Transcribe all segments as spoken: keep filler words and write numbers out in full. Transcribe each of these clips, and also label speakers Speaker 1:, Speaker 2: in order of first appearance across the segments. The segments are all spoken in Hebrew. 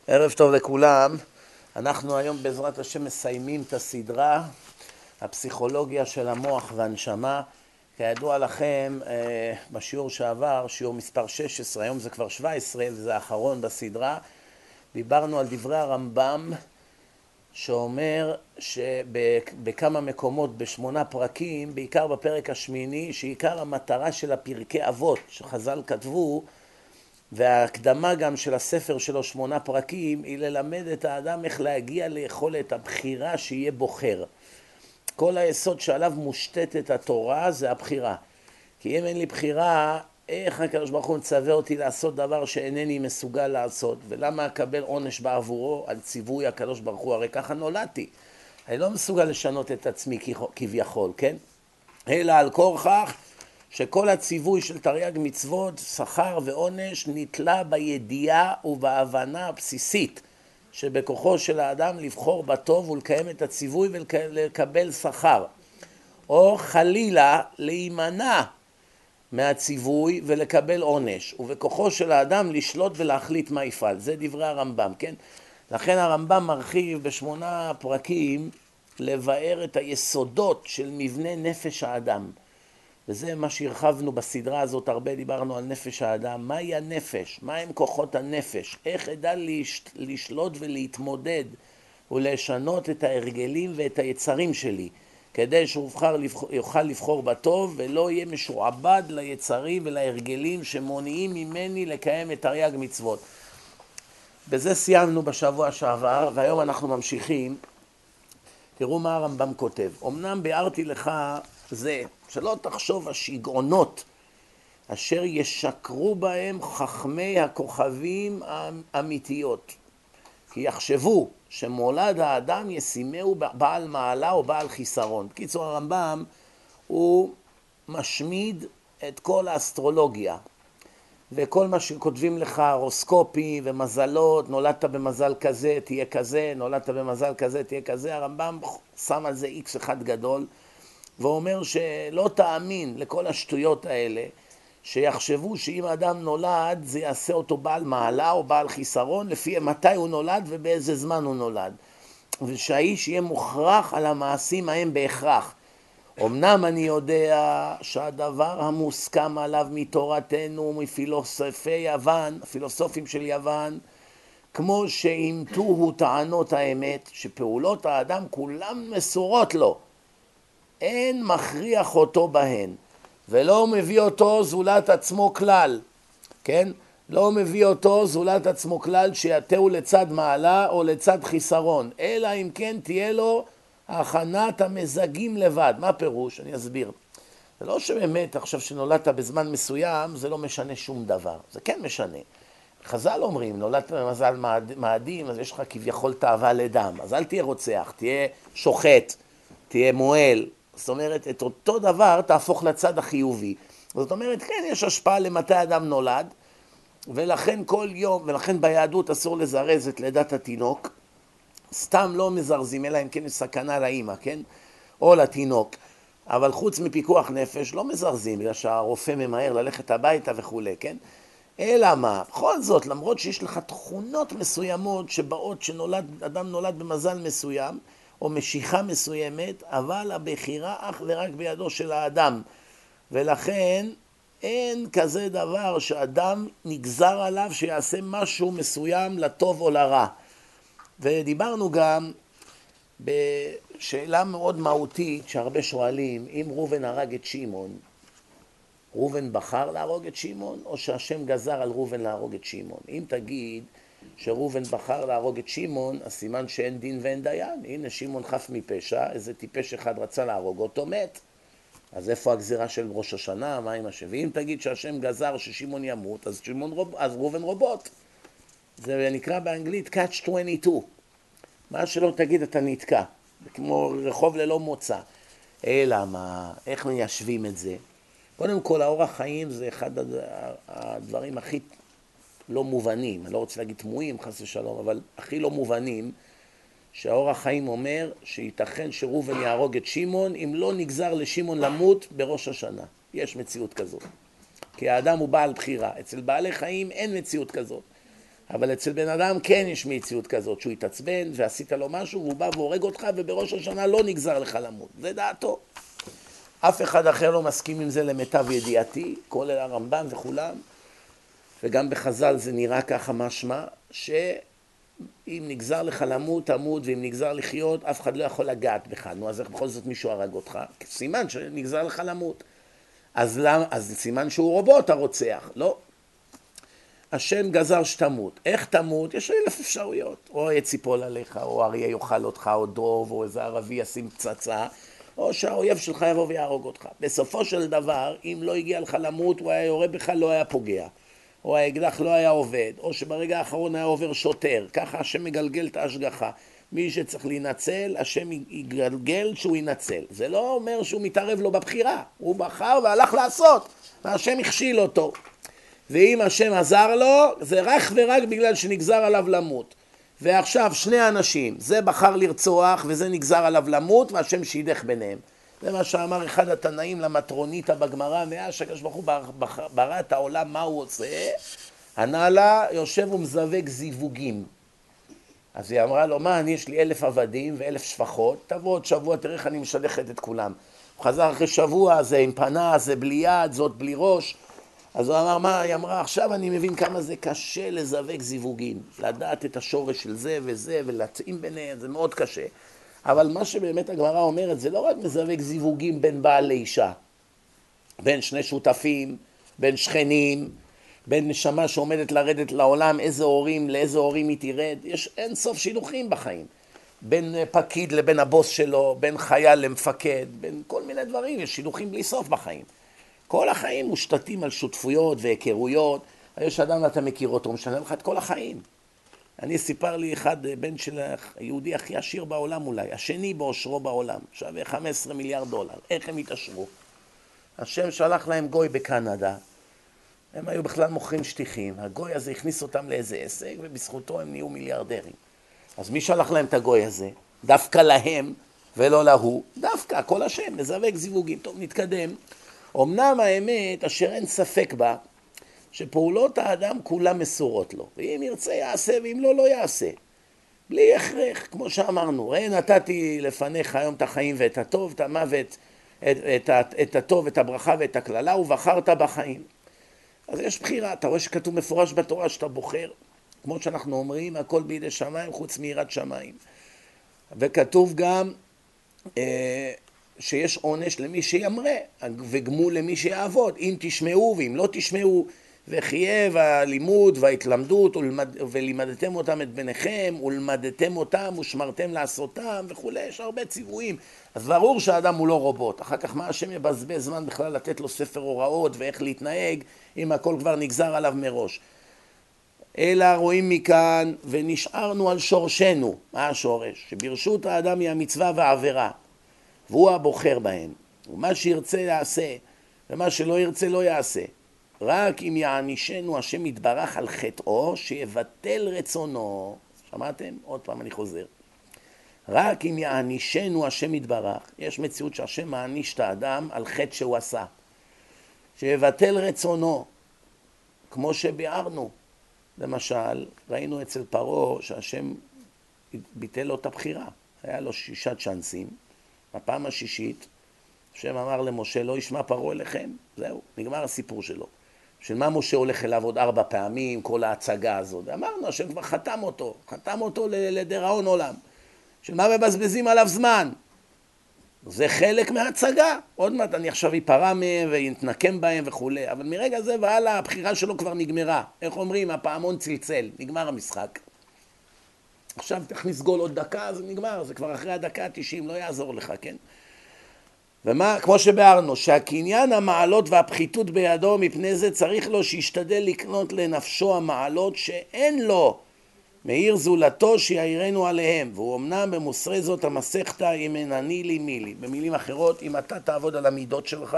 Speaker 1: ערב טוב לכולם. אנחנו היום בעזרת השם מסיימים את הסדרה הפסיכולוגיה של המוח והנשמה. כידוע לכם, בשיעור שעבר, שיעור מספר שש עשרה, היום זה כבר שבע עשרה וזה האחרון בסדרה, דיברנו על דברי הרמב"ם שאומר שבכמה מקומות בשמונה פרקים, בעיקר בפרק השמיני, שעיקר המטרה של הפרקי אבות שחז"ל כתבו, וההקדמה גם של הספר שלו שמונה פרקים, היא ללמד את האדם איך להגיע ליכולת הבחירה שיהיה בוחר. כל היסוד שעליו מושתתת התורה זה הבחירה. כי אם אין לי בחירה, איך הקדוש ברוך הוא מצווה אותי לעשות דבר שאינני מסוגל לעשות? ולמה אקבל עונש בעבורו על ציווי הקדוש ברוך הוא? הרי ככה נולדתי. אני לא מסוגל לשנות את עצמי כביכול, כן? אלא על כורכך שכל הציווי של תרי"ג מצוות, שכר ועונש, נתלה בידיעה ובהבנה הבסיסית שבכוחו של האדם לבחור בטוב ולקיים את הציווי ולקבל שכר, או חלילה להימנע מהציווי ולקבל עונש, ובכוחו של האדם לשלוט ולהחליט מה יפעל. זה דברי הרמב"ם, כן? לכן הרמב"ם מרחיב בשמונה פרקים לבאר את היסודות של מבנה נפש האדם. וזה מה שהרחבנו בסדרה הזאת, הרבה דיברנו על נפש האדם. מהי הנפש? מהם כוחות הנפש? איך אדע לשלוט ולהתמודד ולשנות את ההרגלים ואת היצרים שלי, כדי שהוא יוכל לבחור בטוב ולא יהיה משועבד ליצרים ולהרגלים שמונעים ממני לקיים את תרי"ג מצוות. בזה סיימנו בשבוע שעבר, והיום אנחנו ממשיכים. תראו מה הרמב"ם כותב. אמנם ביארתי לך זה, שלא תחשוב השגעונות אשר ישקרו בהם חכמי הכוכבים האמיתיות, כי יחשבו שמולד האדם ישימהו בעל מעלה או בעל חיסרון. בקיצור, הרמב"ם הוא משמיד את כל האסטרולוגיה וכל מה שכותבים לך, הורוסקופים ומזלות, נולדת במזל כזה תהיה כזה, נולדת במזל כזה תהיה כזה. הרמב"ם שם על זה איקס אחד גדול ואומר שלא תאמין לכל השטויות האלה, שיחשבו שאם אדם נולד זה יעשה אותו בעל מעלה או בעל חיסרון לפי מתי הוא נולד ובאיזה זמן הוא נולד, ושהאיש יהיה מוכרח על המעשים ההם בהכרח. אמנם אני יודע שהדבר המוסכם עליו מתורתנו ומפילוסופי יוון, הפילוסופים של יוון, כמו שאימתוהו טענות האמת, שפעולות האדם כולם מסורות לו, אין מכריח אותו בהן, ולא מביא אותו זולת עצמו כלל, כן? לא מביא אותו זולת עצמו כלל שיתהו לצד מעלה או לצד חיסרון, אלא אם כן תהיה לו הכנת המזגים לבד. מה פירוש? אני אסביר. זה לא שבאמת עכשיו שנולדת בזמן מסוים זה לא משנה שום דבר, זה כן משנה. חז"ל אומרים, נולדת במזל מאדים, אז יש לך כביכול תאווה לדם, אז אל תהיה רוצח, תהיה שוחט, תהיה מועל. זאת אומרת, את אותו דבר תהפוך לצד החיובי. זאת אומרת, כן, יש השפעה למתי אדם נולד, ולכן כל יום, ולכן ביהדות אסור לזרז את לידת התינוק, סתם לא מזרזים, אלא אם כן יש סכנה לאמא, כן? או לתינוק. אבל חוץ מפיקוח נפש לא מזרזים, בגלל שהרופא ממהר ללכת הביתה וכו', כן? אלא מה? בכל זאת, למרות שיש לך תכונות מסוימות שבאות שנולד, אדם נולד במזל מסוים, או משיכה מסוימת, אבל הבחירה אך ורק בידו של האדם. ולכן אין כזה דבר שאדם נגזר עליו שיעשה משהו מסוים לטוב או לרע. ודיברנו גם בשאלה מאוד מהותית שהרבה שואלים, אם ראובן הרג את שמעון, ראובן בחר להרוג את שמעון, או שהשם גזר על ראובן להרוג את שמעון? אם תגיד שראובן בחר להרוג את שמעון, אז סימן שאין דין ואין דיין. הנה שמעון חף מפשע, איזה טיפש אחד רצה להרוג אותו, מת. אז איפה הגזירה של ראש השנה? מה עם השם? ואם תגיד שהשם גזר ששמעון ימות, אז, רוב, אז ראובן רובוט. זה נקרא באנגלית catch עשרים ושתיים. מה שלא תגיד אתה נתקע, כמו רחוב ללא מוצא. אלא מה? איך מיישבים את זה? קודם כל, האורח חיים זה אחד הדברים הכי לא מובנים, אני לא רוצה להגיד תמוהים, חס ושלום, אבל הכי לא מובנים, שהאורח חיים אומר שייתכן שראובן יהרוג את שמעון, אם לא נגזר לשמעון למות בראש השנה. יש מציאות כזאת. כי האדם הוא בעל בחירה. אצל בעלי חיים אין מציאות כזאת. אבל אצל בן אדם כן יש מציאות כזאת, שהוא יתעצבן ועשית לו משהו, והוא בא והורג אותך, ובראש השנה לא נגזר לך למות. זה דעתו. אף אחד אחר לא מסכים עם זה למיטב ידיעתי, כולל הרמב"ם וכולם, וגם בחז"ל זה נראה ככה משמע, שאם נגזר לך למות, תמות, ואם נגזר לחיות, אף אחד לא יכול לגעת בך. נו, אז איך בכל זאת מישהו הרג אותך? סימן שנגזר לך למות. אז, למ... אז סימן שהוא רובוט הרוצח, לא. השם גזר שתמות. איך תמות? יש אלף אפשרויות. או עץ ייפול עליך, או אריה יאכל אותך, או דוב, או איזה ערבי ישים פצצה, או שהאויב שלך יבוא ויהרוג אותך. בסופו של דבר, אם לא הגיע לך למות, הוא היה יורה בך, לא היה פוגע. או האקדח לא היה עובד, או שברגע האחרון היה עובר שוטר. ככה השם מגלגל את ההשגחה. מי שצריך להינצל, השם יגלגל שהוא ינצל. זה לא אומר שהוא מתערב לו בבחירה. הוא בחר והלך לעשות, והשם הכשיל אותו. ואם השם עזר לו, זה רק ורק בגלל שנגזר עליו למות. ועכשיו שני אנשים, זה בחר לרצוח וזה נגזר עליו למות, והשם שידך ביניהם. זה מה שאמר אחד התנאים למטרוניתא בגמרא, מאז שהקדוש ברוך הוא ברא את העולם, מה הוא עושה? ענה לה, יושב ומזווק זיווגים. אז היא אמרה לו, מה, אני יש לי אלף עבדים ואלף שפחות, תבוא עוד שבוע, תראה איך אני משלחת את כולם. הוא חזר אחרי שבוע, זה עם פנה, זה בלי יד, זאת בלי ראש. אז הוא אמר, מה? היא אמרה, עכשיו אני מבין כמה זה קשה לזווק זיווגים. לדעת את השורש של זה וזה ולהתאים ביניהם, זה מאוד קשה. אבל מה שבאמת הגמרא אומרת, זה לא רק מזווק זיווגים בין בעל לאישה. בין שני שותפים, בין שכנים, בין נשמה שעומדת לרדת לעולם, איזה הורים, לאיזה הורים היא תירד. יש אין סוף שילוחים בחיים. בין פקיד לבין הבוס שלו, בין חייל למפקד, בין כל מיני דברים, יש שילוחים בלי סוף בחיים. כל החיים מושתתים על שותפויות והיכרויות. יש אדם, אתה מכיר אותו, הוא משנה לך את כל החיים. אני סיפר לי אחד, בן של היהודי הכי עשיר בעולם אולי, השני באושרו בעולם, שווה חמישה עשר מיליארד דולר. איך הם התעשרו? השם שלח להם גוי בקנדה, הם היו בכלל מוכרים שטיחים, הגוי הזה הכניס אותם לאיזה עסק, ובזכותו הם נהיו מיליארדרים. אז מי שלח להם את הגוי הזה? דווקא להם ולא להוא, דווקא, כל השם, מזווק זיווגים. טוב, נתקדם. אמנם האמת, אשר אין ספק בה, שפעולות האדם כולם מסורות לו. ואם ירצה יעשה, ואם לא, לא יעשה. בלי הכרח, כמו שאמרנו. ראה, נתתי לפניך היום את החיים ואת הטוב, את המוות, את, את, את, את הטוב, את הברכה ואת הכללה, ובחרת בחיים. אז יש בחירה. אתה רואה שכתוב מפורש בתורה שאתה בוחר. כמו שאנחנו אומרים, הכל בידי שמיים חוץ מיראת שמיים. וכתוב גם אה, שיש עונש למי שימרה, וגמול למי שיעבוד. אם תשמעו ואם לא תשמעו, וחייב הלימוד וההתלמדות, ולימדתם אותם את בניכם, ולמדתם אותם, ושמרתם לעשותם, וכו'. יש הרבה ציוויים. אז ברור שהאדם הוא לא רובוט. אחר כך מה השם יבזבז זמן בכלל לתת לו ספר הוראות, ואיך להתנהג, אם הכל כבר נגזר עליו מראש. אלא רואים מכאן, ונשארנו על שורשנו. מה השורש? שברשות האדם היא המצווה והעבירה, והוא הבוחר בהם. ומה שירצה יעשה, ומה שלא ירצה לא יעשה. רק אם יענישנו השם יתברך על חטאו, שיבטל רצונו. שמעתם? עוד פעם אני חוזר. רק אם יענישנו השם יתברך, יש מציאות שהשם מעניש את האדם על חטא שהוא עשה. שיבטל רצונו, כמו שביארנו. למשל, ראינו אצל פרעה שהשם ביטל לו את הבחירה. היה לו שישה צ'אנסים. בפעם השישית, השם אמר למשה, לא ישמע פרעה אליכם. זהו, נגמר הסיפור שלו. של מה משה הולך אליו עוד ארבע פעמים, כל ההצגה הזאת. אמרנו, השם כבר חתם אותו, חתם אותו לדיראון עולם. של מה מבזבזים עליו זמן? זה חלק מההצגה. עוד מעט אני עכשיו ייפרע מהם ויתנקם בהם וכו'. אבל מרגע זה והלאה, הבחירה שלו כבר נגמרה. איך אומרים? הפעמון צלצל, נגמר המשחק. עכשיו תכניס גול עוד דקה, זה נגמר, זה כבר אחרי הדקה ה-תשעים, לא יעזור לך, כן? ומה, כמו שבארנו, שהקניין המעלות והפחיתות בידו, מפני זה צריך לו שישתדל לקנות לנפשו המעלות שאין לו, מאיר זולתו שיעירנו עליהם. והוא אמנם במוסרי זאת המסכתא אם אינני לי מילי. במילים אחרות, אם אתה תעבוד על המידות שלך,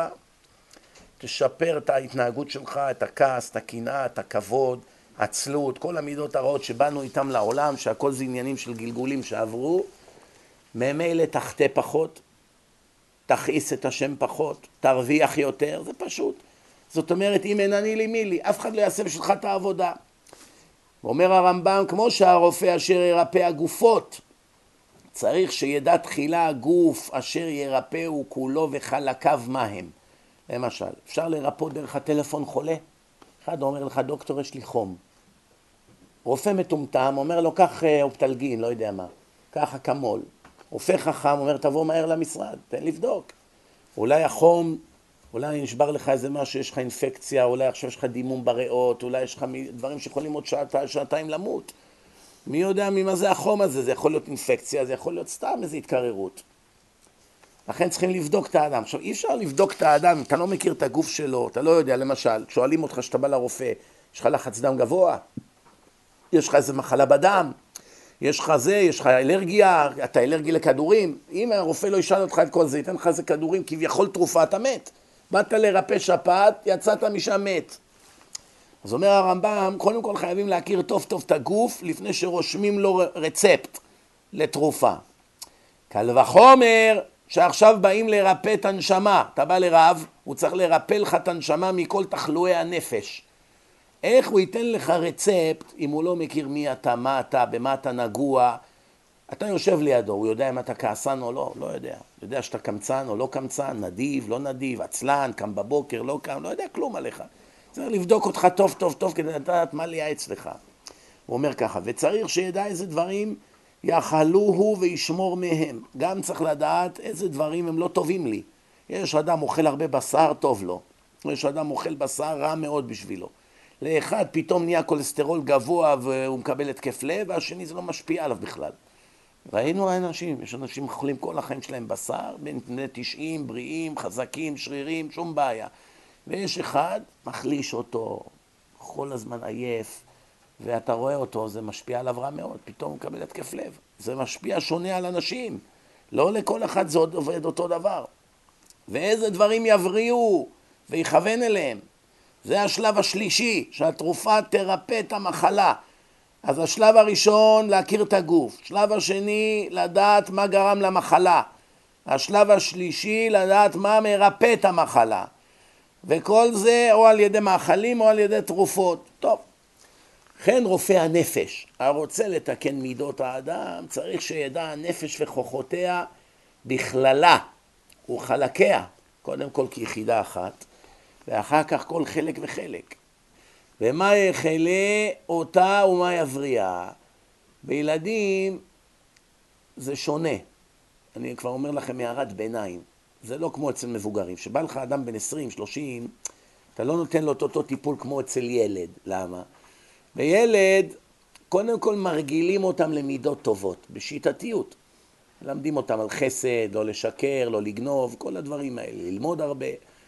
Speaker 1: תשפר את ההתנהגות שלך, את הכעס, את הקנאה, את הכבוד, עצלות, כל המידות הרעות שבאנו איתם לעולם, שהכל זה עניינים של גלגולים שעברו, ממילא תחטא פחות, תכעיס את השם פחות, תרוויח יותר, זה פשוט. זאת אומרת, אם אינני לי מילי, אף אחד לא יעשה בשבילך את העבודה. ואומר הרמב"ם, כמו שהרופא אשר ירפא הגופות, צריך שידע תחילה הגוף אשר ירפא הוא כולו וחלקיו מה הם. למשל, אפשר לרפות דרך הטלפון חולה? אחד אומר לך, דוקטור, יש לי חום. רופא מטומטם אומר לו, קח אופטלגין, לא יודע מה, קח אקמול. רופא חכם אומר, תבוא מהר למשרד, תן לבדוק. אולי החום, אולי נשבר לך איזה משהו, יש לך אינפקציה, אולי עכשיו יש לך דימום בריאות, אולי יש לך דברים שיכולים עוד שעתה, שעתיים למות. מי יודע ממה זה החום הזה? זה יכול להיות אינפקציה, זה יכול להיות סתם איזו התקררות. לכן צריכים לבדוק את האדם. עכשיו, אי אפשר לבדוק את האדם, אתה לא מכיר את הגוף שלו, אתה לא יודע, למשל, שואלים אותך שאתה בא לרופא, יש לך לחץ דם גבוה, יש לך איזה מחלה בדם, יש לך זה, יש לך אלרגיה, אתה אלרגי לכדורים. אם הרופא לא ישאל אותך את כל זה, ייתן לך איזה כדורים, כביכול תרופה, אתה מת. באת לרפא שפעת, יצאת משם מת. אז אומר הרמב"ם, קודם כל חייבים להכיר טוב טוב את הגוף, לפני שרושמים לו רצפט לתרופה. קל וחומר, שעכשיו באים לרפא את הנשמה. אתה בא לרב, הוא צריך לרפא לך את הנשמה מכל תחלואי הנפש. איך הוא ייתן לך רצפט אם הוא לא מכיר מי אתה, מה אתה, במה אתה נגוע? אתה יושב לידו, הוא יודע אם אתה כעסן או לא, לא יודע. יודע שאתה קמצן או לא קמצן, נדיב, לא נדיב, עצלן, קם בבוקר, לא קם, לא יודע כלום עליך. צריך לבדוק אותך טוב טוב טוב כדי לדעת מה לייעץ לך. הוא אומר ככה, וצריך שידע איזה דברים יאכלוהו וישמור מהם. גם צריך לדעת איזה דברים הם לא טובים לי. יש אדם אוכל הרבה בשר, טוב לו. יש אדם אוכל בשר רע מאוד בשבילו. לאחד פתאום נהיה קולסטרול גבוה והוא מקבל התקף לב, והשני זה לא משפיע עליו בכלל. ראינו אנשים, יש אנשים אוכלים כל החיים שלהם בשר, בני תשעים, בריאים, חזקים, שרירים, שום בעיה. ויש אחד, מחליש אותו, כל הזמן עייף, ואתה רואה אותו, זה משפיע עליו רע מאוד, פתאום הוא מקבל התקף לב. זה משפיע שונה על אנשים, לא לכל אחד זה עובד אותו דבר. ואיזה דברים יבריאו ויכוון אליהם. זה השלב השלישי, שהתרופה תרפא את המחלה. אז השלב הראשון, להכיר את הגוף. שלב השני, לדעת מה גרם למחלה. השלב השלישי, לדעת מה מרפא את המחלה. וכל זה או על ידי מאכלים או על ידי תרופות. טוב. כן רופא הנפש, הרוצה לתקן מידות האדם, צריך שידע הנפש וכוחותיה בכללה וחלקיה. קודם כל כיחידה אחת, ואחר כך כל חלק וחלק. ומה יחלה אותה ומה יבריאה. בילדים זה שונה. אני כבר אומר לכם הערת ביניים. זה לא כמו אצל מבוגרים. שבא לך אדם בן עשרים שלושים, אתה לא נותן לו אותו טיפול כמו אצל ילד. למה? בילד, קודם כל מרגילים אותם למידות טובות, בשיטתיות. למדים אותם על חסד, לא לשקר, לא לגנוב, כל הדברים האלה, ללמוד הרבה.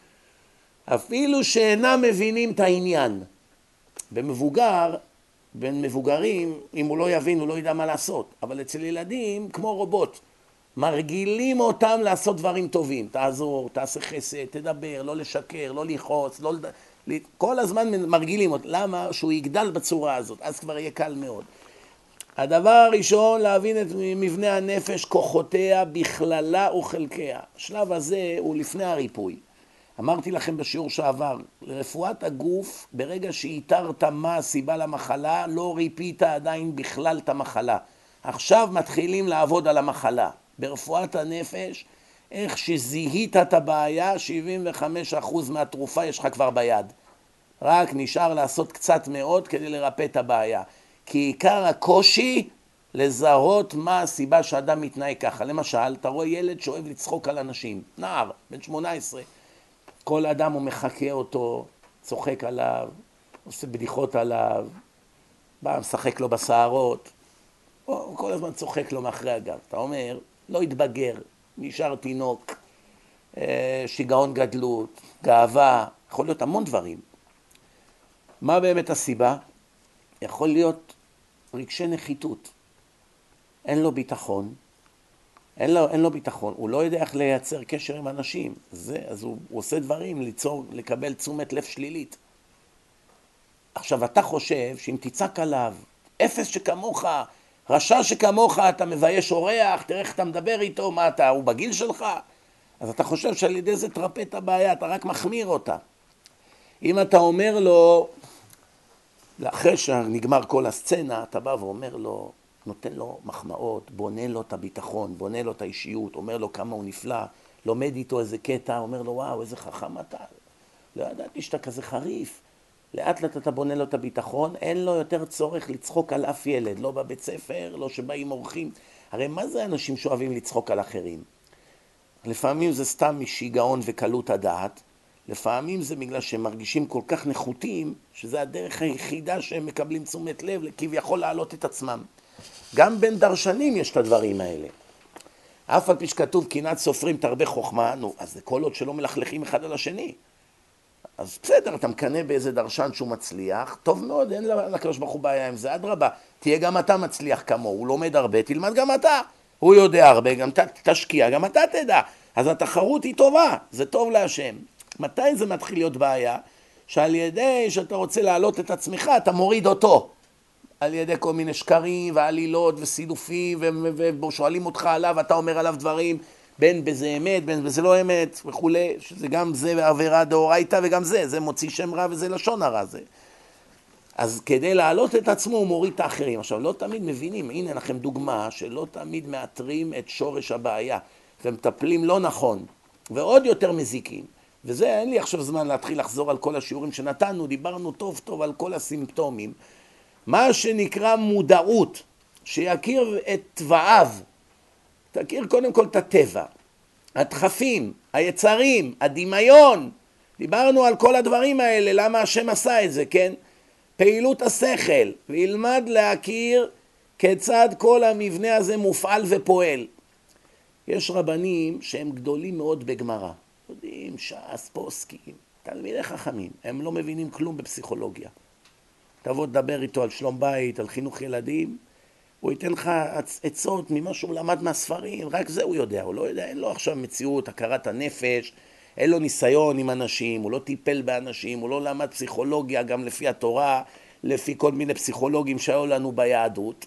Speaker 1: אפילו שאינם מבינים את העניין. במבוגר, בין מבוגרים, אם הוא לא יבין, הוא לא ידע מה לעשות. אבל אצל ילדים, כמו רובוט, מרגילים אותם לעשות דברים טובים. תעזור, תעשה חסד, תדבר, לא לשקר, לא לחוץ, לא... כל הזמן מרגילים אותם. למה? שהוא יגדל בצורה הזאת, אז כבר יהיה קל מאוד. הדבר הראשון, להבין את מבנה הנפש, כוחותיה, בכללה וחלקיה. השלב הזה הוא לפני הריפוי. אמרתי לכם בשיעור שעבר, לרפואת הגוף, ברגע שהתרת מה הסיבה למחלה, לא ריפית עדיין בכלל את המחלה. עכשיו מתחילים לעבוד על המחלה. ברפואת הנפש, איך שזיהית את הבעיה, שבעים וחמישה אחוז מהתרופה יש לך כבר ביד. רק נשאר לעשות קצת מאוד כדי לרפא את הבעיה. כי עיקר הקושי לזהות מה הסיבה שאדם מתנהג ככה. למשל, אתה רואה ילד שאוהב לצחוק על אנשים, נער, בן שמונה עשרה. כל אדם הוא מחכה אותו, צוחק עליו, עושה בדיחות עליו, בא, משחק לו בשערות, הוא כל הזמן צוחק לו מאחרי הגב. אתה אומר, לא התבגר, נשאר תינוק, שיגעון גדלות, גאווה, יכול להיות המון דברים. מה באמת הסיבה? יכול להיות רגשי נחיתות. אין לו ביטחון, אין לו, אין לו ביטחון, הוא לא יודע איך לייצר קשר עם אנשים. זה, אז הוא, הוא עושה דברים ליצור, לקבל תשומת לב שלילית. עכשיו, אתה חושב שאם תצעק עליו, אפס שכמוך, רשע שכמוך, אתה מבייש אורח, תראה איך אתה מדבר איתו, מה אתה, הוא בגיל שלך? אז אתה חושב שעל ידי זה תרפא את הבעיה, אתה רק מחמיר אותה. אם אתה אומר לו, אחרי שנגמר כל הסצנה, אתה בא ואומר לו, נותן לו מחמאות, בונה לו את הביטחון, בונה לו את האישיות, אומר לו כמה הוא נפלא, לומד איתו איזה קטע, אומר לו וואו, איזה חכם אתה. לא ידעתי שאתה כזה חריף. לאט לאט אתה בונה לו את הביטחון, אין לו יותר צורך לצחוק על אף ילד, לא בבית ספר, לא שבאים אורחים. הרי מה זה אנשים שאוהבים לצחוק על אחרים? לפעמים זה סתם משיגעון וקלות הדעת, לפעמים זה בגלל שהם מרגישים כל כך נחותים, שזה הדרך היחידה שהם מקבלים תשומת לב, כביכול להעלות את עצמם. גם בין דרשנים יש את הדברים האלה. אף על פי שכתוב קנאת סופרים תרבה חוכמה, נו, אז זה כל עוד שלא מלכלכים אחד על השני. אז בסדר, אתה מקנה באיזה דרשן שהוא מצליח, טוב מאוד, אין לקדוש ברוך הוא בעיה עם זה, אדרבה, תהיה גם אתה מצליח כמו, הוא לומד הרבה, תלמד גם אתה. הוא יודע הרבה, גם תשקיע, גם אתה תדע. אז התחרות היא טובה, זה טוב להשם. מתי זה מתחיל להיות בעיה? שעל ידי שאתה רוצה להעלות את עצמך, אתה מוריד אותו. על ידי כל מיני שקרים ועלילות וסילופים, ושואלים אותך עליו, אתה אומר עליו דברים, בין בזה אמת, בין בזה לא אמת, וכו', שזה גם זה עבירה דאורייתא, וגם זה, זה מוציא שם רע וזה לשון הרע זה. אז כדי להעלות את עצמו הוא מוריד את האחרים. עכשיו, לא תמיד מבינים, הנה לכם דוגמה, שלא תמיד מאתרים את שורש הבעיה, ומטפלים לא נכון, ועוד יותר מזיקים. וזה, אין לי עכשיו זמן להתחיל לחזור על כל השיעורים שנתנו, דיברנו טוב טוב על כל הסימפטומים. מה שנקרא מודעות, שיכיר את טבעיו, תכיר קודם כל את הטבע, הדחפים, היצרים, הדמיון, דיברנו על כל הדברים האלה, למה השם עשה את זה, כן? פעילות השכל, וילמד להכיר כיצד כל המבנה הזה מופעל ופועל. יש רבנים שהם גדולים מאוד בגמרא, יודעים, ש"ס, פוסקים, תלמידי חכמים, הם לא מבינים כלום בפסיכולוגיה. תבוא תדבר איתו על שלום בית, על חינוך ילדים, הוא ייתן לך עצות ממה שהוא למד מהספרים, רק זה הוא יודע, הוא לא יודע, אין לו עכשיו מציאות, הכרת הנפש, אין לו ניסיון עם אנשים, הוא לא טיפל באנשים, הוא לא למד פסיכולוגיה גם לפי התורה, לפי כל מיני פסיכולוגים שהיו לנו ביהדות.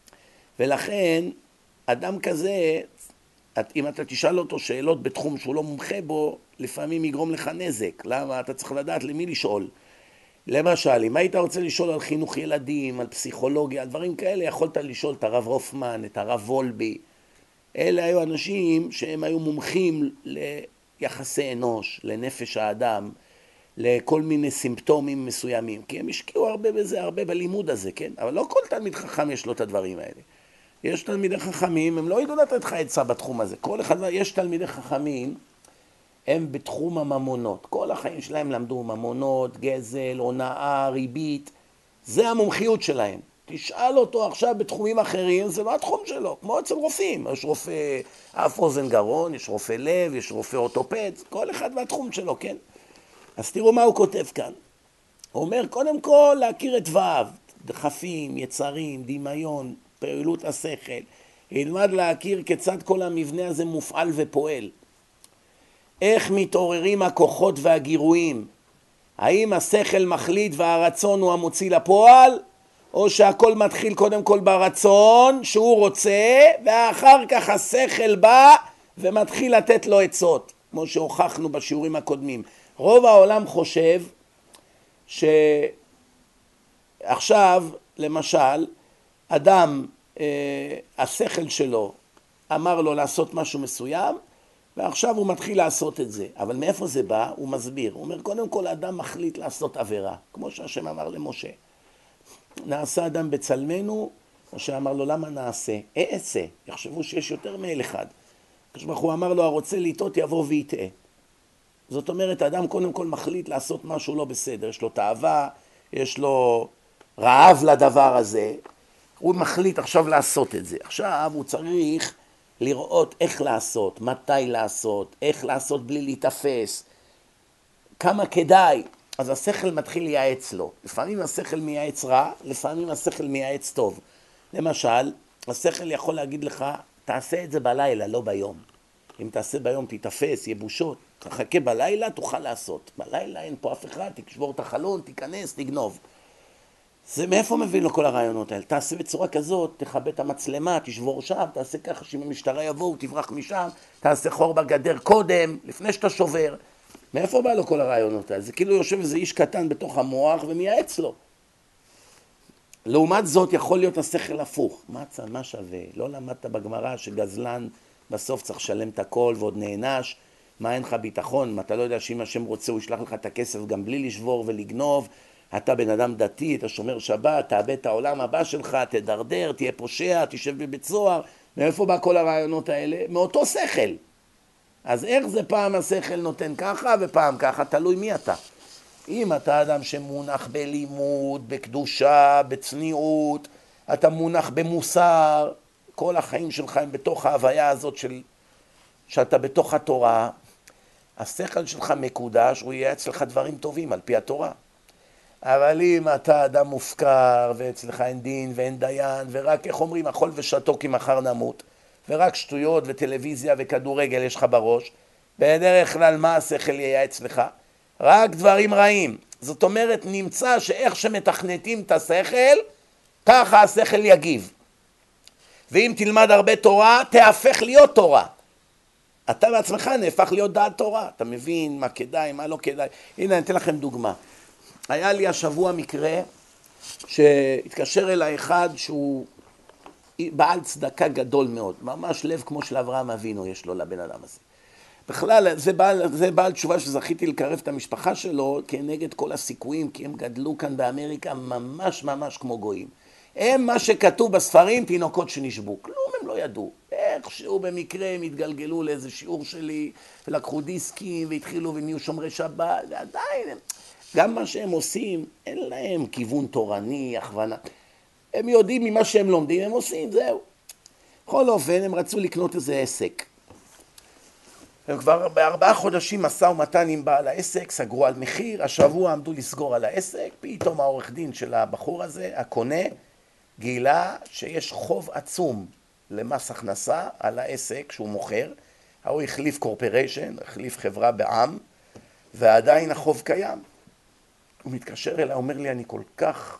Speaker 1: ולכן, אדם כזה, אם אתה תשאל אותו שאלות בתחום שהוא לא מומחה בו, לפעמים יגרום לך נזק. למה? אתה צריך לדעת למי לשאול. למשל, אם היית רוצה לשאול על חינוך ילדים, על פסיכולוגיה, על דברים כאלה, יכולת לשאול את הרב רופמן, את הרב וולבי. אלה היו אנשים שהם היו מומחים ליחסי אנוש, לנפש האדם, לכל מיני סימפטומים מסוימים, כי הם השקיעו הרבה בזה, הרבה בלימוד הזה, כן? אבל לא כל תלמיד חכם יש לו את הדברים האלה. יש תלמידי חכמים, הם לא ידעו לתת לך עצה בתחום הזה. כל אחד, יש תלמידי חכמים, הם בתחום הממונות. כל החיים שלהם למדו ממונות, גזל, הונאה, ריבית. זה המומחיות שלהם. תשאל אותו עכשיו בתחומים אחרים, זה לא התחום שלו, כמו אצל רופאים. יש רופא אף אוזן גרון, יש רופא לב, יש רופא אורתופד, כל אחד והתחום שלו, כן? אז תראו מה הוא כותב כאן. הוא אומר, קודם כל להכיר את ו', דחפים, יצרים, דמיון, פעילות השכל. ילמד להכיר כיצד כל המבנה הזה מופעל ופועל. איך מתעוררים הכוחות והגירויים? האם השכל מחליט והרצון הוא המוציא לפועל? או שהכל מתחיל קודם כל ברצון שהוא רוצה, ואחר כך השכל בא ומתחיל לתת לו עצות, כמו שהוכחנו בשיעורים הקודמים. רוב העולם חושב שעכשיו, למשל, אדם, אה, השכל שלו אמר לו לעשות משהו מסוים, ועכשיו הוא מתחיל לעשות את זה. אבל מאיפה זה בא? הוא מסביר. הוא אומר, קודם כל, האדם מחליט לעשות עבירה, כמו שהשם אמר למשה. נעשה אדם בצלמנו, משה אמר לו, למה נעשה? אעשה. יחשבו שיש יותר מאל אחד. כשבחור אמר לו, הרוצה לטעות יבוא ויטעה. זאת אומרת, האדם קודם כל מחליט לעשות משהו לא בסדר. יש לו תאווה, יש לו רעב לדבר הזה. הוא מחליט עכשיו לעשות את זה. עכשיו הוא צריך לראות איך לעשות, מתי לעשות, איך לעשות בלי להתאפס, כמה כדאי. אז השכל מתחיל לייעץ לו. לפעמים השכל מייעץ רע, לפעמים השכל מייעץ טוב. למשל, השכל יכול להגיד לך, תעשה את זה בלילה, לא ביום. אם תעשה ביום, תתאפס, יבושות. תחכה בלילה, תוכל לעשות. בלילה אין פה אף אחד, תשבור את החלון, תיכנס, תגנוב. זה מאיפה מביא לו כל הרעיונות האלה? תעשה בצורה כזאת, תכבה את המצלמה, תשבור שם, תעשה ככה שאם המשטרה יבואו, תברח משם, תעשה חור בגדר קודם, לפני שאתה שובר. מאיפה בא לו כל הרעיונות האלה? זה כאילו יושב איזה איש קטן בתוך המוח ומייעץ לו. לעומת זאת יכול להיות השכל הפוך. מה, מה שווה? לא למדת בגמרא שגזלן בסוף צריך לשלם את הכל ועוד נענש? מה, אין לך ביטחון? אתה לא יודע שאם השם רוצה הוא ישלח לך את הכסף גם בלי לשבור ולגנוב? אתה בן אדם דתי, אתה שומר שבת, תאבד את העולם הבא שלך, תדרדר, תהיה פושע, תשב בבית סוהר. מאיפה בא כל הרעיונות האלה? מאותו שכל. אז איך זה פעם השכל נותן ככה ופעם ככה? תלוי מי אתה. אם אתה אדם שמונח בלימוד, בקדושה, בצניעות, אתה מונח במוסר, כל החיים שלך הם בתוך ההוויה הזאת של, שאתה בתוך התורה, השכל שלך מקודש, הוא יהיה אצלך דברים טובים על פי התורה. אבל אם אתה אדם מופקר ואצלך אין דין ואין דיין ורק, איך אומרים, אכול ושתו כי מחר נמות, ורק שטויות וטלוויזיה וכדורגל יש לך בראש, בדרך כלל מה השכל יהיה אצלך? רק דברים רעים. זאת אומרת, נמצא שאיך שמתכנתים את השכל, ככה השכל יגיב. ואם תלמד הרבה תורה, תהפך להיות תורה. אתה בעצמך נהפך להיות דעת תורה. אתה מבין מה כדאי, מה לא כדאי. הנה, אני אתן לכם דוגמה. היה לי השבוע מקרה שהתקשר אליי אחד שהוא בעל צדקה גדול מאוד. ממש לב כמו של אברהם אבינו יש לו לבן אדם הזה. בכלל, זה בעל, זה בעל תשובה שזכיתי לקרב את המשפחה שלו כנגד כל הסיכויים, כי הם גדלו כאן באמריקה ממש ממש כמו גויים. הם מה שכתוב בספרים, תינוקות שנשבו. כלום הם לא ידעו. איכשהו במקרה הם התגלגלו לאיזה שיעור שלי, ולקחו דיסקים, והתחילו ונהיו שומרי שבת, ועדיין הם... גם מה שהם עושים, אין להם כיוון תורני, הכוונה. הם יודעים ממה שהם לומדים, הם עושים, זהו. בכל אופן, הם רצו לקנות איזה עסק. הם כבר בארבעה חודשים משא ומתן עם בעל העסק, סגרו על מחיר, השבוע עמדו לסגור על העסק, פתאום העורך דין של הבחור הזה, הקונה, גילה שיש חוב עצום למס הכנסה על העסק שהוא מוכר, הוא החליף קורפריישן, החליף חברה בעם, ועדיין החוב קיים. הוא מתקשר אליי, אומר לי, אני כל כך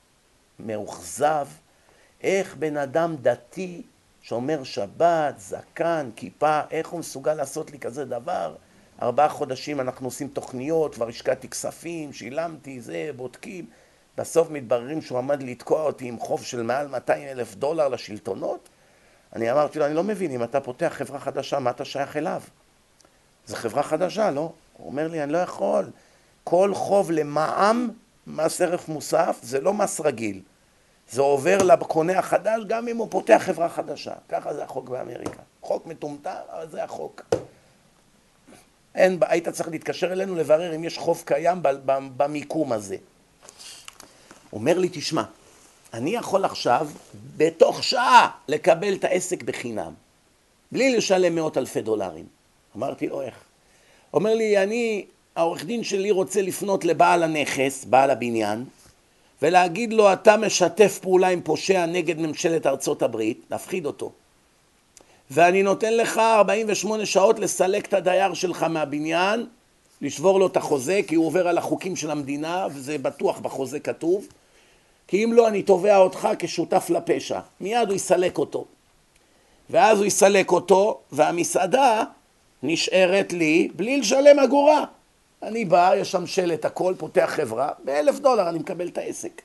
Speaker 1: מאוכזב, איך בן אדם דתי שומר שבת, זקן, כיפה, איך הוא מסוגל לעשות לי כזה דבר? ארבעה חודשים אנחנו עושים תוכניות, כבר השקעתי כספים, שילמתי, זה, בודקים. בסוף מתבררים שהוא עמד לתקוע אותי עם חוב של מעל מאתיים אלף דולר לשלטונות. אני אמרתי לו, אני לא מבין, אם אתה פותח חברה חדשה, מה אתה שייך אליו? זו חברה חדשה, לא? הוא אומר לי, אני לא יכול. כל חוב למע"מ, מס ערך מוסף, זה לא מס רגיל. זה עובר לקונה החדש, גם אם הוא פותח חברה חדשה. ככה זה החוק באמריקה. חוק מטומטם, אבל זה החוק. אין, היית צריך להתקשר אלינו לברר אם יש חוב קיים במיקום הזה. אומר לי, תשמע, אני יכול עכשיו, בתוך שעה, לקבל את העסק בחינם, בלי לשלם מאות אלפי דולרים. אמרתי לו, איך? אומר לי, אני, העורך דין שלי רוצה לפנות לבעל הנכס, בעל הבניין, ולהגיד לו, אתה משתף פעולה עם פושע נגד ממשלת ארצות הברית, להפחיד אותו. ואני נותן לך ארבעים ושמונה שעות לסלק את הדייר שלך מהבניין, לשבור לו את החוזה, כי הוא עובר על החוקים של המדינה, וזה בטוח בחוזה כתוב. כי אם לא, אני תובע אותך כשותף לפשע. מיד הוא יסלק אותו. ואז הוא יסלק אותו, והמסעדה נשארת לי בלי לשלם אגורה. אני בא, יש שם שלט, הכל, פותח חברה, באלף דולר אני מקבל את העסק.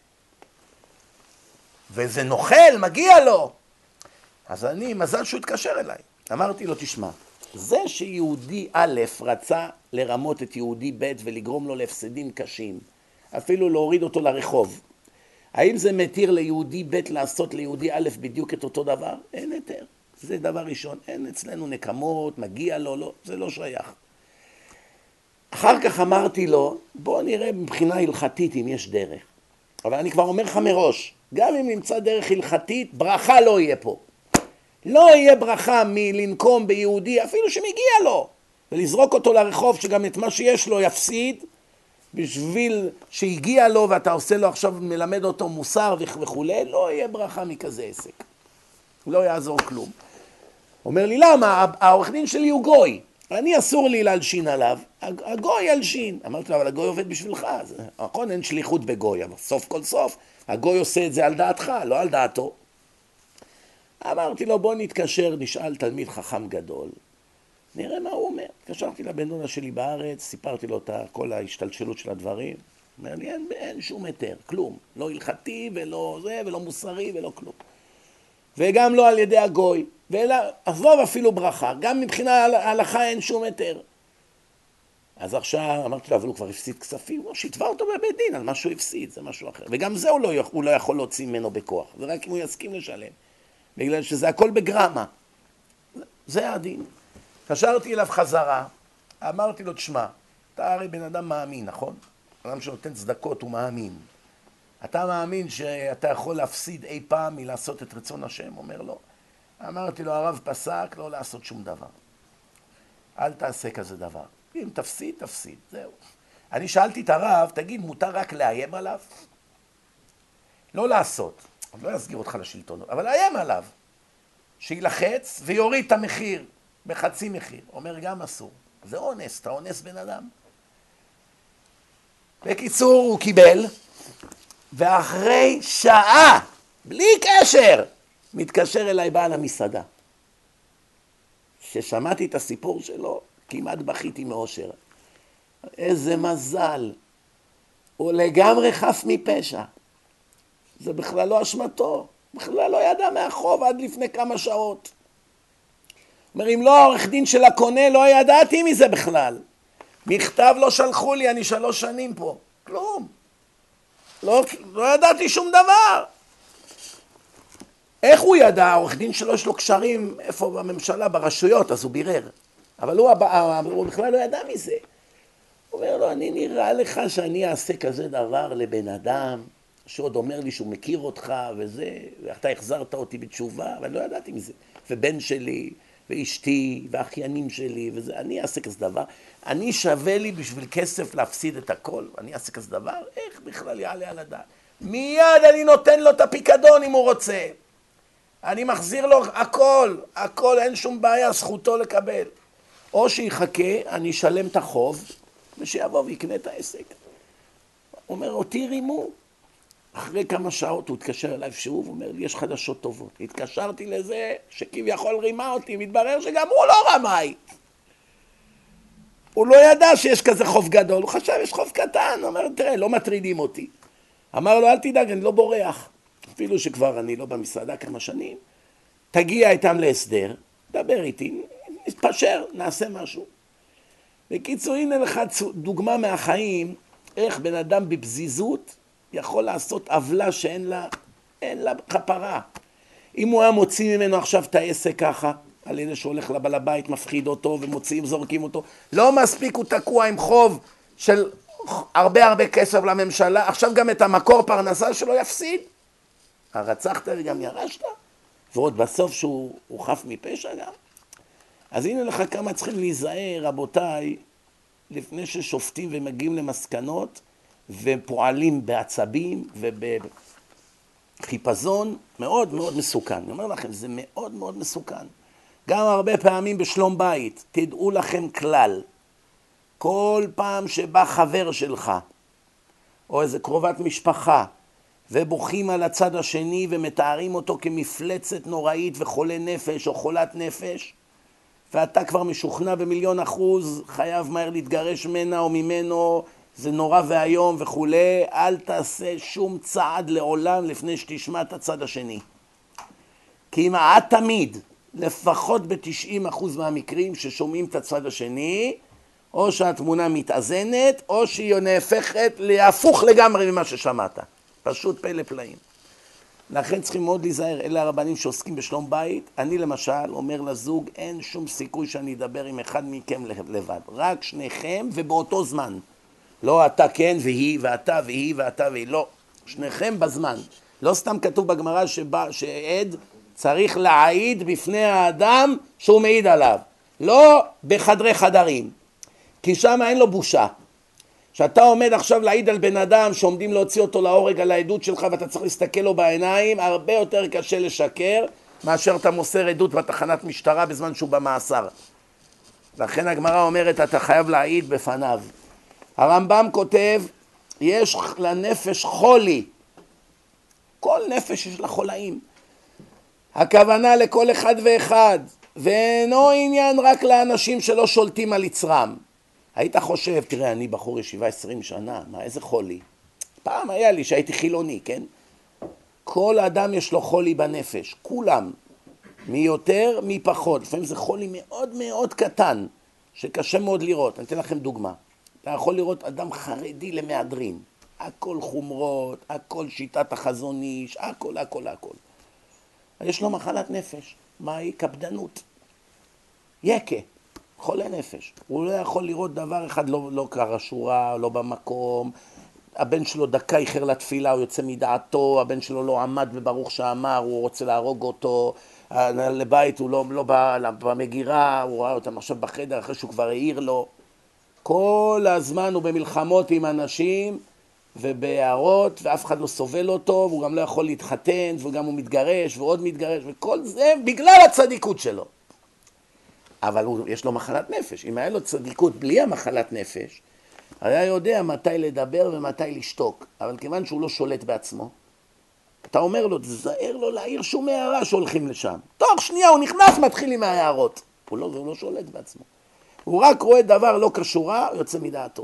Speaker 1: וזה נוכל, מגיע לו. אז אני, מזל שהוא התקשר אליי. אמרתי לו, תשמע, זה שיהודי א' רצה לרמות את יהודי ב' ולגרום לו להפסדים קשים, אפילו להוריד אותו לרחוב. האם זה מתיר ליהודי ב' לעשות ליהודי א' בדיוק את אותו דבר? אין יותר. זה דבר ראשון. אין אצלנו נקמות, מגיע לו, לא, זה לא שייך. אחר כך אמרתי לו, בוא נראה מבחינה הלכתית אם יש דרך. אבל אני כבר אומר לך מראש, גם אם נמצא דרך הלכתית, ברכה לא יהיה פה. לא יהיה ברכה מלנקום ביהודי, אפילו שמגיע לו, ולזרוק אותו לרחוב שגם את מה שיש לו יפסיד, בשביל שהגיע לו ואתה עושה לו עכשיו, מלמד אותו מוסר וכו', לא יהיה ברכה מכזה עסק. לא יעזור כלום. אומר לי, למה? העורך דין שלי הוא גוי. אני אסור לי להלשין עליו, הגוי ילשין. אמרתי לו, אבל הגוי עובד בשבילך. נכון, אין שליחות בגוי, אבל סוף כל סוף, הגוי עושה את זה על דעתך, לא על דעתו. אמרתי לו, בוא נתקשר, נשאל תלמיד חכם גדול. נראה מה הוא אומר. התקשרתי לבן דודה שלי בארץ, סיפרתי לו את כל ההשתלשלות של הדברים. אומר לי, אין, אין שום היתר, כלום. לא הלכתי ולא זה ולא מוסרי ולא כלום. וגם לא על ידי הגוי. ועזוב אפילו ברכה, גם מבחינה ההלכה אין שום היתר. אז עכשיו אמרתי לו, אבל הוא כבר הפסיד כספים, הוא שיתבע אותו בבית דין על מה שהוא הפסיד, זה משהו אחר. וגם זה הוא לא, הוא לא יכול להוציא ממנו בכוח, זה רק אם הוא יסכים לשלם. בגלל שזה הכל בגרמה. זה הדין. קשרתי אליו חזרה, אמרתי לו, תשמע, אתה הרי בן אדם מאמין, נכון? אדם שנותן צדקות הוא מאמין. אתה מאמין שאתה יכול להפסיד אי פעם מלעשות את רצון השם? אומר לו. אמרתי לו, הרב פסק לא לעשות שום דבר. אל תעשה כזה דבר. אם תפסיד, תפסיד, זהו. אני שאלתי את הרב, תגיד, מותר רק לאיים עליו? לא לעשות, אני לא אסגיר אותך לשלטון, אבל לאיים עליו. שילחץ ויוריד את המחיר בחצי מחיר. אומר, גם אסור. זה אונס, אתה אונס בן אדם. בקיצור, הוא קיבל, ואחרי שעה, בלי קשר, מתקשר אליי בעל המסעדה. ששמעתי את הסיפור שלו, כמעט בכיתי מאושר. איזה מזל. הוא לגמרי חף מפשע. זה בכלל לא אשמתו. בכלל לא ידע מהחוב עד לפני כמה שעות. אומר, אם לא העורך דין של הקונה, לא ידעתי מזה בכלל. מכתב לא שלחו לי, אני שלוש שנים פה. כלום. לא, לא ידעתי שום דבר. איך הוא ידע? העורך דין שלו יש לו קשרים איפה בממשלה, ברשויות, אז הוא בירר. אבל הוא, הוא בכלל לא ידע מזה. הוא אומר לו, אני נראה לך שאני אעשה כזה דבר לבן אדם, שעוד אומר לי שהוא מכיר אותך וזה, ואתה החזרת אותי בתשובה, אבל לא ידעתי מזה. ובן שלי, ואשתי, ואחיינים שלי, וזה, אני אעשה כזה דבר. אני שווה לי בשביל כסף להפסיד את הכל, אני אעשה כזה דבר, איך בכלל יעלה על הדעת? מיד אני נותן לו את הפיקדון אם הוא רוצה. אני מחזיר לו הכל, הכל, אין שום בעיה, זכותו לקבל. או שיחכה, אני אשלם את החוב, ושיבוא ויקנה את העסק. הוא אומר, אותי רימו. אחרי כמה שעות הוא התקשר אליי שוב, הוא אומר לי, יש חדשות טובות. התקשרתי לזה שכביכול רימה אותי, מתברר שגם הוא לא רמאי. הוא לא ידע שיש כזה חוב גדול, הוא חשב, יש חוב קטן. הוא אומר, תראה, לא מטרידים אותי. אמר לו, אל תדאג, אני לא בורח. אפילו שכבר אני לא במסעדה כמה שנים. תגיע איתם להסדר, דבר איתי, נתפשר, נעשה משהו. בקיצור, הנה לך דוגמה מהחיים, איך בן אדם בבזיזות יכול לעשות עוולה שאין לה, אין לה כפרה. אם הוא היה מוציא ממנו עכשיו את העסק ככה, על ידי שהולך לבעל הבית, מפחיד אותו ומוציאים, זורקים אותו, לא מספיק, הוא תקוע עם חוב של הרבה הרבה כסף לממשלה, עכשיו גם את המקור פרנסה שלו יפסיד. הרצחת וגם ירשת, ועוד בסוף שהוא חף מפשע גם. אז הנה לך כמה צריכים להיזהר, רבותיי, לפני ששופטים ומגיעים למסקנות, ופועלים בעצבים ובחיפזון, מאוד מאוד מסוכן. אני אומר לכם, זה מאוד מאוד מסוכן. גם הרבה פעמים בשלום בית, תדעו לכם כלל, כל פעם שבא חבר שלך, או איזה קרובת משפחה, ובוכים על הצד השני ומתארים אותו כמפלצת נוראית וחולה נפש או חולת נפש, ואתה כבר משוכנע במיליון אחוז, חייב מהר להתגרש ממנה או ממנו, זה נורא והיום וכולי, אל תעשה שום צעד לעולם לפני שתשמע את הצד השני. כי אם את תמיד, לפחות ב-תשעים אחוז מהמקרים ששומעים את הצד השני, או שהתמונה מתאזנת, או שהיא נהפכת להפוך לגמרי ממה ששמעת. פשוט פלא פלאים. לכן צריכים מאוד להיזהר, אלה הרבנים שעוסקים בשלום בית. אני למשל אומר לזוג, אין שום סיכוי שאני אדבר עם אחד מכם לבד. רק שניכם ובאותו זמן. לא אתה כן והיא ואתה והיא ואתה והיא, לא. שניכם בזמן. לא סתם כתוב בגמרא שבא, שעד צריך להעיד בפני האדם שהוא מעיד עליו. לא בחדרי חדרים. כי שם אין לו בושה. שאתה עומד עכשיו להעיד על בן אדם שעומדים להוציא אותו להורג על העדות שלך ואתה צריך להסתכל לו בעיניים, הרבה יותר קשה לשקר מאשר אתה מוסר עדות בתחנת משטרה בזמן שהוא במאסר. לכן הגמרא אומרת, אתה חייב להעיד בפניו. הרמב"ם כותב, יש לנפש חולי. כל נפש יש לה חולאים. הכוונה לכל אחד ואחד, ואינו עניין רק לאנשים שלא שולטים על יצרם. היית חושב, תראה, אני בחור ישיבה עשרים שנה, מה, איזה חולי? פעם היה לי שהייתי חילוני, כן? כל אדם יש לו חולי בנפש, כולם, מי יותר, מי פחות. לפעמים זה חולי מאוד מאוד קטן, שקשה מאוד לראות. אני אתן לכם דוגמה. אתה יכול לראות אדם חרדי למהדרין. הכל חומרות, הכל שיטת החזון איש, הכל, הכל, הכל. יש לו מחלת נפש. מהי? קפדנות. יקה, חולה נפש. הוא לא יכול לראות דבר אחד, לא, לא קרא שורה, לא במקום. הבן שלו דקה איחר לתפילה, הוא יוצא מדעתו, הבן שלו לא עמד וברוך שאמר, הוא רוצה להרוג אותו, לבית הוא לא, לא בא במגירה, הוא ראה אותם עכשיו בחדר אחרי שהוא כבר העיר לו. כל הזמן הוא במלחמות עם אנשים ובהערות, ואף אחד לא סובל אותו, והוא גם לא יכול להתחתן, וגם הוא מתגרש ועוד מתגרש, וכל זה בגלל הצדיקות שלו. אבל הוא, יש לו מחלת נפש. אם היה לו צדיקות בלי המחלת נפש, היה יודע מתי לדבר ומתי לשתוק. אבל כיוון שהוא לא שולט בעצמו, אתה אומר לו, תזהר לו להעיר שום הערה שהולכים לשם. תוך שנייה הוא נכנס, מתחיל עם ההערות. הוא לא, הוא לא שולט בעצמו. הוא רק רואה דבר לא קשורה, הוא יוצא מדעתו.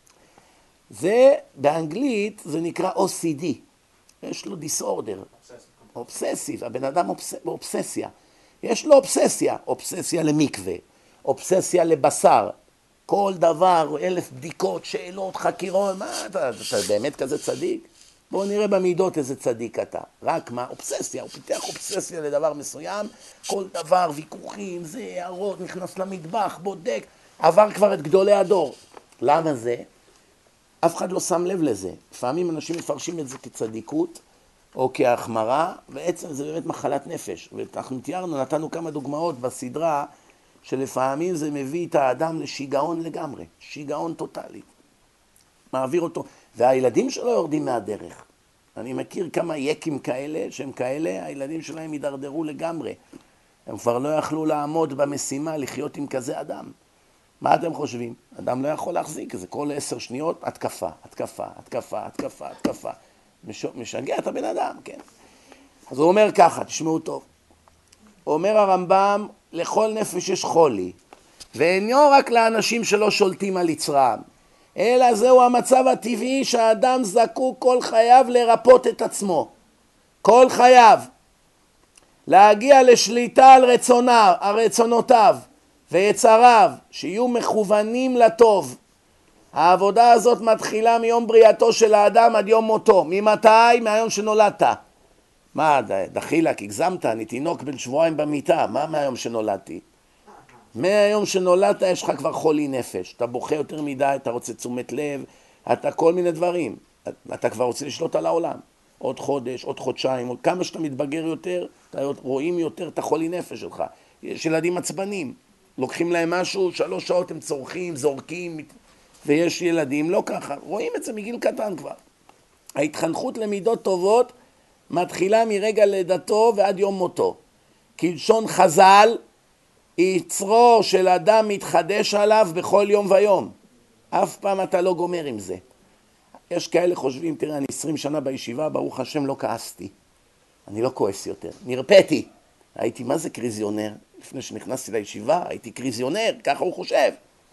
Speaker 1: זה, באנגלית, זה נקרא או סי די. יש לו דיסאורדר. אובססיב. הבן אדם אובס... אובססיה. יש לו אובססיה. אובססיה למקווה. אובססיה לבשר. כל דבר, אלף בדיקות, שאלות, חקירות. מה, אתה, אתה באמת כזה צדיק? בואו נראה במידות איזה צדיק אתה. רק מה? אובססיה. הוא פיתח אובססיה לדבר מסוים. כל דבר, ויכוחים, זה, הערות, נכנס למטבח, בודק. עבר כבר את גדולי הדור. למה זה? אף אחד לא שם לב לזה. לפעמים אנשים מפרשים את זה כצדיקות או כהחמרה, בעצם זה באמת מחלת נפש. ואנחנו תיארנו, נתנו כמה דוגמאות בסדרה, שלפעמים זה מביא את האדם לשיגעון לגמרי, שיגעון טוטלי. מעביר אותו, והילדים שלו יורדים מהדרך. אני מכיר כמה יקים כאלה, שהם כאלה, הילדים שלהם יידרדרו לגמרי. הם כבר לא יכלו לעמוד במשימה לחיות עם כזה אדם. מה אתם חושבים? אדם לא יכול להחזיק, זה כל עשר שניות, התקפה, התקפה, התקפה, התקפה, התקפה. מש... משגע את הבן אדם, כן? אז הוא אומר ככה, תשמעו טוב. אומר הרמב"ם, לכל נפש יש חולי, ואינו רק לאנשים שלא שולטים על יצרם, אלא זהו המצב הטבעי שהאדם זקוק כל חייו לרפות את עצמו. כל חייו. להגיע לשליטה על רצונה, הרצונותיו ויצריו, שיהיו מכוונים לטוב. העבודה הזאת מתחילה מיום בריאתו של האדם עד יום מותו. ממתי? מהיום שנולדת. מה, דחילק, הגזמת, אני תינוק בן שבועיים במיטה, מה מהיום שנולדתי? מהיום שנולדת יש לך כבר חולי נפש, אתה בוכה יותר מדי, אתה רוצה תשומת לב, אתה כל מיני דברים, אתה כבר רוצה לשלוט על העולם. עוד חודש, עוד חודשיים, עוד כמה שאתה מתבגר יותר, אתה רואים יותר את החולי נפש שלך. יש ילדים עצבנים, לוקחים להם משהו, שלוש שעות הם צורכים, זורקים, ויש ילדים לא ככה, רואים את זה מגיל קטן כבר. ההתחנכות למידות טובות מתחילה מרגע לידתו ועד יום מותו. כלשון חז"ל, יצרו של אדם מתחדש עליו בכל יום ויום. אף פעם אתה לא גומר עם זה. יש כאלה חושבים, תראה, אני עשרים שנה בישיבה, ברוך השם לא כעסתי. אני לא כועס יותר. נרפאתי. הייתי, מה זה קריזיונר? לפני שנכנסתי לישיבה, הייתי קריזיונר, ככה הוא חושב.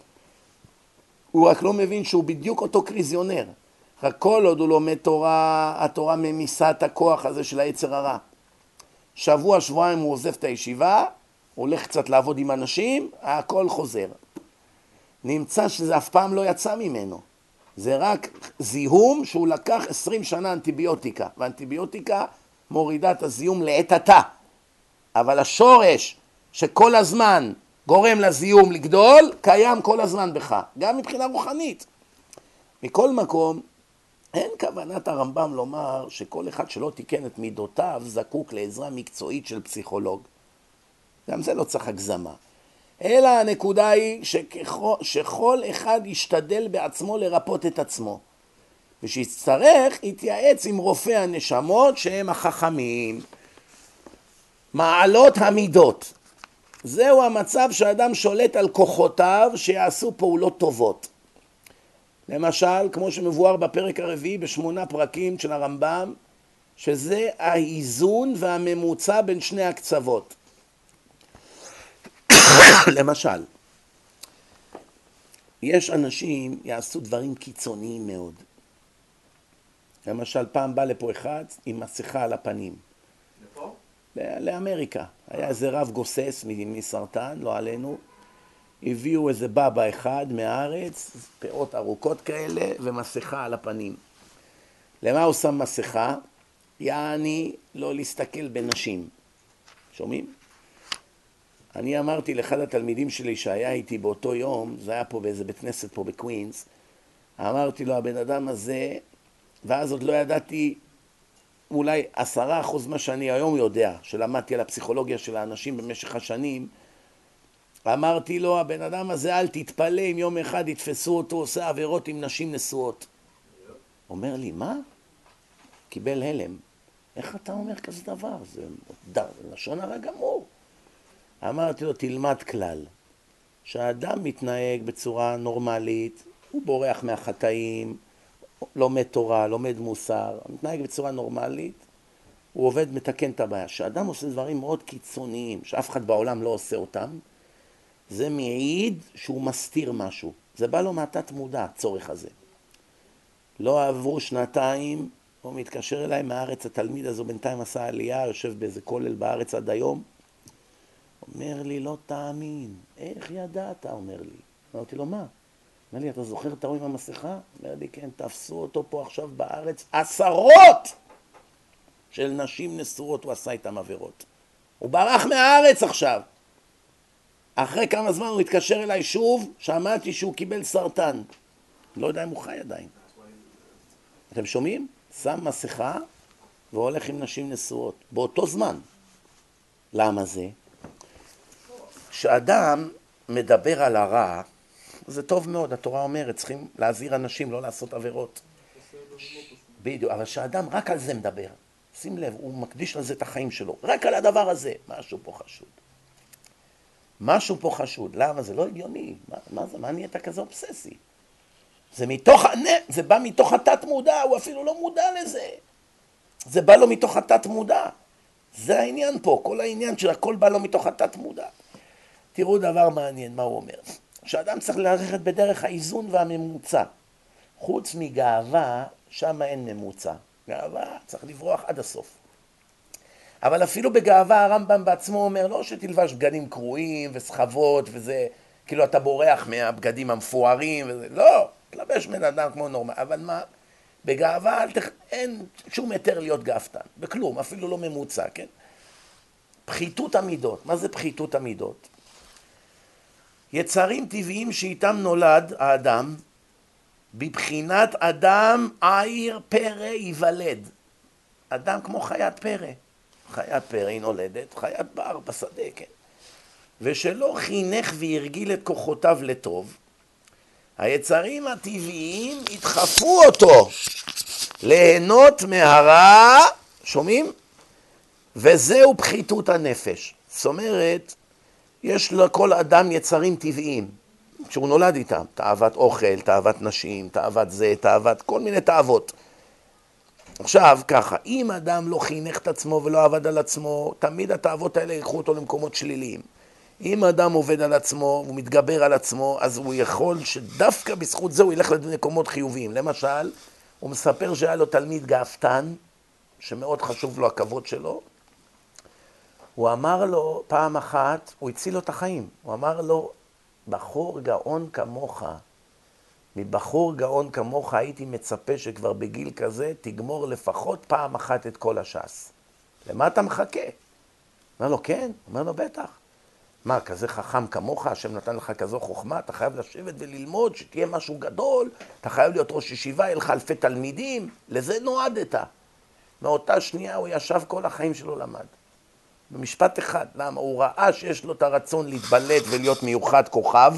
Speaker 1: הוא רק לא מבין שהוא בדיוק אותו קריזיונר. רק כל עוד הוא לומד תורה, התורה ממיסה את הכוח הזה של היצר הרע. שבוע, שבועיים הוא עוזב את הישיבה, הוא הולך קצת לעבוד עם אנשים, הכל חוזר. נמצא שזה אף פעם לא יצא ממנו. זה רק זיהום שהוא לקח עשרים שנה אנטיביוטיקה, ואנטיביוטיקה מורידה את הזיהום לעת עתה. אבל השורש שכל הזמן גורם לזיהום לגדול, קיים כל הזמן בך, גם מבחינה רוחנית. מכל מקום, אין כוונת הרמב"ם לומר שכל אחד שלא תיקן את מידותיו זקוק לעזרה מקצועית של פסיכולוג. גם זה לא צריך הגזמה. אלא הנקודה היא שככל, שכל אחד ישתדל בעצמו לרפות את עצמו. ושיצטרך יתייעץ עם רופאי הנשמות שהם החכמים. מעלות המידות. זהו המצב שאדם שולט על כוחותיו שיעשו פעולות טובות. למשל, כמו שמבואר בפרק הרביעי בשמונה פרקים של הרמב"ם, שזה האיזון והממוצע בין שני הקצוות. למשל, יש אנשים יעשו דברים קיצוניים מאוד. למשל, פעם בא לפה אחד עם מסכה על הפנים.
Speaker 2: לפה?
Speaker 1: לאמריקה. היה איזה רב גוסס מסרטן, לא עלינו. הביאו איזה בבא אחד מהארץ, פאות ארוכות כאלה, ומסכה על הפנים. למה הוא שם מסכה? יעני לא להסתכל בנשים. שומעים? אני אמרתי לאחד התלמידים שלי שהיה איתי באותו יום, זה היה פה באיזה בית כנסת פה בקווינס, אמרתי לו, הבן אדם הזה, ואז עוד לא ידעתי אולי עשרה אחוז מה שאני היום יודע, שלמדתי על הפסיכולוגיה של האנשים במשך השנים, אמרתי לו, הבן אדם הזה אל תתפלא אם יום אחד יתפסו אותו, עושה עבירות עם נשים נשואות. אומר לי, מה? קיבל הלם. איך אתה אומר כזה דבר? זה לשון הרע גמור. אמרתי לו, תלמד כלל. שהאדם מתנהג בצורה נורמלית, הוא בורח מהחטאים, לומד תורה, לומד מוסר, מתנהג בצורה נורמלית, הוא עובד, מתקן את הבעיה. שהאדם עושה דברים מאוד קיצוניים, שאף אחד בעולם לא עושה אותם, זה מעיד שהוא מסתיר משהו. זה בא לו מהתת מודע, הצורך הזה. לא עברו שנתיים, הוא מתקשר אליי מהארץ, התלמיד הזו בינתיים עשה עלייה, יושב באיזה כולל בארץ עד היום, אומר לי, לא תאמין, איך ידעת? אומר לי. אמרתי לו, מה? אומר לי, אתה זוכר את ההוא עם המסכה? אומר לי, כן, תפסו אותו פה עכשיו בארץ, עשרות של נשים נשואות, הוא עשה איתם עבירות. הוא ברח מהארץ עכשיו. אחרי כמה זמן הוא התקשר אליי שוב, שמעתי שהוא קיבל סרטן. לא יודע אם הוא חי עדיין. אתם שומעים? שם מסכה והולך עם נשים נשואות. באותו זמן. למה זה? כשאדם מדבר על הרע, זה טוב מאוד, התורה אומרת, צריכים להזהיר אנשים לא לעשות עבירות. בדיוק, אבל כשאדם רק על זה מדבר, שים לב, הוא מקדיש לזה את החיים שלו, רק על הדבר הזה, משהו פה חשוד. משהו פה חשוד, למה? זה לא הגיוני, מה, מה זה, מה נהיית כזה אובססי? זה מתוך, זה בא מתוך התת מודע, הוא אפילו לא מודע לזה. זה בא לו מתוך התת מודע. זה העניין פה, כל העניין של הכל בא לו מתוך התת מודע. תראו דבר מעניין, מה הוא אומר. שאדם צריך ללכת בדרך האיזון והממוצע. חוץ מגאווה, שם אין ממוצע. גאווה צריך לברוח עד הסוף. אבל אפילו בגאווה הרמב"ם בעצמו אומר, לא שתלבש בגדים קרועים וסחבות וזה, כאילו אתה בורח מהבגדים המפוארים וזה, לא, תלבש בן אדם כמו נורמל. אבל מה? בגאווה אין שום יותר להיות גאוותן, בכלום, אפילו לא ממוצע, כן? פחיתות המידות. מה זה פחיתות המידות? יצרים טבעיים שאיתם נולד האדם, בבחינת אדם עיר פרא ייוולד. אדם כמו חיית פרא. חיית פרא היא נולדת, חיית בר בשדה, כן? ושלא חינך והרגיל את כוחותיו לטוב, היצרים הטבעיים ידחפו אותו ליהנות מהרע, שומעים? וזהו פחיתות הנפש. זאת אומרת, יש לכל אדם יצרים טבעיים, שהוא נולד איתם, תאוות אוכל, תאוות נשים, תאוות זה, תאוות, כל מיני תאוות. עכשיו ככה, אם אדם לא חינך את עצמו ולא עבד על עצמו, תמיד התאוות האלה יקחו אותו למקומות שליליים. אם אדם עובד על עצמו, הוא מתגבר על עצמו, אז הוא יכול שדווקא בזכות זה הוא ילך למקומות חיוביים. למשל, הוא מספר שהיה לו תלמיד גאוותן, שמאוד חשוב לו הכבוד שלו, הוא אמר לו פעם אחת, הוא הציל לו את החיים, הוא אמר לו, בחור גאון כמוך, מבחור גאון כמוך הייתי מצפה שכבר בגיל כזה תגמור לפחות פעם אחת את כל הש"ס. למה אתה מחכה? אומר לו, כן. אומר לו, בטח. מה, כזה חכם כמוך, השם נתן לך כזו חוכמה, אתה חייב לשבת וללמוד, שתהיה משהו גדול, אתה חייב להיות ראש ישיבה, יהיה לך אלפי תלמידים, לזה נועדת. מאותה שנייה הוא ישב כל החיים שלו למד. במשפט אחד, למה? הוא ראה שיש לו את הרצון להתבלט ולהיות מיוחד כוכב,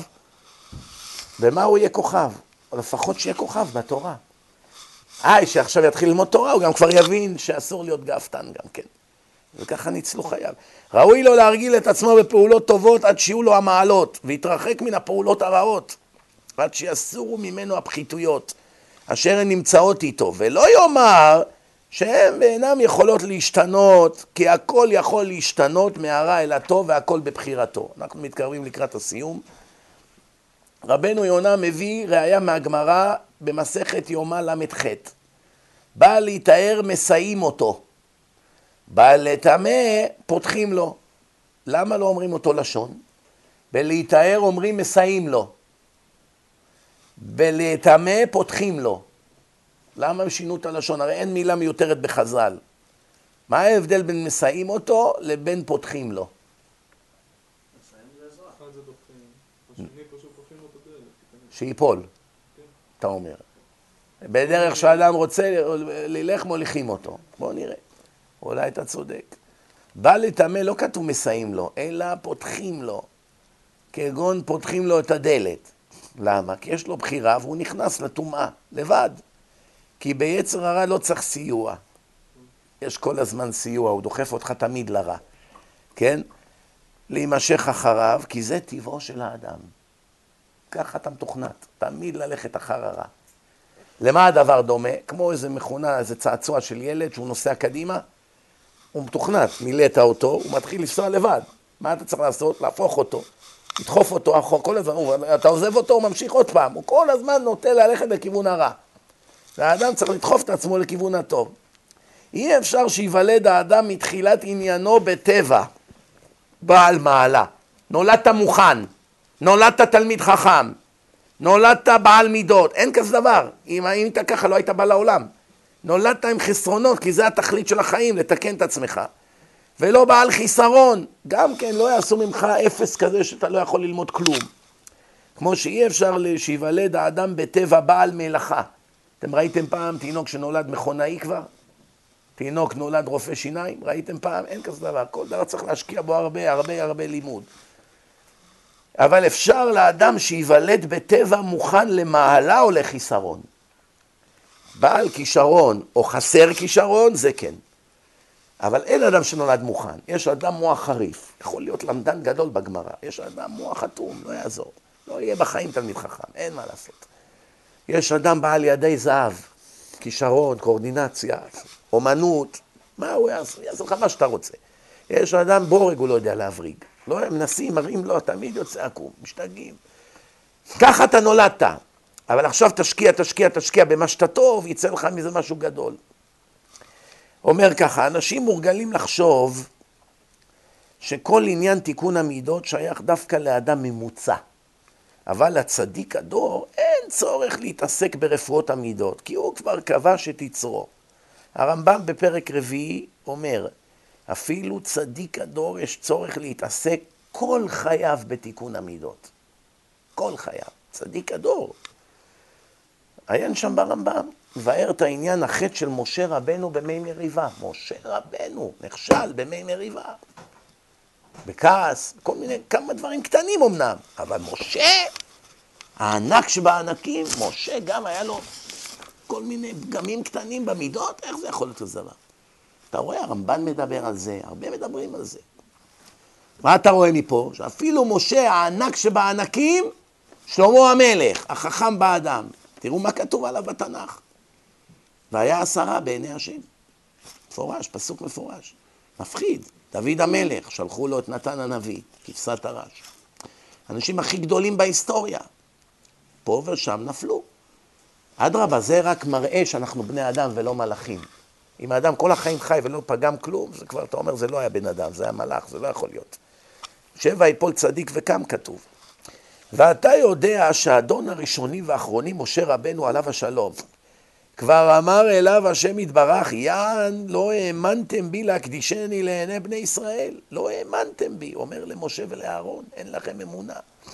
Speaker 1: ומה הוא יהיה כוכב? או לפחות שיהיה כוכב בתורה. איי, שעכשיו יתחיל ללמוד תורה, הוא גם כבר יבין שאסור להיות גאוותן גם כן. וככה ניצלו חייו. ראוי לו להרגיל את עצמו בפעולות טובות עד שיהיו לו המעלות, והתרחק מן הפעולות הרעות, עד שיסורו ממנו הפחיתויות, אשר הן נמצאות איתו, ולא יאמר שהן אינם יכולות להשתנות, כי הכל יכול להשתנות מהרע אל הטוב, והכל בבחירתו. אנחנו מתקרבים לקראת הסיום. רבנו יונה מביא ראיה מהגמרא במסכת יומא למד ח'. בא להתאר מסיים אותו, בא לטמא פותחים לו. למה לא אומרים אותו לשון? בלהתאר אומרים מסיים לו, בלטמא פותחים לו. למה הם שינו את הלשון? הרי אין מילה מיותרת בחז"ל. מה ההבדל בין מסיים אותו לבין פותחים לו?
Speaker 2: מסיים זה אזרח. אחד זה דוחים, השני פשוט פותחים לו את הדלת.
Speaker 1: שיפול, אתה אומר. בדרך שאדם רוצה ללך מוליכים אותו. בוא נראה. אולי אתה צודק. בא לטמא לא כתוב מסיים לו, אלא פותחים לו. כגון פותחים לו את הדלת. למה? כי יש לו בחירה והוא נכנס לטומאה, לבד. כי ביצר הרע לא צריך סיוע. יש כל הזמן סיוע, הוא דוחף אותך תמיד לרע. כן? להימשך אחריו, כי זה טבעו של האדם. ככה אתה מתוכנת, תמיד ללכת אחר הרע. למה הדבר דומה? כמו איזה מכונה, איזה צעצוע של ילד שהוא נוסע קדימה, הוא מתוכנת, מילאת אותו, הוא מתחיל לנסוע לבד. מה אתה צריך לעשות? להפוך אותו, לדחוף אותו אחורה, כל הזמן, אתה עוזב אותו, הוא ממשיך עוד פעם, הוא כל הזמן נוטה ללכת לכיוון הרע. והאדם צריך לדחוף את עצמו לכיוון הטוב. אי אפשר שיוולד האדם מתחילת עניינו בטבע, בעל מעלה. נולדת מוכן, נולדת תלמיד חכם, נולדת בעל מידות, אין כזה דבר. אם היית ככה לא היית בא לעולם. נולדת עם חסרונות, כי זה התכלית של החיים, לתקן את עצמך. ולא בעל חיסרון, גם כן לא יעשו ממך אפס כזה שאתה לא יכול ללמוד כלום. כמו שאי אפשר שיוולד האדם בטבע בעל מלאכה. אתם ראיתם פעם תינוק שנולד מכונאי כבר? תינוק נולד רופא שיניים? ראיתם פעם? אין כזה דבר. כל דבר צריך להשקיע בו הרבה, הרבה, הרבה לימוד. אבל אפשר לאדם שיוולד בטבע מוכן למעלה או לחיסרון. בעל כישרון או חסר כישרון, זה כן. אבל אין אדם שנולד מוכן. יש אדם מוח חריף. יכול להיות למדן גדול בגמרא. יש אדם מוח חתום, לא יעזור. לא יהיה בחיים תלמיד חכם, אין מה לעשות. יש אדם בעל ידי זהב, כישרון, קואורדינציה, אומנות, מה הוא יעשה? יעשה לך מה שאתה רוצה. יש אדם בורג, הוא לא יודע להבריג. לא, הם מנסים, מראים לו, תמיד יוצא עקום, משתגעים. ככה אתה נולדת, אבל עכשיו תשקיע, תשקיע, תשקיע במה שאתה טוב, יצא לך מזה משהו גדול. אומר ככה, אנשים מורגלים לחשוב שכל עניין תיקון המידות שייך דווקא לאדם ממוצע. אבל לצדיק הדור אין צורך להתעסק ברפואות המידות, כי הוא כבר קבע שתצרו. הרמב"ם בפרק רביעי אומר, אפילו צדיק הדור יש צורך להתעסק כל חייו בתיקון המידות. כל חייו. צדיק הדור. עיין שם ברמב"ם, מבאר את העניין החטא של משה רבנו במי מריבה. משה רבנו נכשל במי מריבה. בכעס, כל מיני, כמה דברים קטנים אמנם. אבל משה, הענק שבענקים, משה גם היה לו כל מיני פגמים קטנים במידות. איך זה יכול להיות כזה דבר? אתה רואה, הרמב"ן מדבר על זה, הרבה מדברים על זה. מה אתה רואה מפה? שאפילו משה הענק שבענקים, שלמה המלך, החכם באדם. תראו מה כתוב עליו בתנ"ך. והיה עשרה בעיני השם. מפורש, פסוק מפורש. מפחיד. דוד המלך, שלחו לו את נתן הנביא, כבשת הרש. האנשים הכי גדולים בהיסטוריה. פה ושם נפלו. אדרבה, זה רק מראה שאנחנו בני אדם ולא מלאכים. אם האדם כל החיים חי ולא פגם כלום, זה כבר, אתה אומר, זה לא היה בן אדם, זה היה מלאך, זה לא יכול להיות. שבע יפול צדיק וקם כתוב. ואתה יודע שהאדון הראשוני והאחרוני, משה רבנו עליו השלום, כבר אמר אליו השם יתברך, יען לא האמנתם בי להקדישני לעיני בני ישראל. לא האמנתם בי, אומר למשה ולאהרון, אין לכם אמונה.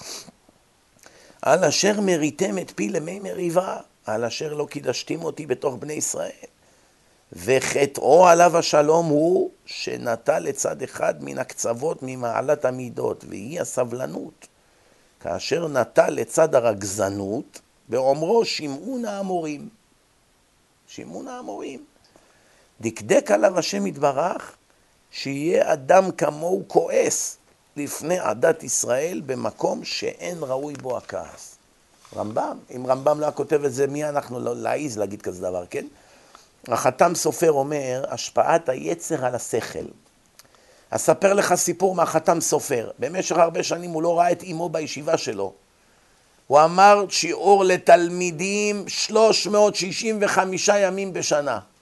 Speaker 1: על אשר מריתם את פי למי מריבה, על אשר לא קידשתים אותי בתוך בני ישראל. וחטאו עליו השלום הוא שנטה לצד אחד מן הקצוות ממעלת המידות, והיא הסבלנות. כאשר נטה לצד הרגזנות, באומרו שמעון האמורים. שמעון האמורים. דקדק עליו השם יתברך, שיהיה אדם כמוהו כועס לפני עדת ישראל במקום שאין ראוי בו הכעס. רמב"ם, אם רמב"ם לא כותב את זה, מי אנחנו לא להעיז להגיד כזה דבר, כן? החתם סופר אומר, השפעת היצר על השכל. אספר לך סיפור מהחתם סופר. במשך הרבה שנים הוא לא ראה את אמו בישיבה שלו. הוא אמר שיעור לתלמידים שלוש מאות שישים וחמישה ימים בשנה.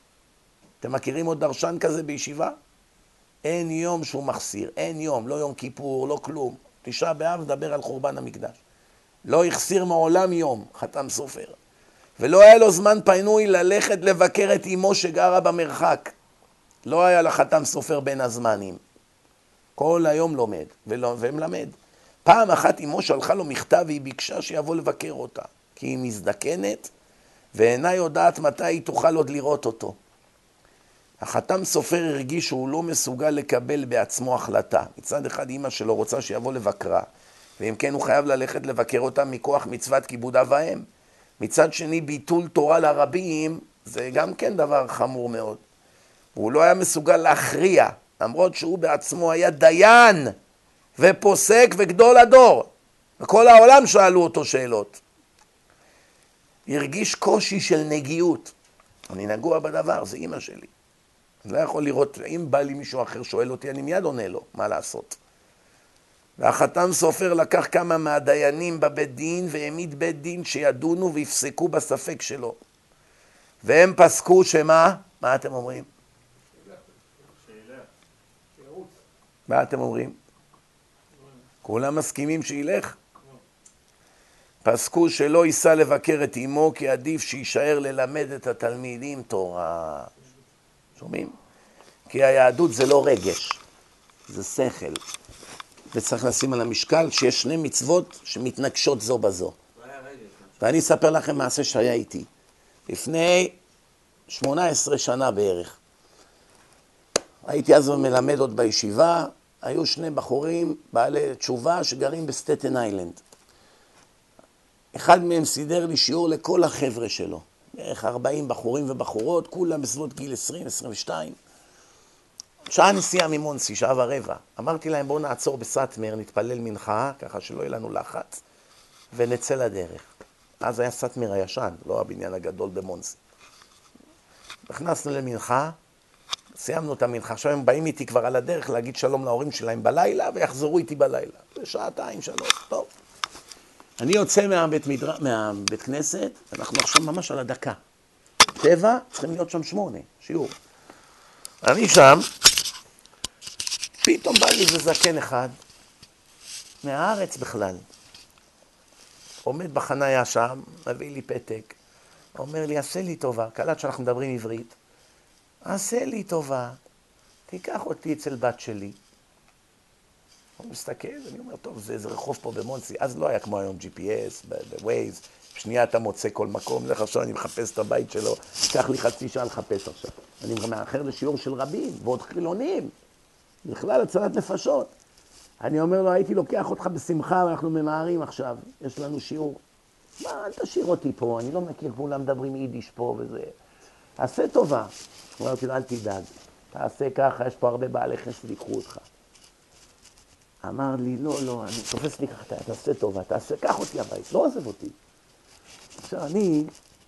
Speaker 1: אתם מכירים עוד דרשן כזה בישיבה? אין יום שהוא מחסיר, אין יום, לא יום כיפור, לא כלום. תשעה באב דבר על חורבן המקדש. לא החסיר מעולם יום, חתם סופר. ולא היה לו זמן פנוי ללכת לבקר את אמו שגרה במרחק. לא היה לחתם סופר בין הזמנים. כל היום לומד, ולא, ומלמד. פעם אחת אמו שלחה לו מכתב והיא ביקשה שיבוא לבקר אותה, כי היא מזדקנת ואינה יודעת מתי היא תוכל עוד לראות אותו. החתם סופר הרגיש שהוא לא מסוגל לקבל בעצמו החלטה. מצד אחד אמא שלו רוצה שיבוא לבקרה, ואם כן הוא חייב ללכת לבקר אותה מכוח מצוות כיבוד אב ואם. מצד שני ביטול תורה לרבים זה גם כן דבר חמור מאוד. הוא לא היה מסוגל להכריע, למרות שהוא בעצמו היה דיין ופוסק וגדול הדור. וכל העולם שאלו אותו שאלות. הרגיש קושי של נגיעות. אני נגוע בדבר, זה אמא שלי. אני לא יכול לראות, אם בא לי מישהו אחר שואל אותי, אני מיד עונה לו, מה לעשות. והחתם סופר לקח כמה מהדיינים בבית דין והעמיד בית דין שידונו ויפסקו בספק שלו. והם פסקו שמה? מה אתם אומרים? מה אתם אומרים? כולם מסכימים שילך? פסקו שלא ייסע לבקר את אמו, כי עדיף שישאר ללמד את התלמידים תורה. שומעים? כי היהדות זה לא רגש, זה שכל. וצריך לשים על המשקל שיש שני מצוות שמתנגשות זו בזו. ואני אספר לכם מעשה שהיה איתי. לפני שמונה עשרה שנה בערך. הייתי אז מלמד עוד בישיבה, היו שני בחורים בעלי תשובה שגרים בסטטן איילנד. אחד מהם סידר לי שיעור לכל החבר'ה שלו. בערך ארבעים בחורים ובחורות, כולם בסביבות גיל עשרים עשרים ושתיים. שעה נסיעה ממונסי, שעה ורבע. אמרתי להם בואו נעצור בסטמר, נתפלל מנחה, ככה שלא יהיה לנו לחץ, ונצא לדרך. אז היה סטמר הישן, לא הבניין הגדול במונסי. נכנסנו למנחה, סיימנו את המנחה, עכשיו הם באים איתי כבר על הדרך להגיד שלום להורים שלהם בלילה, ויחזרו איתי בלילה. בשעתיים, שלוש, טוב. אני יוצא מהבית, מדר... מהבית כנסת, אנחנו עכשיו ממש על הדקה. טבע, צריכים להיות שם שמונה, שיעור. אני שם, פתאום בא לי איזה זקן אחד, מהארץ בכלל. עומד בחניה שם, מביא לי פתק, אומר לי, עשה לי טובה, קלט שאנחנו מדברים עברית, עשה לי טובה, תיקח אותי אצל בת שלי. הוא מסתכל, אני אומר, טוב, זה איזה רחוב פה במונסי, אז לא היה כמו היום ג'י פי אס, בווייז, בשנייה אתה מוצא כל מקום, לך עכשיו אני מחפש את הבית שלו, קח לי חצי שעה לחפש עכשיו. אני מאחר לשיעור של רבים, ועוד חילונים, בכלל הצלת נפשות. אני אומר לו, הייתי לוקח אותך בשמחה, ואנחנו ממהרים עכשיו, יש לנו שיעור. מה, אל תשאיר אותי פה, אני לא מכיר, כולם מדברים יידיש פה וזה. עשה טובה. הוא אומר לו, אל תדאג, תעשה ככה, יש פה הרבה בעלי חסד, יקחו אותך. אמר לי, לא, לא, אני תופס לי ככה, תעשה טובה, תעשה, קח אותי הבית, לא עוזב אותי. עכשיו אני,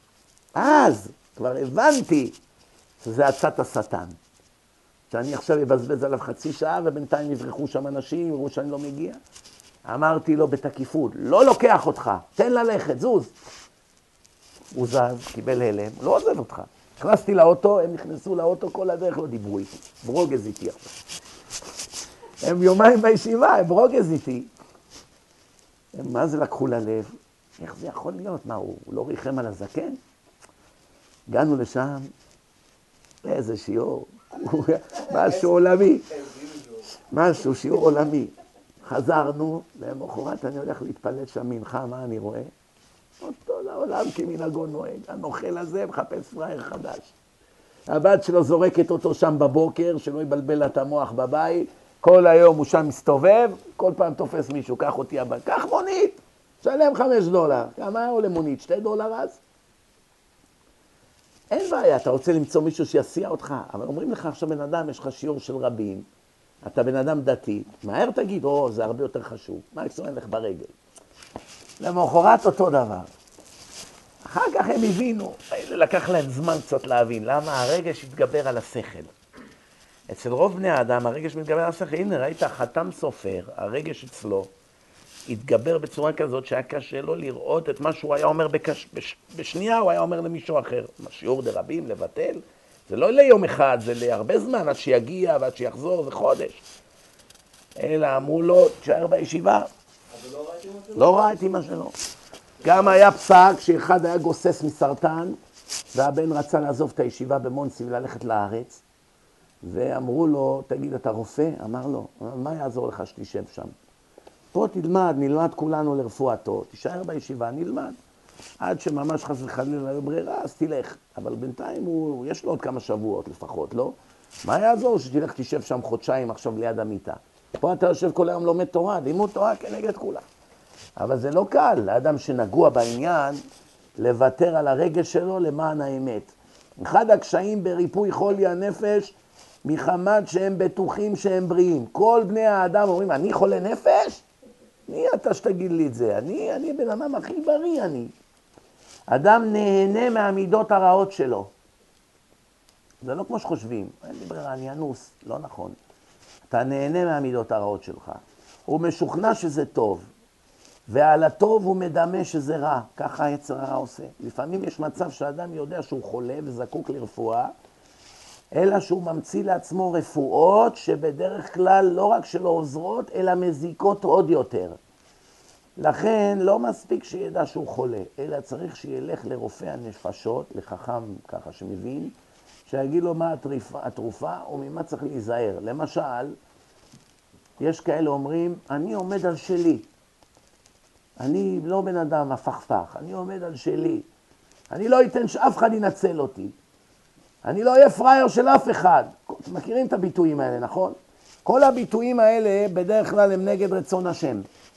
Speaker 1: אז כבר הבנתי שזה עצת השטן. שאני עכשיו אבזבז עליו חצי שעה ובינתיים יברחו שם אנשים, יראו שאני לא מגיע. אמרתי לו בתקיפות, לא לוקח אותך, תן ללכת, זוז. הוא זז, קיבל הלם, לא עוזב אותך. הכנסתי לאוטו, הם נכנסו לאוטו, כל הדרך לא דיברו איתי, ברוגז איתי עכשיו. הם יומיים בישיבה, הם ברוגז איתי. הם מה זה לקחו ללב? איך זה יכול להיות? מה, הוא לא ריחם על הזקן? הגענו לשם, איזה שיעור, משהו עולמי, משהו, שיעור עולמי. חזרנו, למחרת אני הולך להתפלל שם מנחה, מה אני רואה? אותו לעולם כמנהגו נוהג, הנוכל הזה מחפש פראייר חדש. הבת שלו זורקת אותו שם בבוקר, שלא יבלבל את המוח בבית, כל היום הוא שם מסתובב, כל פעם תופס מישהו, קח אותי הבית, קח מונית, שלם חמש דולר. כמה עולה מונית? שתי דולר אז? אין בעיה, אתה רוצה למצוא מישהו שיסיע אותך, אבל אומרים לך עכשיו בן אדם, יש לך שיעור של רבים, אתה בן אדם דתי, מהר תגיד, או, זה הרבה יותר חשוב, מה יקסוין לך ברגל? למחרת אותו דבר. אחר כך הם הבינו, לקח להם זמן קצת להבין, למה הרגש התגבר על השכל. אצל רוב בני האדם הרגש מתגבר על השכל, הנה ראית, חתם סופר, הרגש אצלו, התגבר בצורה כזאת שהיה קשה לו לראות את מה שהוא היה אומר בקש... בש... בשנייה, הוא היה אומר למישהו אחר. שיעור דרבים, לבטל, זה לא ליום אחד, זה להרבה זמן, עד שיגיע ועד שיחזור, זה חודש. אלא אמרו לו, תשאר בישיבה.
Speaker 2: אז לא ראה את אמא שלו?
Speaker 1: לא ראה את אמא שלו. גם היה פסק שאחד היה גוסס מסרטן, והבן רצה לעזוב את הישיבה במונסי וללכת לארץ, ואמרו לו, תגיד, אתה רופא? אמר לו, מה יעזור לך שתשב שם? פה תלמד, נלמד כולנו לרפואתו, תישאר בישיבה, נלמד. עד שממש חס וחלילה לא ברירה, אז תלך. אבל בינתיים הוא, יש לו עוד כמה שבועות לפחות, לא? מה יעזור שתלך תשב שם חודשיים עכשיו ליד המיטה? פה אתה יושב כל היום לומד תורה, לימוד תורה כנגד כולם. אבל זה לא קל, לאדם שנגוע בעניין, לוותר על הרגש שלו למען האמת. אחד הקשיים בריפוי חולי הנפש, מחמת שהם בטוחים שהם בריאים. כל בני האדם אומרים, אני חולה נפש? מי אתה שתגיד לי את זה? אני, אני בן אדם הכי בריא, אני. אדם נהנה מהמידות הרעות שלו. זה לא כמו שחושבים. אין לי ברירה, אני אנוס. לא נכון. אתה נהנה מהמידות הרעות שלך. הוא משוכנע שזה טוב. ועל הטוב הוא מדמה שזה רע. ככה היצר הרע עושה. לפעמים יש מצב שאדם יודע שהוא חולה וזקוק לרפואה, אלא שהוא ממציא לעצמו רפואות שבדרך כלל לא רק שלא עוזרות, אלא מזיקות עוד יותר. לכן לא מספיק שידע שהוא חולה, אלא צריך שילך לרופא הנפשות, לחכם ככה שמבין, שיגיד לו מה התרופה, התרופה וממה צריך להיזהר. למשל, יש כאלה אומרים, אני עומד על שלי. אני לא בן אדם הפכפך, אני עומד על שלי. אני לא אתן שאף אחד ינצל אותי. אני לא אהיה פרייר של אף אחד. מכירים את הביטויים האלה, נכון? כל הביטויים האלה בדרך כלל הם נגד רצון השם.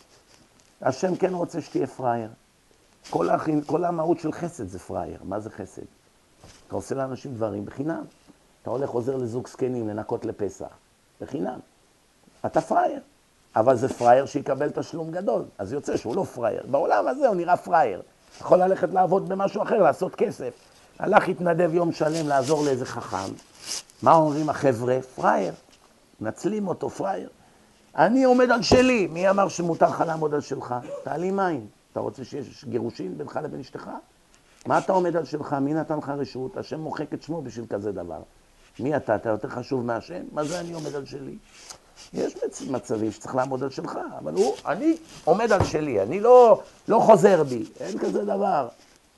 Speaker 1: השם כן רוצה שתהיה פרייר. כל, הח... כל המהות של חסד זה פרייר. מה זה חסד? אתה עושה לאנשים דברים בחינם. אתה הולך עוזר לזוג סקנים לנקות לפסח. בחינם. אתה פרייר. אבל זה פרייר שיקבל תשלום גדול. אז יוצא שהוא לא פרייר. בעולם הזה הוא נראה פרייר. יכול ללכת לעבוד במשהו אחר, לעשות כסף. הלך התנדב יום שלם לעזור לאיזה חכם. מה אומרים החבר'ה? פרייר. נצלים אותו, פרייר. אני עומד על שלי. מי אמר שמותר לך לעמוד על שלך? תעלי מים. אתה רוצה שיש גירושין בינך לבין אשתך? מה אתה עומד על שלך? מי נתן לך רשות? השם מוחק את שמו בשביל כזה דבר. מי אתה? אתה יותר חשוב מהשם? מה זה אני עומד על שלי? יש מצבים שצריך לעמוד על שלך, אבל הוא, אני עומד על שלי. אני לא, לא חוזר בי. אין כזה דבר.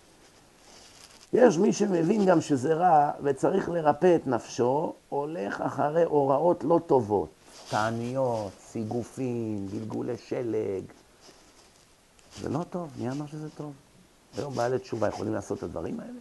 Speaker 1: יש מי שמבין גם שזה רע וצריך לרפא את נפשו, הולך אחרי הוראות לא טובות. תעניות, סיגופים, גלגולי שלג. זה לא טוב, מי אמר שזה טוב? היום בעלי תשובה יכולים לעשות את הדברים האלה?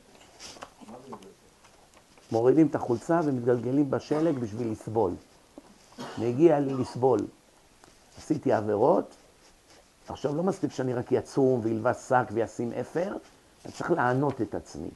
Speaker 1: מורידים את החולצה ומתגלגלים בשלג בשביל לסבול. מגיע לי לסבול. עשיתי עבירות, עכשיו לא מספיק שאני רק יצום וילבש שק וישים אפר, אני צריך לענות את עצמי.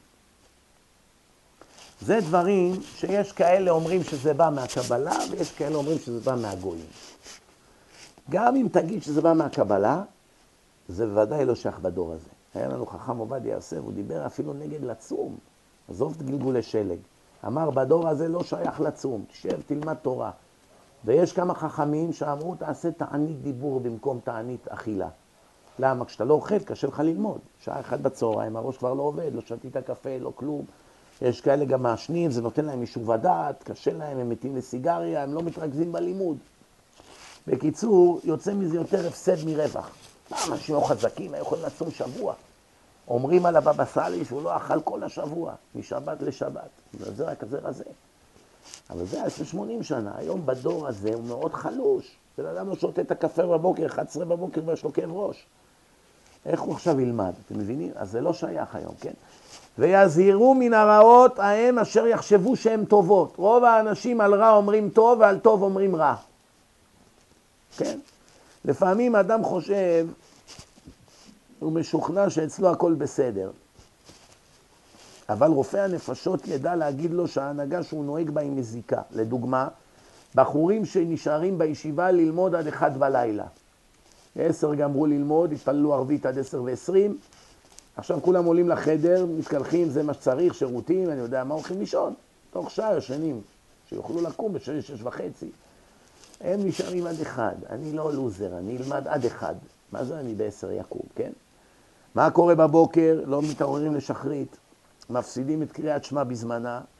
Speaker 1: זה דברים שיש כאלה אומרים שזה בא מהקבלה, ויש כאלה אומרים שזה בא מהגויים. גם אם תגיד שזה בא מהקבלה, זה בוודאי לא שייך בדור הזה. היה לנו חכם עובדיה יוסף, הוא דיבר אפילו נגד לצום. עזוב את גלגולי שלג. אמר, בדור הזה לא שייך לצום, תשב, תלמד תורה. ויש כמה חכמים שאמרו, תעשה תענית דיבור במקום תענית אכילה. למה? כשאתה לא אוכל, קשה לך ללמוד. שעה אחת בצהריים, הראש כבר לא עובד, לא שתית קפה, לא כלום. יש כאלה גם מעשנים, זה נותן להם יישוב הדעת, קשה להם, הם מתים לסיגריה, הם לא מתרכזים בלימוד. בקיצור, יוצא מזה יותר הפסד מרווח. מה, אנשים לא חזקים, היו יכולים לצום שבוע. אומרים על הבבא סאלי שהוא לא אכל כל השבוע, משבת לשבת. זה רק הזר הזה. אבל זה עשרים שמונים שנה. היום בדור הזה הוא מאוד חלוש. בן אדם לא שותה את הקפה בבוקר, אחת עשרה בבוקר ויש לו כאב ראש. איך הוא עכשיו ילמד? אתם מבינים? אז זה לא שייך היום, כן? ויזהירו מן הרעות ההם אשר יחשבו שהן טובות. רוב האנשים על רע אומרים טוב ועל טוב אומרים רע. כן? לפעמים אדם חושב, הוא משוכנע שאצלו הכל בסדר. אבל רופא הנפשות ידע להגיד לו שההנהגה שהוא נוהג בה היא מזיקה. לדוגמה, בחורים שנשארים בישיבה ללמוד עד אחד בלילה. עשר גמרו ללמוד, התפללו ערבית עד עשר ועשרים. עכשיו כולם עולים לחדר, מתקלחים, זה מה שצריך, שירותים, אני יודע מה, הולכים לישון. תוך שעה ישנים, שיוכלו לקום בשש, שש וחצי. הם נשארים עד אחד. אני לא לוזר, אני אלמד עד אחד. מה זה אני בעשר יקום, כן? מה קורה בבוקר? לא מתעוררים לשחרית. מפסידים את קריאת שמע בזמנה.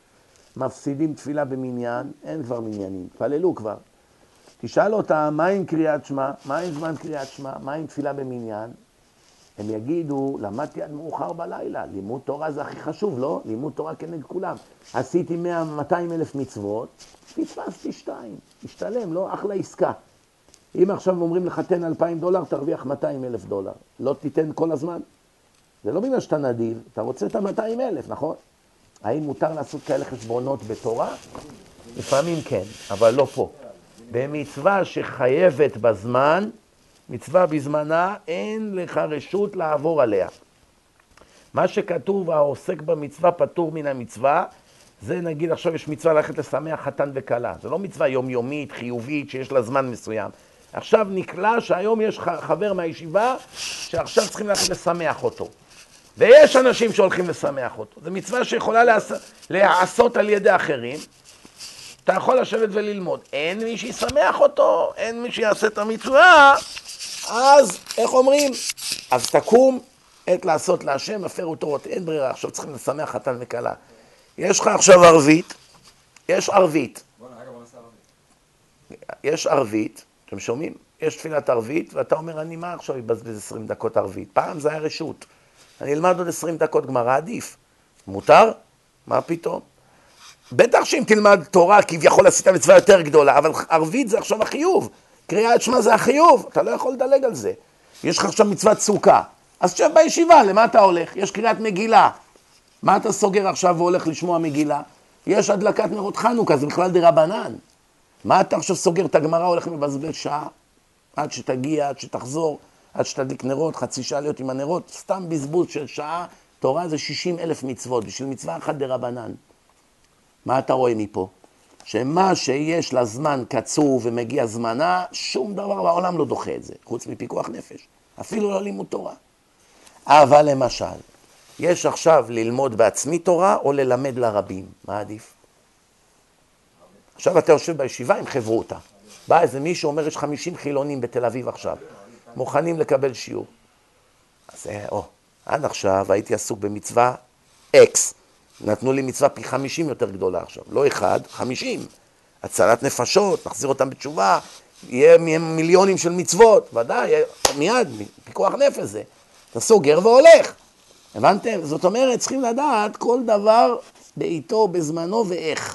Speaker 1: מפסידים תפילה במניין, אין כבר מניינים, תפללו כבר. תשאל אותם, מה עם קריאת שמע? מה עם זמן קריאת שמע? מה עם תפילה במניין? הם יגידו, למדתי עד מאוחר בלילה, לימוד תורה זה הכי חשוב, לא? לימוד תורה כנגד כולם. עשיתי מאה מאתיים אלף מצוות, פספסתי שתיים, משתלם, לא? אחלה עסקה. אם עכשיו אומרים לך, תן אלפיים דולר, תרוויח מאתיים אלף דולר. לא תיתן כל הזמן? זה לא בגלל שאתה נדיב, אתה רוצה את ה-מאתיים אלף, נכון? האם מותר לעשות כאלה חשבונות בתורה? לפעמים כן, אבל לא פה. במצווה שחייבת בזמן, מצווה בזמנה, אין לך רשות לעבור עליה. מה שכתוב, העוסק במצווה פטור מן המצווה, זה נגיד עכשיו יש מצווה ללכת לשמח חתן וכלה. זה לא מצווה יומיומית, חיובית, שיש לה זמן מסוים. עכשיו נקלע שהיום יש חבר מהישיבה שעכשיו צריכים ללכת לשמח אותו. ויש אנשים שהולכים לשמח אותו. זו מצווה שיכולה להעשות על ידי אחרים. אתה יכול לשבת וללמוד. אין מי שישמח אותו, אין מי שיעשה את המצווה. אז איך אומרים? אז תקום עת לעשות להשם, הפרו תורות, אין ברירה. עכשיו צריכים לשמח חתן וכלה. יש לך עכשיו ערבית, יש ערבית. יש ערבית, אתם שומעים? יש תפילת ערבית, ואתה אומר, אני מה עכשיו יבזבז עשרים דקות ערבית? פעם זה היה רשות. אני אלמד עוד עשרים דקות גמרא, עדיף. מותר? מה פתאום? בטח שאם תלמד תורה, כביכול עשית מצווה יותר גדולה, אבל ערבית זה עכשיו החיוב. קריאת שמע זה החיוב, אתה לא יכול לדלג על זה. יש לך עכשיו מצוות סוכה, אז תשב בישיבה, למה אתה הולך? יש קריאת מגילה. מה אתה סוגר עכשיו והולך לשמוע מגילה? יש הדלקת נרות חנוכה, זה בכלל דרבנן. מה אתה עכשיו סוגר את הגמרא, הולך מבזבז שעה? עד שתגיע, עד שתחזור, עד שתדליק נרות, חצי שעה להיות עם הנרות, סתם בזבוז של שעה. תורה זה שישים אלף מצוות, בשביל מצווה אחת דרבנן. מה אתה רואה מפה? שמה שיש לזמן קצוב ומגיע זמנה, שום דבר בעולם לא דוחה את זה, חוץ מפיקוח נפש. אפילו לא לימוד תורה. אבל למשל, יש עכשיו ללמוד בעצמי תורה או ללמד לרבים. מה עדיף? עכשיו אתה יושב בישיבה עם חברותה. בא איזה מישהו אומר, יש חמישים חילונים בתל אביב עכשיו. מוכנים לקבל שיעור. אז או, עד עכשיו הייתי עסוק במצווה אקס. נתנו לי מצווה פי חמישים יותר גדולה עכשיו. לא אחד, חמישים. הצלת נפשות, נחזיר אותם בתשובה, יהיה מיליונים של מצוות. ודאי, מיד, פיקוח נפש זה. אתה סוגר והולך. הבנתם? זאת אומרת, צריכים לדעת כל דבר בעיתו, בזמנו ואיך.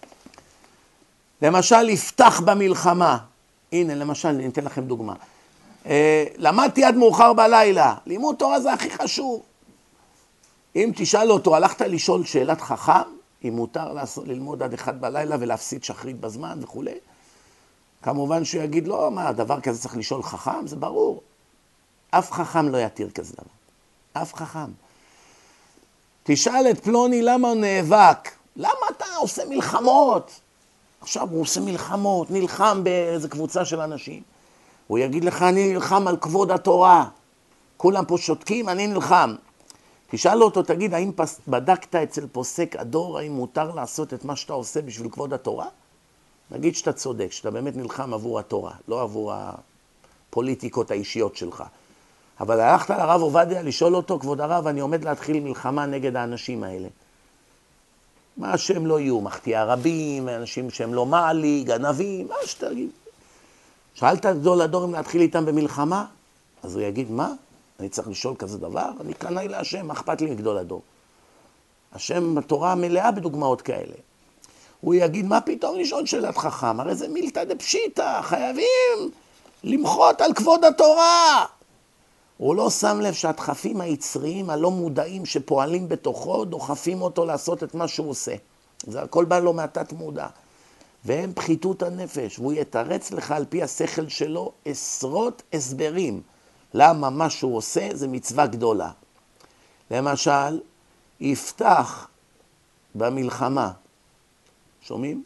Speaker 1: למשל, יפתח במלחמה. הנה, למשל, אני אתן לכם דוגמה. למדתי עד מאוחר בלילה. לימוד תורה זה הכי חשוב. אם תשאל אותו, הלכת לשאול שאלת חכם, אם מותר לעשות, ללמוד עד אחד בלילה ולהפסיד שחרית בזמן וכו'. כמובן שהוא יגיד, לא, מה, דבר כזה צריך לשאול חכם? זה ברור. אף חכם לא יתיר כזה דבר. אף חכם. תשאל את פלוני למה הוא נאבק. למה אתה עושה מלחמות? עכשיו הוא עושה מלחמות, נלחם באיזו קבוצה של אנשים. הוא יגיד לך, אני נלחם על כבוד התורה. כולם פה שותקים, אני נלחם. תשאל אותו, תגיד, האם בדקת אצל פוסק הדור, האם מותר לעשות את מה שאתה עושה בשביל כבוד התורה? נגיד שאתה צודק, שאתה באמת נלחם עבור התורה, לא עבור הפוליטיקות האישיות שלך. אבל הלכת לרב עובדיה לשאול אותו, כבוד הרב, אני עומד להתחיל מלחמה נגד האנשים האלה. מה שהם לא יהיו, מחטיא הרבים, אנשים שהם לא מעלי, גנבים, מה שתגיד. שאלת את גדול הדור אם להתחיל איתם במלחמה? אז הוא יגיד, מה? אני צריך לשאול כזה דבר? אני קנאי להשם, מה אכפת לי מגדול הדור? השם בתורה מלאה בדוגמאות כאלה. הוא יגיד, מה פתאום לשאול שאלת חכם? הרי זה מילתא דפשיטא, חייבים למחות על כבוד התורה. הוא לא שם לב שהדחפים היצריים הלא מודעים שפועלים בתוכו, דוחפים אותו לעשות את מה שהוא עושה. זה הכל בא לו מהתת מודע. והם פחיתות הנפש, והוא יתרץ לך על פי השכל שלו עשרות הסברים. למה מה שהוא עושה זה מצווה גדולה. למשל, יפתח במלחמה. שומעים?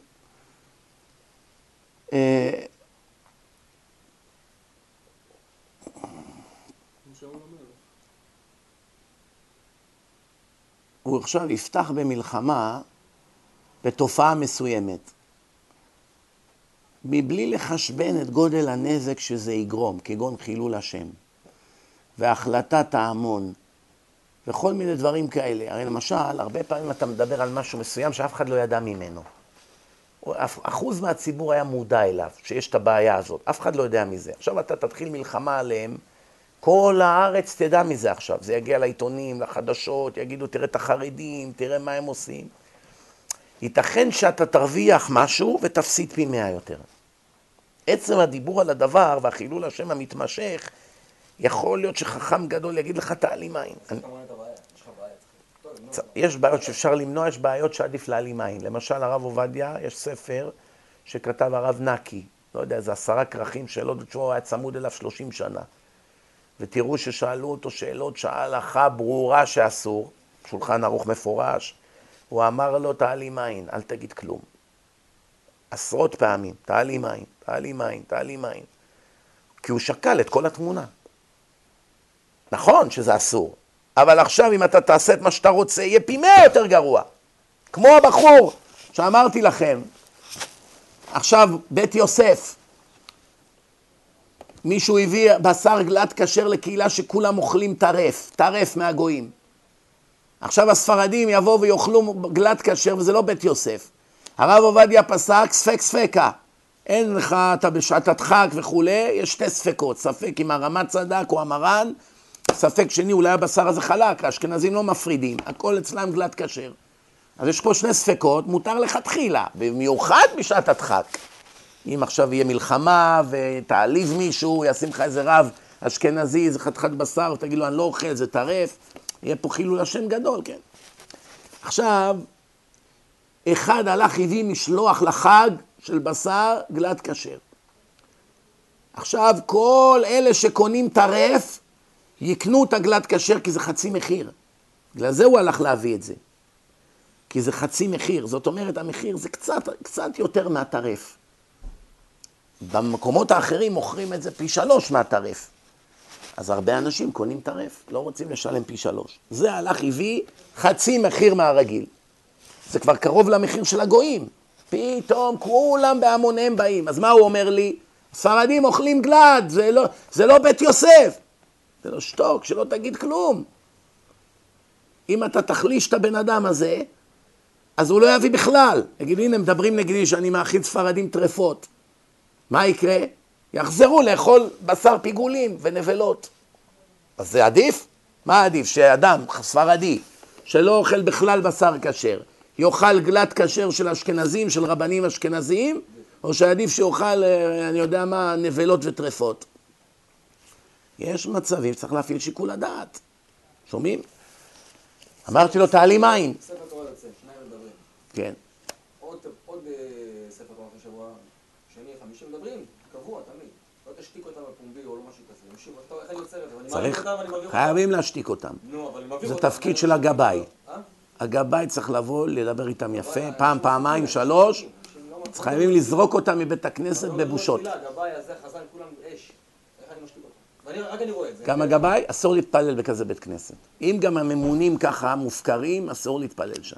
Speaker 1: הוא עכשיו יפתח במלחמה בתופעה מסוימת. מבלי לחשבן את גודל הנזק שזה יגרום, כגון חילול השם. והחלטת ההמון, וכל מיני דברים כאלה. הרי למשל, הרבה פעמים אתה מדבר על משהו מסוים שאף אחד לא ידע ממנו. אחוז מהציבור היה מודע אליו, שיש את הבעיה הזאת. אף אחד לא יודע מזה. עכשיו אתה תתחיל מלחמה עליהם, כל הארץ תדע מזה עכשיו. זה יגיע לעיתונים, לחדשות, יגידו, תראה את החרדים, תראה מה הם עושים. ייתכן שאתה תרוויח משהו ותפסיד פי מאה יותר. עצם הדיבור על הדבר והחילול השם המתמשך, יכול להיות שחכם גדול יגיד לך תעלים עין. יש בעיות שאפשר למנוע, יש בעיות שעדיף להעלים עין. למשל, הרב עובדיה, יש ספר שכתב הרב נקי, לא יודע, זה עשרה כרכים, שאלות ותשובות, היה צמוד אליו שלושים שנה. ותראו ששאלו אותו שאלות שההלכה ברורה שאסור, שולחן ערוך מפורש, הוא אמר לו, תעלים עין, אל תגיד כלום. עשרות פעמים, תעלים עין, תעלים עין, תעלים עין. כי הוא שקל את כל התמונה. נכון שזה אסור, אבל עכשיו אם אתה תעשה את מה שאתה רוצה, יהיה פי מאה יותר גרוע. כמו הבחור שאמרתי לכם, עכשיו בית יוסף, מישהו הביא בשר גלת כשר לקהילה שכולם אוכלים טרף, טרף מהגויים. עכשיו הספרדים יבואו ויאכלו גלת כשר, וזה לא בית יוסף. הרב עובדיה פסק ספק ספקה. אין לך, אתה בשעת הדחק וכו', יש שתי ספקות, ספק אם הרמת צדק או המרן, ספק שני אולי הבשר הזה חלק, האשכנזים לא מפרידים, הכל אצלם גלת כשר. אז יש פה שני ספקות, מותר לכתחילה, במיוחד בשעת הדחק. אם עכשיו יהיה מלחמה ותעליב מישהו, ישים לך איזה רב אשכנזי, איזה חתיכת בשר, ותגיד לו אני לא אוכל, זה טרף, יהיה פה חילול השם גדול, כן. עכשיו, אחד הלך הביא משלוח לחג של בשר גלת כשר. עכשיו כל אלה שקונים טרף, יקנו את הגלת כשר כי זה חצי מחיר. בגלל זה הוא הלך להביא את זה. כי זה חצי מחיר. זאת אומרת, המחיר זה קצת, קצת יותר מהטרף. במקומות האחרים מוכרים את זה פי שלוש מהטרף. אז הרבה אנשים קונים טרף, לא רוצים לשלם פי שלוש. זה הלך הביא חצי מחיר מהרגיל. זה כבר קרוב למחיר של הגויים. פתאום כולם בהמוניהם באים. אז מה הוא אומר לי? ספרדים אוכלים גלד, זה לא, זה לא בית יוסף. זה לא שתוק, שלא תגיד כלום. אם אתה תחליש את הבן אדם הזה, אז הוא לא יביא בכלל. יגיד, הנה, מדברים נגדי שאני מאכיל ספרדים טרפות. מה יקרה? יחזרו לאכול בשר פיגולים ונבלות. אז זה עדיף? מה עדיף? שאדם ספרדי שלא אוכל בכלל בשר כשר, יאכל גלת כשר של אשכנזים, של רבנים אשכנזיים, או שעדיף שיאכל, אני יודע מה, נבלות וטרפות. יש מצבים, צריך להפעיל שיקול הדעת. שומעים? אמרתי לו, תעלים עין.
Speaker 2: ספר תורה יוצא, שניים מדברים.
Speaker 1: כן.
Speaker 2: עוד ספר תורה שבוע, שני, חמישי מדברים, קבוע, תמיד. לא תשתיק אותם בפומבי או לא משהו כזה. ימשיך, איך אני יוצר את זה?
Speaker 1: צריך, חייבים להשתיק אותם.
Speaker 2: נו, אבל אני מביא
Speaker 1: זה
Speaker 2: אותם.
Speaker 1: תפקיד של הגבאי. הגבאי צריך לבוא, לדבר איתם יפה, פעם, פעמיים, שלוש. חייבים לזרוק אותם מבית הכנסת בבושות.
Speaker 2: הגבאי הזה, חזן, כולם אש. איך אני משתיק אותם? רק אני רואה את זה.
Speaker 1: גם הגבאי, אסור להתפלל בכזה בית כנסת. אם גם הממונים ככה מופקרים, אסור להתפלל שם.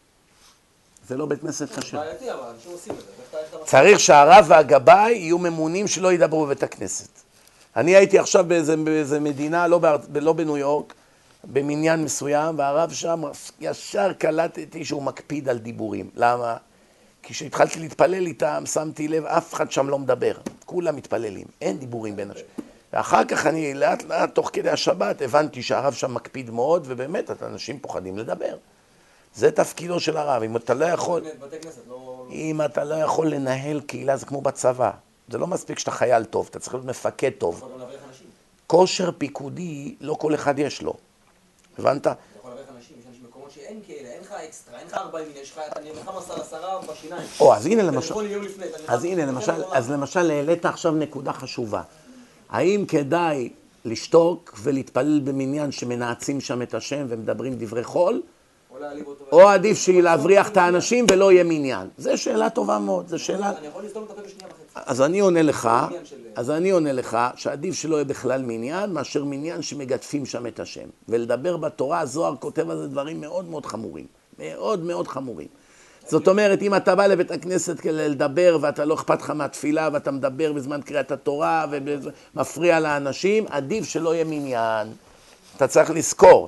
Speaker 1: זה לא בית כנסת כשר.
Speaker 2: בעייתי, אבל אנשים עושים את זה.
Speaker 1: צריך שהרב והגבאי יהיו ממונים שלא ידברו בבית הכנסת. אני הייתי עכשיו באיזה, באיזה מדינה, לא, בארצ... לא בניו יורק, במניין מסוים, והרב שם ישר קלטתי שהוא מקפיד על דיבורים. למה? כי כשהתחלתי להתפלל איתם, שמתי לב, אף אחד שם לא מדבר. כולם מתפללים, אין דיבורים בין השם. ואחר כך אני לאט לאט, תוך כדי השבת, הבנתי שהרב שם מקפיד מאוד, ובאמת, אנשים פוחדים לדבר. זה תפקידו של הרב. אם אתה לא יכול, אם אתה לא יכול לנהל קהילה, זה כמו בצבא. זה לא מספיק שאתה חייל טוב, אתה צריך להיות מפקד טוב. כושר פיקודי, לא כל אחד יש לו. הבנת?
Speaker 2: אתה יכול להביא אנשים, יש אנשים מקומות שאין כאלה, אין לך אקסטרה, אין לך ארבעים, יש לך, אתה נראה לך מסר עשרה בשיניים.
Speaker 1: או, אז הנה למשל, אז הנה למשל, אז למשל, העלית עכשיו נקודה חשובה. האם כדאי לשתוק ולהתפלל במניין שמנעצים שם את השם ומדברים דברי חול? או עדיף שהיא להבריח את האנשים ולא יהיה מניין? זו שאלה טובה מאוד, זו שאלה...
Speaker 2: אני יכול לסתום את הפה בשנייה וחצי.
Speaker 1: אז אני עונה לך, אז אני עונה לך שעדיף שלא יהיה בכלל מניין, מאשר מניין שמגדפים שם את השם. ולדבר בתורה, הזוהר כותב על זה דברים מאוד מאוד חמורים. מאוד מאוד חמורים. זאת אומרת, אם אתה בא לבית הכנסת כדי לדבר ואתה לא אכפת לך מהתפילה ואתה מדבר בזמן קריאת התורה ומפריע לאנשים, עדיף שלא יהיה מניין. אתה צריך לזכור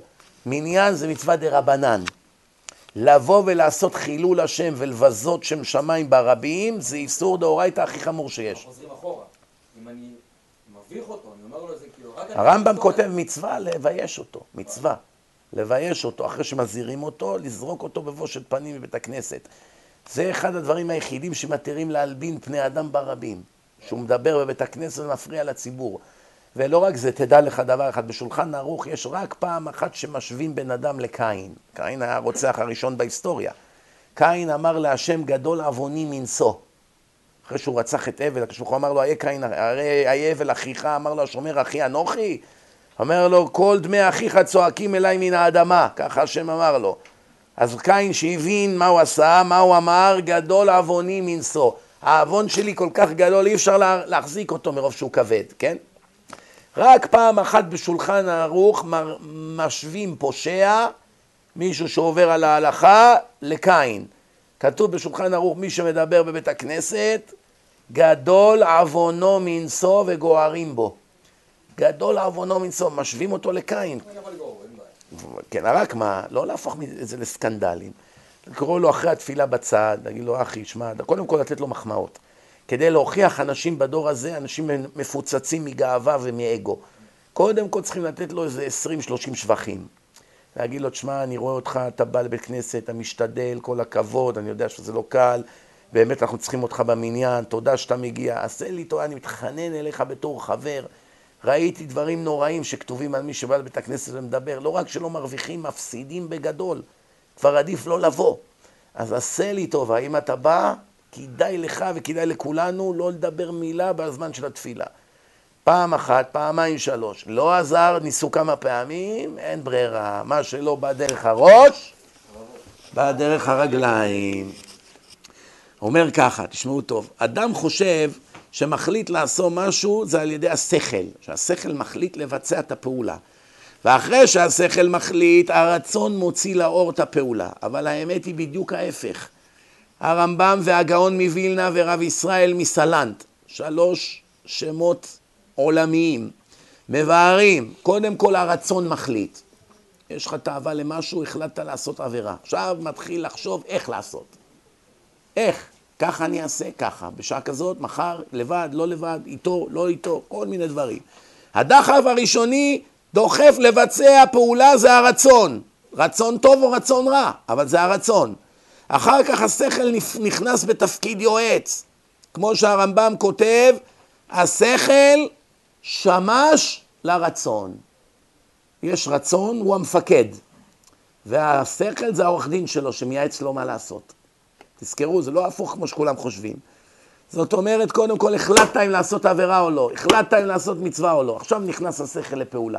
Speaker 1: מניין זה מצווה דרבנן. לבוא ולעשות חילול השם ולבזות שם שמיים ברבים, זה איסור דאורייתא הכי חמור שיש.
Speaker 2: חוזרים אחורה. אם אני מביך אותו, אני אומר לו זה כאילו...
Speaker 1: הרמב"ם כותב מצווה לבייש אותו, מצווה. לבייש אותו, אחרי שמזהירים אותו, לזרוק אותו בבושת פנים בבית הכנסת. זה אחד הדברים היחידים שמתירים להלבין פני אדם ברבים. שהוא מדבר בבית הכנסת ומפריע לציבור. ולא רק זה, תדע לך דבר אחד, בשולחן ערוך יש רק פעם אחת שמשווים בן אדם לקין. קין היה הרוצח הראשון בהיסטוריה. קין אמר להשם גדול עווני מנשוא. אחרי שהוא רצח את הבל, כשהוא אמר לו, היה קין, הרי היה הבל אחיך, אמר לו השומר, אחי אנוכי? אומר לו, כל דמי אחיך צועקים אליי מן האדמה, ככה השם אמר לו. אז קין שהבין מה הוא עשה, מה הוא אמר, גדול עווני מנשוא. העוון שלי כל כך גדול, אי אפשר לה, להחזיק אותו מרוב שהוא כבד, כן? רק פעם אחת בשולחן ערוך משווים פושע, מישהו שעובר על ההלכה, לקין. כתוב בשולחן ערוך, מי שמדבר בבית הכנסת, גדול עוונו מנשוא וגוערים בו. גדול עוונו מנשוא, משווים אותו לקין. כן, רק מה, לא להפוך את זה לסקנדלים. לקרוא לו אחרי התפילה בצד, להגיד לו, אחי, שמע, קודם כל לתת לו מחמאות. כדי להוכיח אנשים בדור הזה, אנשים מפוצצים מגאווה ומאגו. קודם כל צריכים לתת לו איזה עשרים שלושים שבחים. להגיד לו, תשמע, אני רואה אותך, אתה בא לבית כנסת, אתה משתדל, כל הכבוד, אני יודע שזה לא קל, באמת אנחנו צריכים אותך במניין, תודה שאתה מגיע, עשה לי תודה, אני מתחנן אליך בתור חבר. ראיתי דברים נוראים שכתובים על מי שבא לבית הכנסת ומדבר, לא רק שלא מרוויחים, מפסידים בגדול. כבר עדיף לא לבוא. אז עשה לי טובה, אם אתה בא, כדאי לך וכדאי לכולנו לא לדבר מילה בזמן של התפילה. פעם אחת, פעמיים, שלוש. לא עזר, ניסו כמה פעמים, אין ברירה. מה שלא בא דרך הראש, בא דרך הרגליים. אומר ככה, תשמעו טוב. אדם חושב שמחליט לעשות משהו, זה על ידי השכל. שהשכל מחליט לבצע את הפעולה. ואחרי שהשכל מחליט, הרצון מוציא לאור את הפעולה. אבל האמת היא בדיוק ההפך. הרמב"ם והגאון מווילנה ורב ישראל מסלנט, שלוש שמות עולמיים, מבארים, קודם כל הרצון מחליט. יש לך תאווה למשהו, החלטת לעשות עבירה. עכשיו מתחיל לחשוב איך לעשות. איך? ככה אני אעשה, ככה. בשעה כזאת, מחר, לבד, לא לבד, איתו, לא איתו, כל מיני דברים. הדחף הראשוני דוחף לבצע פעולה זה הרצון. רצון טוב או רצון רע, אבל זה הרצון. אחר כך השכל נכנס בתפקיד יועץ. כמו שהרמב"ם כותב, השכל שמש לרצון. יש רצון, הוא המפקד. והשכל זה העורך דין שלו שמייעץ לו מה לעשות. תזכרו, זה לא הפוך כמו שכולם חושבים. זאת אומרת, קודם כל החלטת אם לעשות עבירה או לא. החלטת אם לעשות מצווה או לא. עכשיו נכנס השכל לפעולה.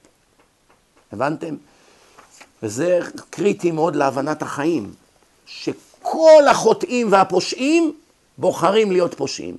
Speaker 1: הבנתם? וזה קריטי מאוד להבנת החיים. שכל החוטאים והפושעים בוחרים להיות פושעים.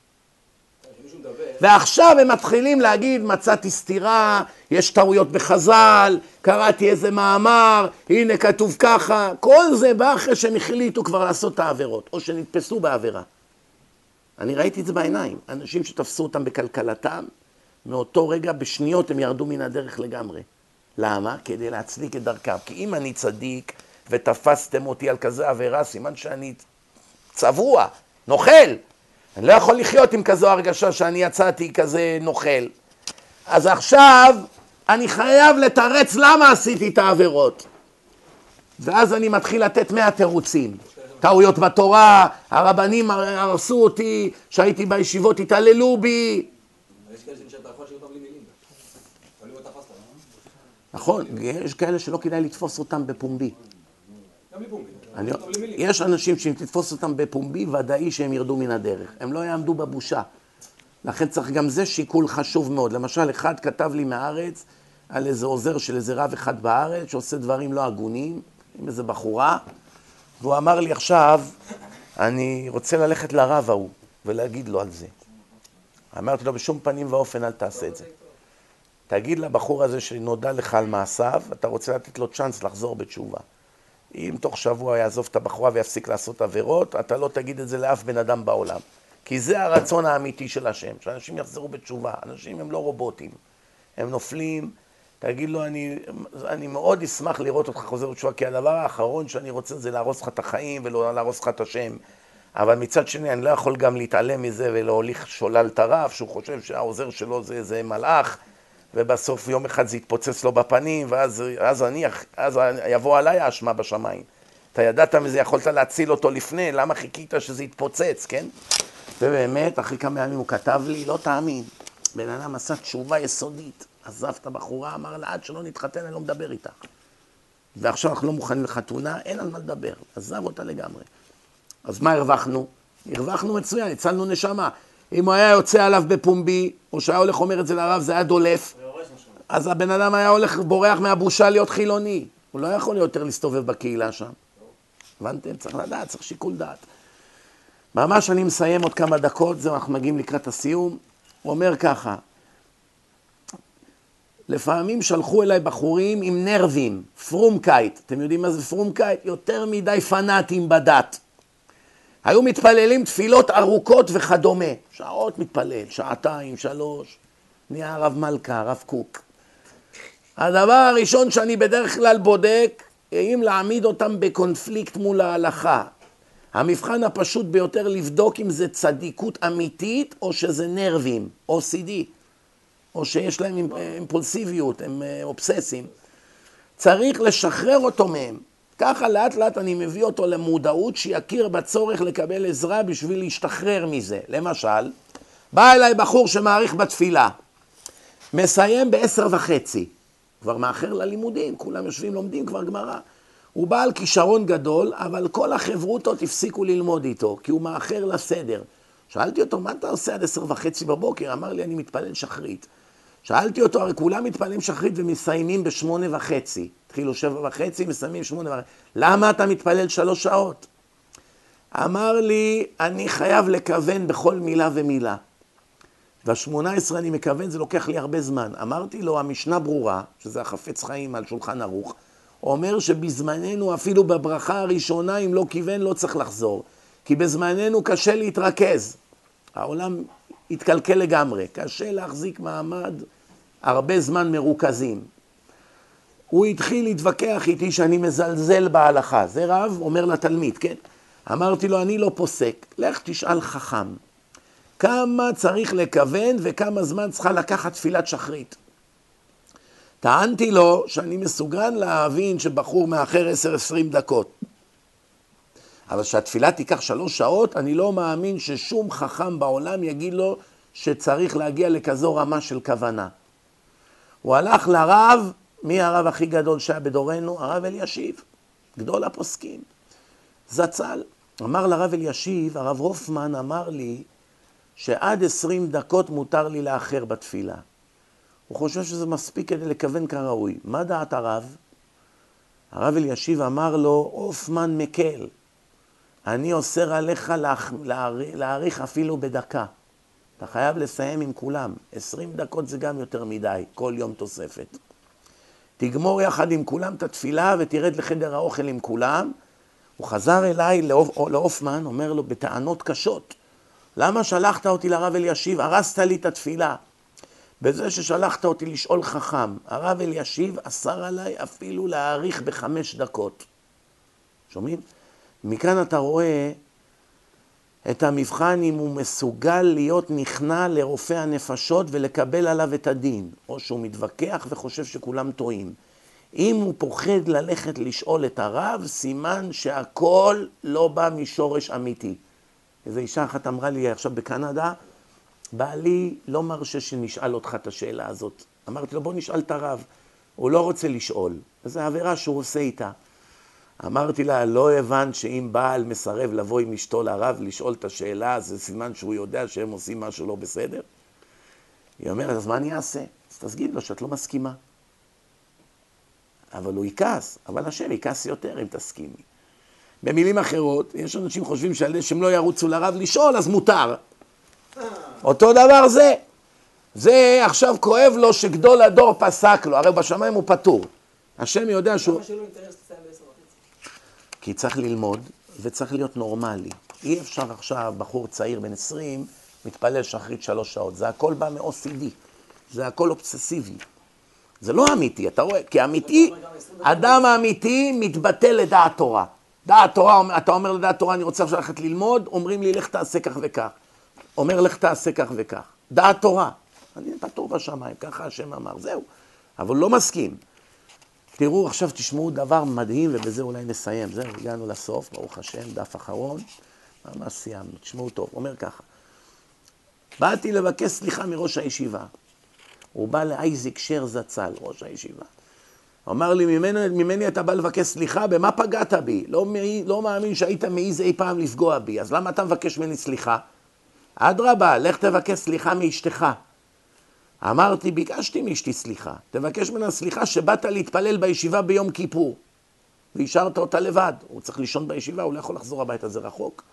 Speaker 1: ועכשיו הם מתחילים להגיד, מצאתי סתירה, יש טעויות בחז"ל, קראתי איזה מאמר, הנה כתוב ככה. כל זה בא אחרי שהם החליטו כבר לעשות את העבירות, או שנתפסו בעבירה. אני ראיתי את זה בעיניים. אנשים שתפסו אותם בכלכלתם, מאותו רגע בשניות הם ירדו מן הדרך לגמרי. למה? כדי להצדיק את דרכם. כי אם אני צדיק ותפסתם אותי על כזה עבירה, סימן שאני צבוע, נוכל. אני לא יכול לחיות עם כזו הרגשה שאני יצאתי כזה נוכל. אז עכשיו אני חייב לתרץ למה עשיתי את העבירות. ואז אני מתחיל לתת מאה תירוצים. טעויות בתורה, הרבנים הרסו אותי, שהייתי בישיבות התעללו בי.
Speaker 2: יש כאלה שאתה יכול שיהיו אותם בלי מילים. אבל אם אתה תפסת.
Speaker 1: נכון, יש כאלה שלא כדאי לתפוס אותם בפומבי.
Speaker 2: גם בלי פומבי.
Speaker 1: אני... יש אנשים שאם תתפוס אותם בפומבי, ודאי שהם ירדו מן הדרך. הם לא יעמדו בבושה. לכן צריך גם זה שיקול חשוב מאוד. למשל, אחד כתב לי מהארץ על איזה עוזר של איזה רב אחד בארץ, שעושה דברים לא הגונים, עם איזה בחורה, והוא אמר לי עכשיו, אני רוצה ללכת לרב ההוא, ולהגיד לו על זה. אמרתי לו, בשום פנים ואופן אל תעשה את זה. תגיד לבחור הזה שנודע לך על מעשיו, אתה רוצה לתת לו צ'אנס לחזור בתשובה. אם תוך שבוע יעזוב את הבחורה ויפסיק לעשות עבירות, אתה לא תגיד את זה לאף בן אדם בעולם. כי זה הרצון האמיתי של השם, שאנשים יחזרו בתשובה. אנשים הם לא רובוטים. הם נופלים תגיד לו, אני, אני מאוד אשמח לראות אותך חוזר בתשובה, כי הדבר האחרון שאני רוצה זה להרוס לך את החיים ולא להרוס לך את השם. אבל מצד שני, אני לא יכול גם להתעלם מזה ולהוליך שולל את הרב, שהוא חושב שהעוזר שלו זה, זה מלאך, ובסוף יום אחד זה יתפוצץ לו בפנים, ואז אז אני, אז יבוא עליי האשמה בשמיים. אתה ידעת מזה, יכולת להציל אותו לפני, למה חיכית שזה יתפוצץ, כן? ובאמת, אחרי כמה ימים הוא כתב לי, לא תאמין, בן אדם עשה תשובה יסודית, עזב את הבחורה, אמר לה, עד שלא נתחתן, אני לא מדבר איתה. ועכשיו אנחנו לא מוכנים לחתונה, אין על מה לדבר, עזב אותה לגמרי. אז מה הרווחנו? הרווחנו מצוין, הצלנו נשמה. אם הוא היה יוצא עליו בפומבי, או שהיה הולך אומר את זה לרב, זה היה דולף, אז הבן אדם היה הולך בורח מהבושה להיות חילוני. הוא לא יכול יותר להסתובב בקהילה שם. הבנתם? צריך לדעת, צריך שיקול דעת. ממש אני מסיים עוד כמה דקות, זהו, אנחנו מגיעים לקראת הסיום. הוא אומר ככה, לפעמים שלחו אליי בחורים עם נרבים, פרומקייט. אתם יודעים מה זה פרומקייט? יותר מדי פנאטים בדת. היו מתפללים תפילות ארוכות וכדומה. שעות מתפלל, שעתיים, שלוש. נהיה הרב מלכה, הרב קוק. הדבר הראשון שאני בדרך כלל בודק, אם להעמיד אותם בקונפליקט מול ההלכה. המבחן הפשוט ביותר לבדוק אם זה צדיקות אמיתית או שזה נרבים, או סי די, או שיש להם אימפולסיביות, הם אובססים. צריך לשחרר אותו מהם. ככה לאט לאט אני מביא אותו למודעות שיכיר בצורך לקבל עזרה בשביל להשתחרר מזה. למשל, בא אליי בחור שמעריך בתפילה, מסיים בעשר וחצי, כבר מאחר ללימודים, כולם יושבים לומדים כבר גמרא. הוא בעל כישרון גדול, אבל כל החברותות הפסיקו ללמוד איתו, כי הוא מאחר לסדר. שאלתי אותו, מה אתה עושה עד עשר וחצי בבוקר? אמר לי, אני מתפלל שחרית. שאלתי אותו, הרי כולם מתפללים שחרית ומסיימים בשמונה וחצי. התחילו שבע וחצי, מסיימים שמונה וחצי. למה אתה מתפלל שלוש שעות? אמר לי, אני חייב לכוון בכל מילה ומילה. והשמונה עשרה אני מכוון, זה לוקח לי הרבה זמן. אמרתי לו, המשנה ברורה, שזה החפץ חיים על שולחן ערוך, אומר שבזמננו, אפילו בברכה הראשונה, אם לא כיוון, לא צריך לחזור. כי בזמננו קשה להתרכז. העולם התקלקל לגמרי. קשה להחזיק מעמד הרבה זמן מרוכזים. הוא התחיל להתווכח איתי שאני מזלזל בהלכה. זה רב אומר לתלמיד, כן? אמרתי לו, אני לא פוסק. לך תשאל חכם. כמה צריך לכוון וכמה זמן צריכה לקחת תפילת שחרית. טענתי לו שאני מסוגל להבין שבחור מאחר עשר עשרים דקות. אבל שהתפילה תיקח שלוש שעות, אני לא מאמין ששום חכם בעולם יגיד לו שצריך להגיע לכזו רמה של כוונה. הוא הלך לרב, מי הרב הכי גדול שהיה בדורנו? הרב אלישיב, גדול הפוסקים. זצ"ל. אמר לרב אלישיב, הרב הופמן אמר לי שעד עשרים דקות מותר לי לאחר בתפילה. הוא חושב שזה מספיק כדי לכוון כראוי. מה דעת הרב? הרב אלישיב אמר לו, הופמן מקל. אני אוסר עליך להאריך אפילו בדקה. אתה חייב לסיים עם כולם. עשרים דקות זה גם יותר מדי, כל יום תוספת. תגמור יחד עם כולם את התפילה ותרד לחדר האוכל עם כולם. הוא חזר אליי להופמן, אומר לו בטענות קשות. למה שלחת אותי לרב אלישיב? הרסת לי את התפילה. בזה ששלחת אותי לשאול חכם, הרב אלישיב אסר עליי אפילו להאריך בחמש דקות. שומעים? מכאן אתה רואה את המבחן אם הוא מסוגל להיות נכנע לרופא הנפשות ולקבל עליו את הדין, או שהוא מתווכח וחושב שכולם טועים. אם הוא פוחד ללכת לשאול את הרב, סימן שהכל לא בא משורש אמיתי. איזו אישה אחת אמרה לי עכשיו בקנדה, בעלי לא מרשה שנשאל אותך את השאלה הזאת. אמרתי לו, בוא נשאל את הרב. הוא לא רוצה לשאול. וזו עבירה שהוא עושה איתה. אמרתי לה, לא הבנת שאם בעל מסרב לבוא עם אשתו לרב לשאול את השאלה, זה סימן שהוא יודע שהם עושים משהו לא בסדר? היא אומרת, אז מה אני אעשה? אז תסגיד לו שאת לא מסכימה. אבל הוא יקס, אבל השם יקס יותר אם תסכימי. במילים אחרות, יש אנשים חושבים שהם לא ירוצו לרב לשאול, אז מותר. אותו דבר זה. זה עכשיו כואב לו שגדול הדור פסק לו, הרי בשמיים הוא פטור. השם יודע שהוא...
Speaker 2: למה שלא אינטרס לסיים בעשר וחצי?
Speaker 1: כי צריך ללמוד וצריך להיות נורמלי. אי אפשר עכשיו, בחור צעיר בן עשרים, מתפלל שחרית שלוש שעות. זה הכל בא מ-או סי די. זה הכל אובססיבי. זה לא אמיתי, אתה רואה? כי אמיתי, אדם האמיתי מתבטא לדעת תורה. דעת תורה, אתה אומר לדעת תורה, אני רוצה עכשיו ללכת ללמוד, אומרים לי, לך תעשה כך וכך. אומר, לך תעשה כך וכך. דעת תורה. אני פטור בשמיים, ככה השם אמר, זהו. אבל לא מסכים. תראו, עכשיו תשמעו דבר מדהים, ובזה אולי נסיים. זהו, הגענו לסוף, ברוך השם, דף אחרון. ממש סיימנו, תשמעו טוב. אומר ככה. באתי לבקש סליחה מראש הישיבה. הוא בא לאייזיק שר זצ"ל, ראש הישיבה. אמר לי, ממני, ממני אתה בא לבקש סליחה, במה פגעת בי? לא, לא מאמין שהיית מעיז אי פעם לפגוע בי, אז למה אתה מבקש ממני סליחה? אדרבה, לך תבקש סליחה מאשתך. אמרתי, ביקשתי מאשתי סליחה. תבקש ממנה סליחה שבאת להתפלל בישיבה ביום כיפור. והשארת אותה לבד. הוא צריך לישון בישיבה, הוא לא יכול לחזור הביתה, זה רחוק.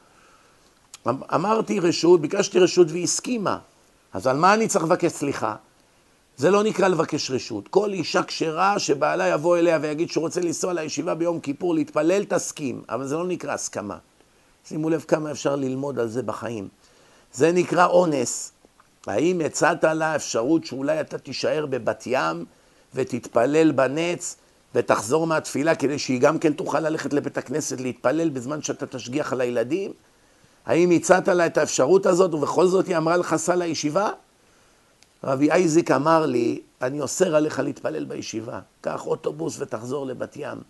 Speaker 1: אמרתי רשות, ביקשתי רשות והיא הסכימה. אז על מה אני צריך לבקש סליחה? זה לא נקרא לבקש רשות. כל אישה כשרה שבעלה יבוא אליה ויגיד שהוא רוצה לנסוע לישיבה ביום כיפור להתפלל, תסכים. אבל זה לא נקרא הסכמה. שימו לב כמה אפשר ללמוד על זה בחיים. זה נקרא אונס. האם הצעת לה אפשרות שאולי אתה תישאר בבת ים ותתפלל בנץ ותחזור מהתפילה כדי שהיא גם כן תוכל ללכת לבית הכנסת להתפלל בזמן שאתה תשגיח על הילדים? האם הצעת לה את האפשרות הזאת ובכל זאת היא אמרה לך סע לישיבה? רבי אייזיק אמר לי, אני אוסר עליך להתפלל בישיבה. קח אוטובוס ותחזור לבת ים.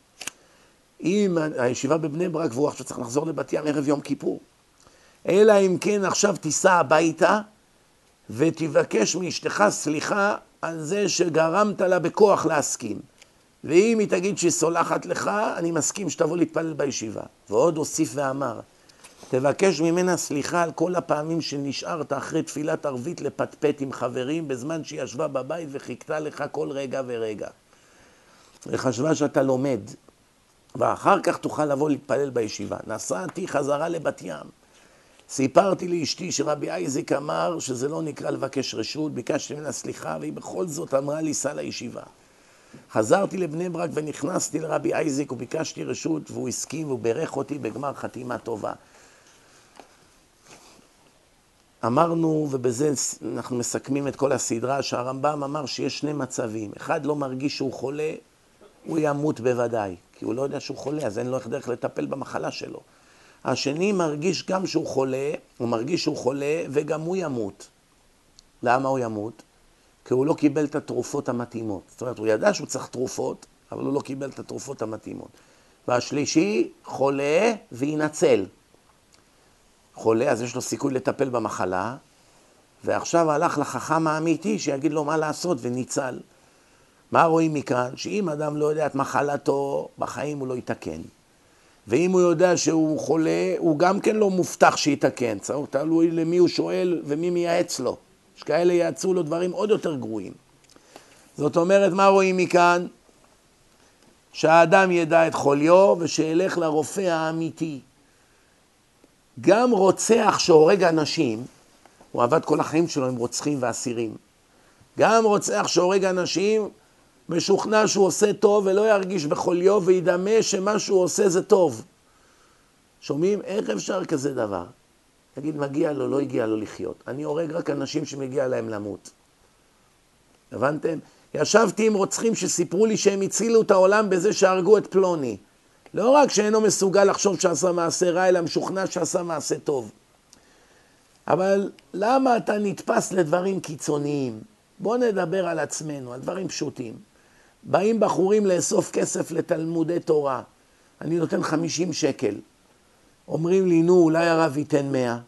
Speaker 1: אם הישיבה בבני ברק והוא עכשיו צריך לחזור לבת ים ערב יום כיפור. אלא אם כן עכשיו תיסע הביתה ותבקש מאשתך סליחה על זה שגרמת לה בכוח להסכים. ואם היא תגיד שהיא סולחת לך, אני מסכים שתבוא להתפלל בישיבה. ועוד הוסיף ואמר, תבקש ממנה סליחה על כל הפעמים שנשארת אחרי תפילת ערבית לפטפט עם חברים בזמן שהיא ישבה בבית וחיכתה לך כל רגע ורגע. וחשבה שאתה לומד, ואחר כך תוכל לבוא להתפלל בישיבה. נסעתי חזרה לבת ים. סיפרתי לאשתי שרבי אייזיק אמר שזה לא נקרא לבקש רשות, ביקשתי ממנה סליחה והיא בכל זאת אמרה לי סע לישיבה. חזרתי לבני ברק ונכנסתי לרבי אייזיק וביקשתי רשות והוא הסכים והוא ברך אותי בגמר חתימה טובה. אמרנו, ובזה אנחנו מסכמים את כל הסדרה, שהרמב"ם אמר שיש שני מצבים. אחד לא מרגיש שהוא חולה, הוא ימות בוודאי, כי הוא לא יודע שהוא חולה, אז אין לו איך דרך לטפל במחלה שלו. השני מרגיש גם שהוא חולה, הוא מרגיש שהוא חולה וגם הוא ימות. למה הוא ימות? כי הוא לא קיבל את התרופות המתאימות. זאת אומרת, הוא ידע שהוא צריך תרופות, אבל הוא לא קיבל את התרופות המתאימות. והשלישי, חולה וינצל. חולה, אז יש לו סיכוי לטפל במחלה, ועכשיו הלך לחכם האמיתי שיגיד לו מה לעשות וניצל. מה רואים מכאן? שאם אדם לא יודע את מחלתו, בחיים הוא לא יתקן. ואם הוא יודע שהוא חולה, הוא גם כן לא מובטח שיתקן. צריך תלוי למי הוא שואל ומי מייעץ לו. יש כאלה יעצו לו דברים עוד יותר גרועים. זאת אומרת, מה רואים מכאן? שהאדם ידע את חוליו ושילך לרופא האמיתי. גם רוצח שהורג אנשים, הוא עבד כל החיים שלו עם רוצחים ואסירים. גם רוצח שהורג אנשים, משוכנע שהוא עושה טוב ולא ירגיש בחוליו וידמה שמה שהוא עושה זה טוב. שומעים? איך אפשר כזה דבר? תגיד, מגיע לו, לא הגיע לו לחיות. אני הורג רק אנשים שמגיע להם למות. הבנתם? ישבתי עם רוצחים שסיפרו לי שהם הצילו את העולם בזה שהרגו את פלוני. לא רק שאינו מסוגל לחשוב שעשה מעשה רע, אלא משוכנע שעשה מעשה טוב. אבל למה אתה נתפס לדברים קיצוניים? בוא נדבר על עצמנו, על דברים פשוטים. באים בחורים לאסוף כסף לתלמודי תורה. אני נותן חמישים שקל. אומרים לי, נו, אולי הרב ייתן מאה.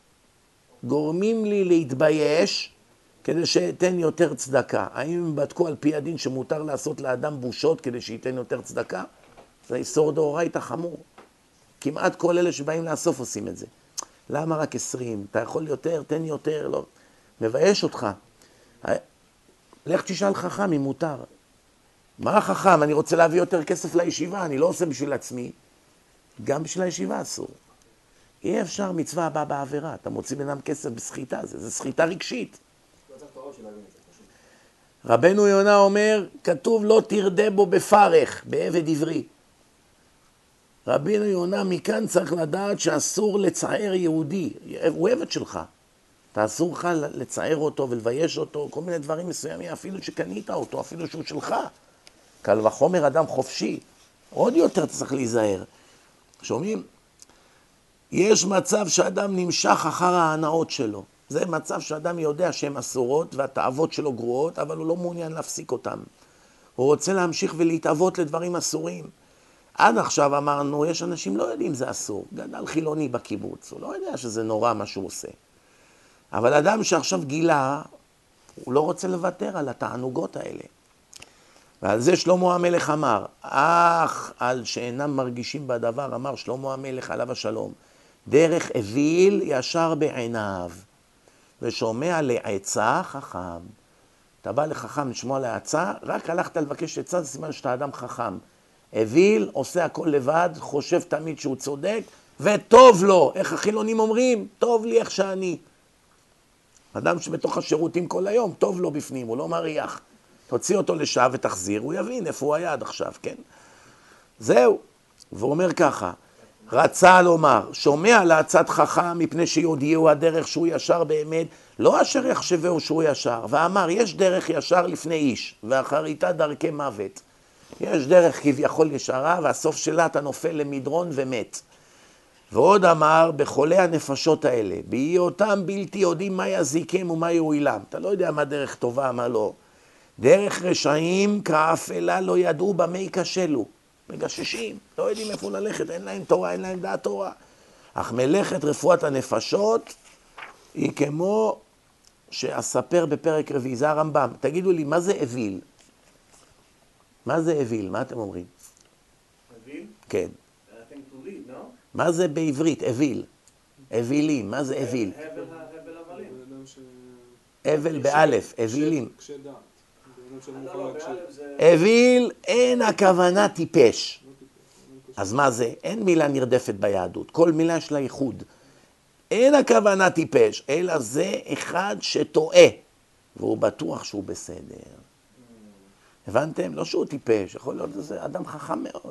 Speaker 1: גורמים לי להתבייש כדי שייתן יותר צדקה. האם הם בדקו על פי הדין שמותר לעשות לאדם בושות כדי שייתן יותר צדקה? זה איסור דאורייתא חמור. כמעט כל אלה שבאים לאסוף עושים את זה. למה רק עשרים? אתה יכול יותר, תן יותר, לא. מבייש אותך. לך תשאל חכם אם מותר. מה חכם? אני רוצה להביא יותר כסף לישיבה, אני לא עושה בשביל עצמי. גם בשביל הישיבה אסור. אי אפשר מצווה הבאה בעבירה. אתה מוציא בינם כסף בסחיטה, זה, זה סחיטה רגשית.
Speaker 2: לא צריך תורה של להבין את זה, פשוט.
Speaker 1: רבנו יונה אומר, כתוב לא תרדה בו בפרך, בעבד עברי. רבנו יונה מכאן צריך לדעת שאסור לצער יהודי, הוא עבד שלך. אתה אסור לך לצייר אותו ולבייש אותו, כל מיני דברים מסוימים, אפילו שקנית אותו, אפילו שהוא שלך. קל וחומר אדם חופשי, עוד יותר צריך להיזהר. שומעים? יש מצב שאדם נמשך אחר ההנאות שלו. זה מצב שאדם יודע שהן אסורות והתאוות שלו גרועות, אבל הוא לא מעוניין להפסיק אותן. הוא רוצה להמשיך ולהתאבות לדברים אסורים. עד עכשיו אמרנו, יש אנשים לא יודעים זה אסור. גדל חילוני בקיבוץ, הוא לא יודע שזה נורא מה שהוא עושה. אבל אדם שעכשיו גילה, הוא לא רוצה לוותר על התענוגות האלה. ועל זה שלמה המלך אמר, אך על שאינם מרגישים בדבר, אמר שלמה המלך עליו השלום, דרך אוויל ישר בעיניו, ושומע לעצה חכם. אתה בא לחכם לשמוע לעצה, רק הלכת לבקש עצה, זה סימן שאתה אדם חכם. אוויל עושה הכל לבד, חושב תמיד שהוא צודק, וטוב לו. איך החילונים אומרים? טוב לי איך שאני. אדם שבתוך השירותים כל היום, טוב לו בפנים, הוא לא מריח. תוציא אותו לשעה ותחזיר, הוא יבין איפה הוא היה עד עכשיו, כן? זהו. והוא אומר ככה, רצה לומר, שומע לעצת חכם מפני שיודיעו הדרך שהוא ישר באמת, לא אשר יחשבהו שהוא ישר, ואמר, יש דרך ישר לפני איש, ואחריתה דרכי מוות. יש דרך כביכול ישרה, והסוף שלה אתה נופל למדרון ומת. ועוד אמר, בחולי הנפשות האלה, בהיותם בלתי יודעים מה יזיקם ומה יועילם. אתה לא יודע מה דרך טובה, מה לא. דרך רשעים כאפלה לא ידעו במה ייכשלו. מגששים, לא יודעים איפה ללכת, אין להם תורה, אין להם דעת תורה. אך מלאכת רפואת הנפשות היא כמו שאספר בפרק רביעי, זה הרמב"ם. תגידו לי, מה זה אוויל? מה זה אוויל? מה אתם אומרים?
Speaker 3: אוויל?
Speaker 1: כן.
Speaker 3: I think to lead, no?
Speaker 1: מה זה בעברית? אוויל. אווילים, מה זה אוויל?
Speaker 3: הבל הבל הבלים.
Speaker 1: אבל באלף, אווילים.
Speaker 4: קשה דעת.
Speaker 3: לא, לא, באלף זה...
Speaker 1: אוויל אין הכוונה טיפש. אז מה זה? אין מילה נרדפת ביהדות. כל מילה יש לה ייחוד. אין הכוונה טיפש, אלא זה אחד שטועה. והוא בטוח שהוא בסדר. הבנתם? לא שהוא טיפש, יכול להיות שזה אדם חכם מאוד.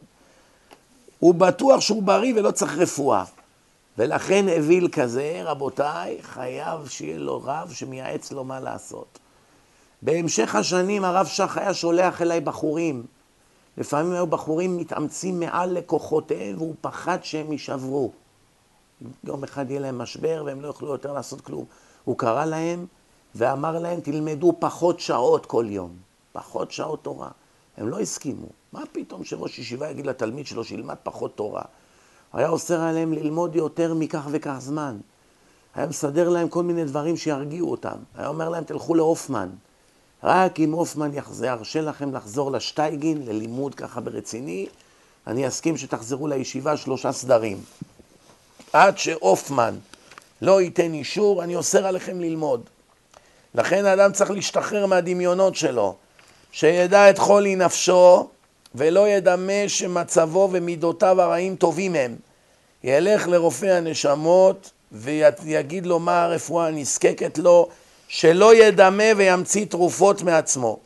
Speaker 1: הוא בטוח שהוא בריא ולא צריך רפואה. ולכן אוויל כזה, רבותיי, חייב שיהיה לו רב שמייעץ לו מה לעשות. בהמשך השנים הרב שח היה שולח אליי בחורים. לפעמים היו בחורים מתאמצים מעל לקוחותיהם והוא פחד שהם יישברו. יום אחד יהיה להם משבר והם לא יוכלו יותר לעשות כלום. הוא קרא להם ואמר להם תלמדו פחות שעות כל יום. פחות שעות תורה. הם לא הסכימו. מה פתאום שראש ישיבה יגיד לתלמיד שלו שילמד פחות תורה? היה אוסר עליהם ללמוד יותר מכך וכך זמן. היה מסדר להם כל מיני דברים שירגיעו אותם. היה אומר להם תלכו לאופמן. רק אם אופמן ירשה לכם לחזור לשטייגין, ללימוד ככה ברציני, אני אסכים שתחזרו לישיבה שלושה סדרים. עד שאופמן לא ייתן אישור, אני אוסר עליכם ללמוד. לכן האדם צריך להשתחרר מהדמיונות שלו, שידע את חולי נפשו, ולא ידמה שמצבו ומידותיו הרעים טובים הם. ילך לרופא הנשמות, ויגיד לו מה הרפואה הנזקקת לו, שלא ידמה וימציא תרופות מעצמו.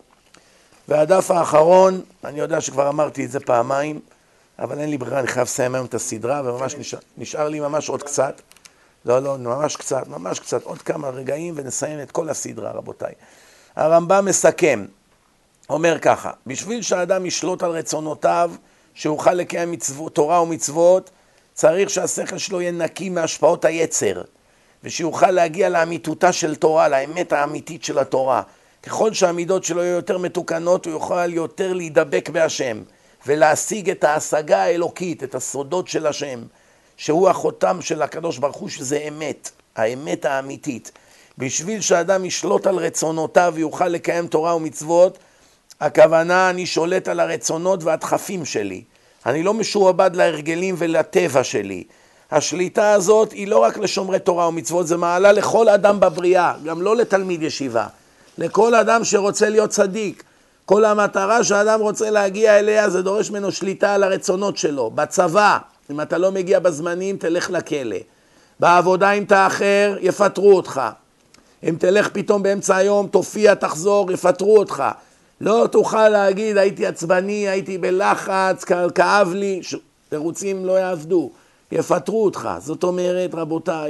Speaker 1: והדף האחרון, אני יודע שכבר אמרתי את זה פעמיים, אבל אין לי ברירה, אני חייב לסיים היום את הסדרה, וממש נשאר, נשאר לי ממש עוד קצת. לא, לא, ממש קצת, ממש קצת, עוד כמה רגעים ונסיים את כל הסדרה, רבותיי. הרמב"ם מסכם, אומר ככה, בשביל שהאדם ישלוט על רצונותיו, שאוכל לקיים מצוות, תורה ומצוות, צריך שהשכל שלו יהיה נקי מהשפעות היצר, ושיוכל להגיע לאמיתותה של תורה, לאמת האמיתית של התורה. ככל שהמידות שלו יהיו יותר מתוקנות, הוא יוכל יותר להידבק בהשם, ולהשיג את ההשגה האלוקית, את הסודות של השם, שהוא החותם של הקדוש ברוך הוא, שזה אמת, האמת האמיתית. בשביל שהאדם ישלוט על רצונותיו ויוכל לקיים תורה ומצוות, הכוונה אני שולט על הרצונות והדחפים שלי. אני לא משועבד להרגלים ולטבע שלי. השליטה הזאת היא לא רק לשומרי תורה ומצוות, זה מעלה לכל אדם בבריאה, גם לא לתלמיד ישיבה. לכל אדם שרוצה להיות צדיק. כל המטרה שהאדם רוצה להגיע אליה, זה דורש ממנו שליטה על הרצונות שלו. בצבא, אם אתה לא מגיע בזמנים, תלך לכלא. בעבודה אם תאחר, יפטרו אותך. אם תלך פתאום באמצע היום, תופיע, תחזור, יפטרו אותך. לא תוכל להגיד, הייתי עצבני, הייתי בלחץ, כאב לי, תירוצים לא יעבדו, יפטרו אותך. זאת אומרת, רבותיי,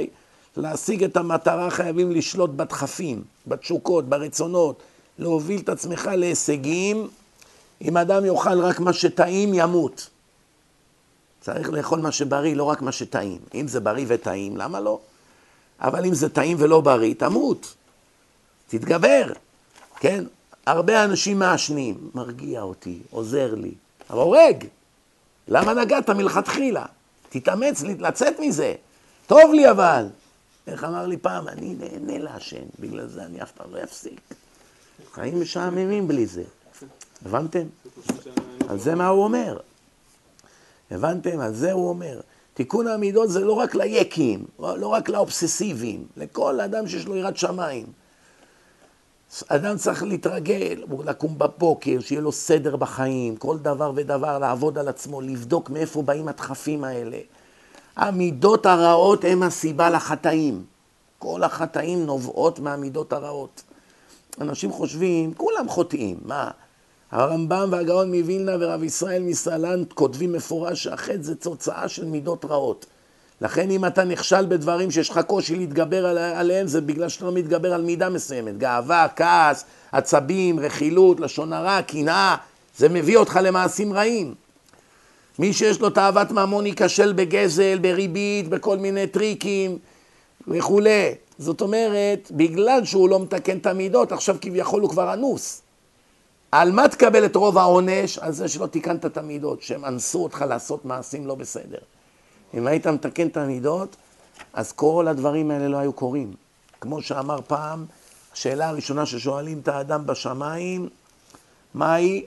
Speaker 1: להשיג את המטרה חייבים לשלוט בדחפים, בתשוקות, ברצונות, להוביל את עצמך להישגים. אם אדם יאכל רק מה שטעים, ימות. צריך לאכול מה שבריא, לא רק מה שטעים. אם זה בריא וטעים, למה לא? אבל אם זה טעים ולא בריא, תמות. תתגבר. כן? הרבה אנשים מעשנים. מרגיע אותי, עוזר לי. אבל הורג. למה נגעת מלכתחילה? תתאמץ לצאת מזה. טוב לי אבל. איך אמר לי פעם, אני נהנה לעשן. בגלל זה אני אף פעם לא אפסיק. חיים משעממים בלי זה. הבנתם? על זה מה הוא אומר. הבנתם? על זה הוא אומר. תיקון המידות זה לא רק ליקים, לא רק לאובססיביים, לכל אדם שיש לו יראת שמיים. אדם צריך להתרגל, לקום בבוקר, שיהיה לו סדר בחיים, כל דבר ודבר, לעבוד על עצמו, לבדוק מאיפה באים הדחפים האלה. המידות הרעות הם הסיבה לחטאים. כל החטאים נובעות מהמידות הרעות. אנשים חושבים, כולם חוטאים, מה? הרמב"ם והגאון מווילנה ורב ישראל מסלנט כותבים מפורש שהחטא זה תוצאה של מידות רעות. לכן אם אתה נכשל בדברים שיש לך קושי להתגבר עליהם, זה בגלל שאתה לא מתגבר על מידה מסוימת. גאווה, כעס, עצבים, רכילות, לשון הרע, קנאה, זה מביא אותך למעשים רעים. מי שיש לו תאוות ממון ייכשל בגזל, בריבית, בכל מיני טריקים וכו'. זאת אומרת, בגלל שהוא לא מתקן את המידות, עכשיו כביכול הוא כבר אנוס. על מה תקבל את רוב העונש? על זה שלא תיקנת את המידות, שהם אנסו אותך לעשות מעשים לא בסדר. אם היית מתקן את המידות, אז כל הדברים האלה לא היו קורים. כמו שאמר פעם, השאלה הראשונה ששואלים את האדם בשמיים, מה היא?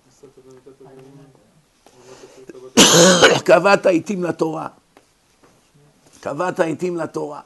Speaker 1: קבעת עיתים לתורה. קבעת עיתים לתורה.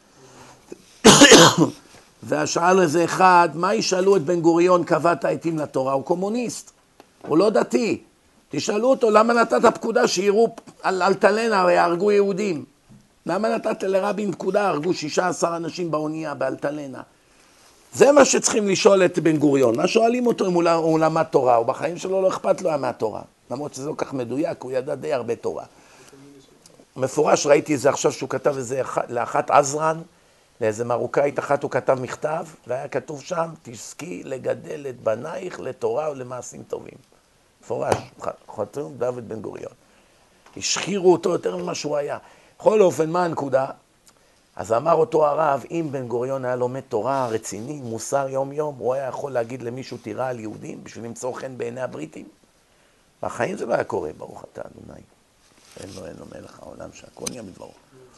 Speaker 1: והשאל איזה אחד, מה ישאלו את בן גוריון קבעת עיתים לתורה? הוא קומוניסט, הוא לא דתי. תשאלו אותו, למה נתת פקודה שיראו על אלטלנה, הרי הרגו יהודים? למה נתת לרבין פקודה, הרגו שישה עשר אנשים באונייה באלטלנה? זה מה שצריכים לשאול את בן גוריון. מה שואלים אותו אם הוא למד תורה? הוא בחיים שלו לא אכפת לו מהתורה. למרות שזה לא כך מדויק, הוא ידע די הרבה תורה. מפורש, ראיתי את זה עכשיו שהוא כתב איזה לאחת עזרן, לאיזה מרוקאית אחת הוא כתב מכתב, והיה כתוב שם, תשכי לגדל את בנייך לתורה ולמעשים טובים. מפורש, חתום דוד בן גוריון. השחירו אותו יותר ממה שהוא היה. בכל אופן, מה הנקודה? אז אמר אותו הרב, אם בן גוריון היה לומד תורה רציני, מוסר יום יום, הוא היה יכול להגיד למישהו תירה על יהודים, בשביל למצוא חן בעיני הבריטים. בחיים זה לא היה קורה, ברוך אתה אדוני. אין לו, אין לו מלך העולם שהכל נהיה מדברו.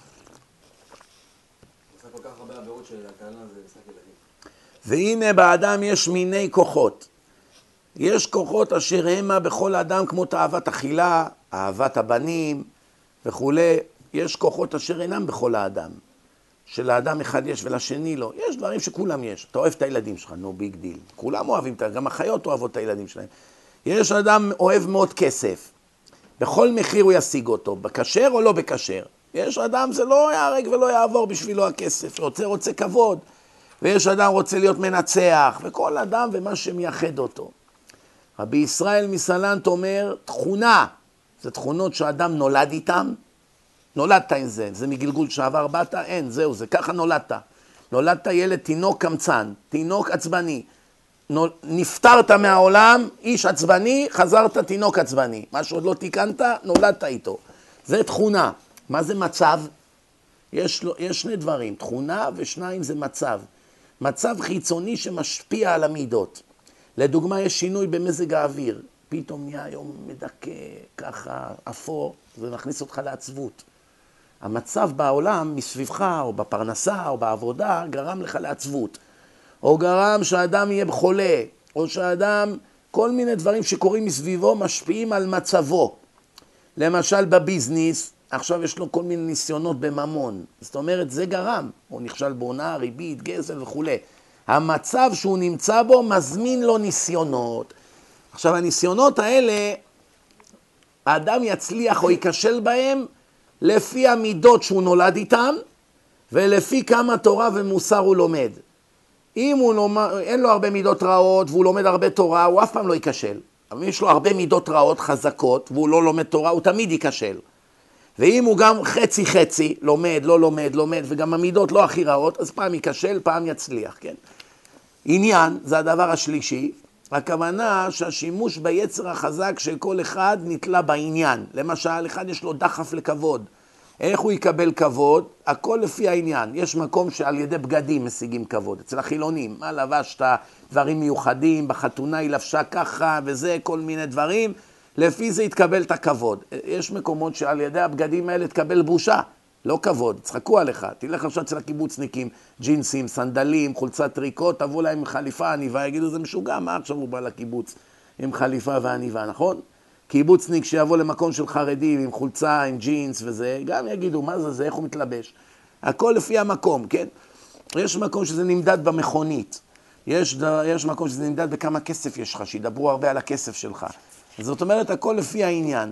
Speaker 2: עושה כל כך הרבה עבירות שהטענה זה משחק ילדים.
Speaker 1: והנה באדם יש מיני כוחות. יש כוחות אשר המה בכל אדם כמו תאוות אכילה, אהבת הבנים וכו'. יש כוחות אשר אינם בכל האדם. שלאדם אחד יש ולשני לא. יש דברים שכולם יש. אתה אוהב את הילדים שלך, נו ביג דיל. כולם אוהבים, גם החיות אוהבות את הילדים שלהם. יש אדם אוהב מאוד כסף. בכל מחיר הוא ישיג אותו, בכשר או לא בכשר. יש אדם זה לא יהרג ולא יעבור בשבילו הכסף. רוצה רוצה כבוד. ויש אדם רוצה להיות מנצח. וכל אדם ומה שמייחד אותו. רבי ישראל מסלנט אומר, תכונה. זה תכונות שאדם נולד איתם. נולדת עם זה, זה מגלגול שעבר באת, אין, זהו, זה ככה נולדת. נולדת ילד תינוק קמצן, תינוק עצבני. נפטרת מהעולם, איש עצבני, חזרת תינוק עצבני. מה שעוד לא תיקנת, נולדת איתו. זה תכונה. מה זה מצב? יש, יש שני דברים, תכונה ושניים זה מצב. מצב חיצוני שמשפיע על המידות. לדוגמה, יש שינוי במזג האוויר. פתאום נהיה היום מדכא, ככה, אפור, זה מכניס אותך לעצבות. המצב בעולם, מסביבך, או בפרנסה, או בעבודה, גרם לך לעצבות. או גרם שהאדם יהיה חולה, או שהאדם, כל מיני דברים שקורים מסביבו, משפיעים על מצבו. למשל בביזניס, עכשיו יש לו כל מיני ניסיונות בממון. זאת אומרת, זה גרם. הוא נכשל בעונה, ריבית, גזל וכו'. המצב שהוא נמצא בו מזמין לו ניסיונות. עכשיו, הניסיונות האלה, האדם יצליח או ייכשל בהם לפי המידות שהוא נולד איתם, ולפי כמה תורה ומוסר הוא לומד. אם הוא לומד, אין לו הרבה מידות רעות והוא לומד הרבה תורה, הוא אף פעם לא ייכשל. אבל אם יש לו הרבה מידות רעות חזקות והוא לא לומד תורה, הוא תמיד ייכשל. ואם הוא גם חצי חצי, לומד, לא לומד, לומד, וגם המידות לא הכי רעות, אז פעם ייכשל, פעם יצליח, כן? עניין, זה הדבר השלישי, הכוונה שהשימוש ביצר החזק של כל אחד נתלה בעניין. למשל, אחד יש לו דחף לכבוד. איך הוא יקבל כבוד? הכל לפי העניין. יש מקום שעל ידי בגדים משיגים כבוד. אצל החילונים, מה לבשת, דברים מיוחדים, בחתונה היא לבשה ככה וזה, כל מיני דברים. לפי זה יתקבל את הכבוד. יש מקומות שעל ידי הבגדים האלה תקבל בושה. לא כבוד, צחקו עליך. תלך עכשיו אצל הקיבוצניקים, ג'ינסים, סנדלים, חולצת טריקות, תבוא להם עם חליפה עניבה, יגידו זה משוגע, מה עכשיו הוא בא לקיבוץ עם חליפה ועניבה, נכון? קיבוצניק שיבוא למקום של חרדים עם חולצה, עם ג'ינס וזה, גם יגידו מה זה זה, איך הוא מתלבש. הכל לפי המקום, כן? יש מקום שזה נמדד במכונית, יש, יש מקום שזה נמדד בכמה כסף יש לך, שידברו הרבה על הכסף שלך. זאת אומרת, הכל לפי העניין.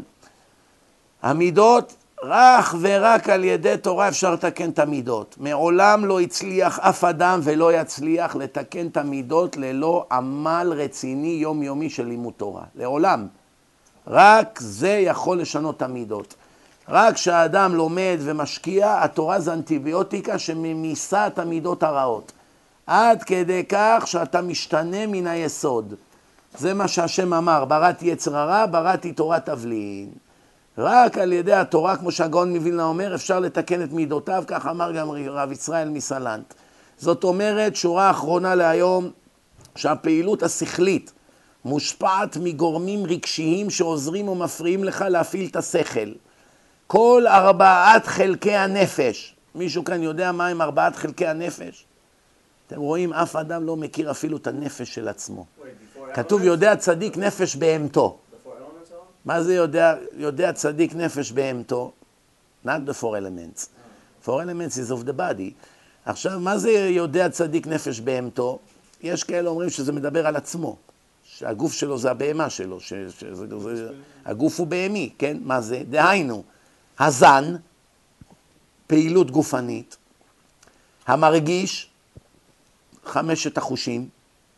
Speaker 1: המידות, רק ורק על ידי תורה אפשר לתקן את המידות. מעולם לא הצליח אף אדם ולא יצליח לתקן את המידות ללא עמל רציני יומיומי של לימוד תורה. לעולם. רק זה יכול לשנות את המידות. רק כשהאדם לומד ומשקיע, התורה זה אנטיביוטיקה שממיסה את המידות הרעות. עד כדי כך שאתה משתנה מן היסוד. זה מה שהשם אמר, בראתי יצר הרע, בראתי תורת תבלין. רק על ידי התורה, כמו שהגאון מווילנה אומר, אפשר לתקן את מידותיו, כך אמר גם רב ישראל מסלנט. זאת אומרת, שורה אחרונה להיום, שהפעילות השכלית מושפעת מגורמים רגשיים שעוזרים ומפריעים לך להפעיל את השכל. כל ארבעת חלקי הנפש, מישהו כאן יודע מה עם ארבעת חלקי הנפש? אתם רואים, אף אדם לא מכיר אפילו את הנפש של עצמו. כתוב יודע צדיק נפש בהמתו. מה זה יודע, יודע צדיק נפש בהמתו? Not the four elements. four elements is of the body. עכשיו, מה זה יודע צדיק נפש בהמתו? יש כאלה אומרים שזה מדבר על עצמו. שהגוף שלו זה הבהמה שלו. ש, שזה, זה, הגוף הוא בהמי, כן? מה זה? דהיינו, הזן, פעילות גופנית, המרגיש, חמשת החושים,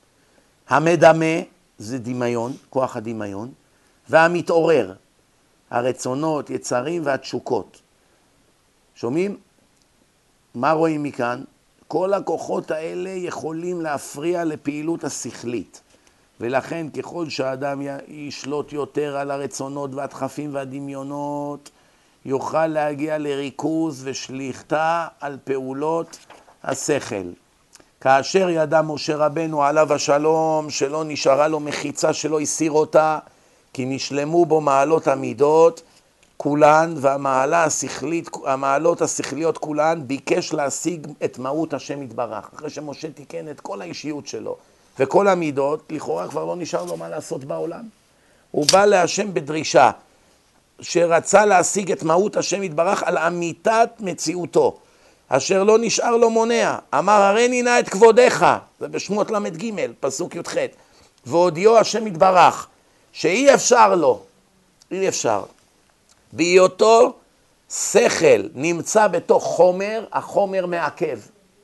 Speaker 1: המדמה, זה דמיון, כוח הדמיון, והמתעורר, הרצונות, יצרים והתשוקות. שומעים? מה רואים מכאן? כל הכוחות האלה יכולים להפריע לפעילות השכלית. ולכן ככל שהאדם ישלוט יותר על הרצונות והדחפים והדמיונות, יוכל להגיע לריכוז ושליטה על פעולות השכל. כאשר ידע משה רבנו עליו השלום שלא נשארה לו מחיצה שלא הסיר אותה, כי נשלמו בו מעלות המידות כולן, והמעלה השכלית, המעלות השכליות כולן, ביקש להשיג את מהות השם יתברך. אחרי שמשה תיקן את כל האישיות שלו וכל המידות, לכאורה כבר לא נשאר לו מה לעשות בעולם. הוא בא להשם בדרישה שרצה להשיג את מהות השם יתברך על אמיתת מציאותו, אשר לא נשאר לו מונע. אמר הריני נא את כבודך, זה בשמות למד ג' פסוק י"ח, והודיעו השם יתברך שאי אפשר לו, אי אפשר. בהיותו שכל נמצא בתוך חומר, החומר מעכב.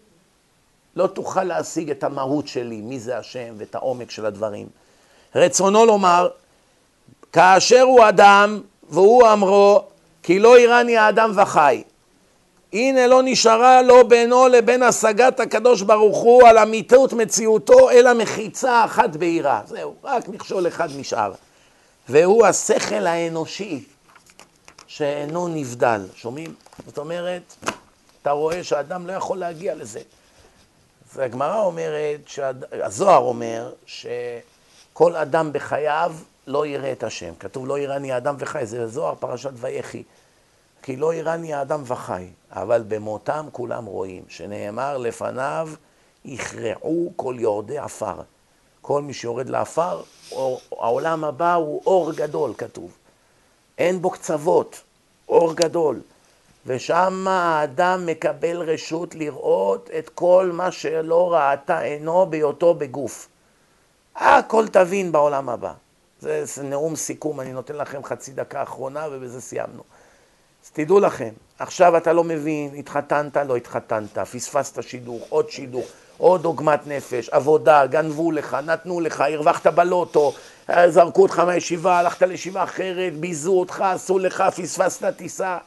Speaker 1: לא תוכל להשיג את המהות שלי, מי זה השם ואת העומק של הדברים. רצונו לומר, כאשר הוא אדם והוא אמרו, כי לא יראני האדם וחי. הנה לא נשארה לו בינו לבין השגת הקדוש ברוך הוא על אמיתות מציאותו, אלא מחיצה אחת בהירה. זהו, רק מכשול אחד נשאר. והוא השכל האנושי שאינו נבדל. שומעים? זאת אומרת, אתה רואה שהאדם לא יכול להגיע לזה. והגמרא אומרת, הזוהר אומר שכל אדם בחייו לא יראה את השם. כתוב לא יראני האדם וחי, זה זוהר פרשת ויחי. כי לא יראני האדם וחי, אבל במותם כולם רואים, שנאמר לפניו יכרעו כל יורדי עפר. כל מי שיורד לעפר, העולם הבא הוא אור גדול, כתוב. אין בו קצוות, אור גדול. ושם האדם מקבל רשות לראות את כל מה שלא ראתה עינו בהיותו בגוף. הכל תבין בעולם הבא. זה נאום סיכום, אני נותן לכם חצי דקה אחרונה ובזה סיימנו. אז תדעו לכם, עכשיו אתה לא מבין, התחתנת, לא התחתנת, פספסת שידוך, עוד שידוך, עוד עוגמת נפש, עבודה, גנבו לך, נתנו לך, הרווחת בלוטו, זרקו אותך מהישיבה, הלכת לישיבה אחרת, ביזו אותך, עשו לך, פספסת טיסה.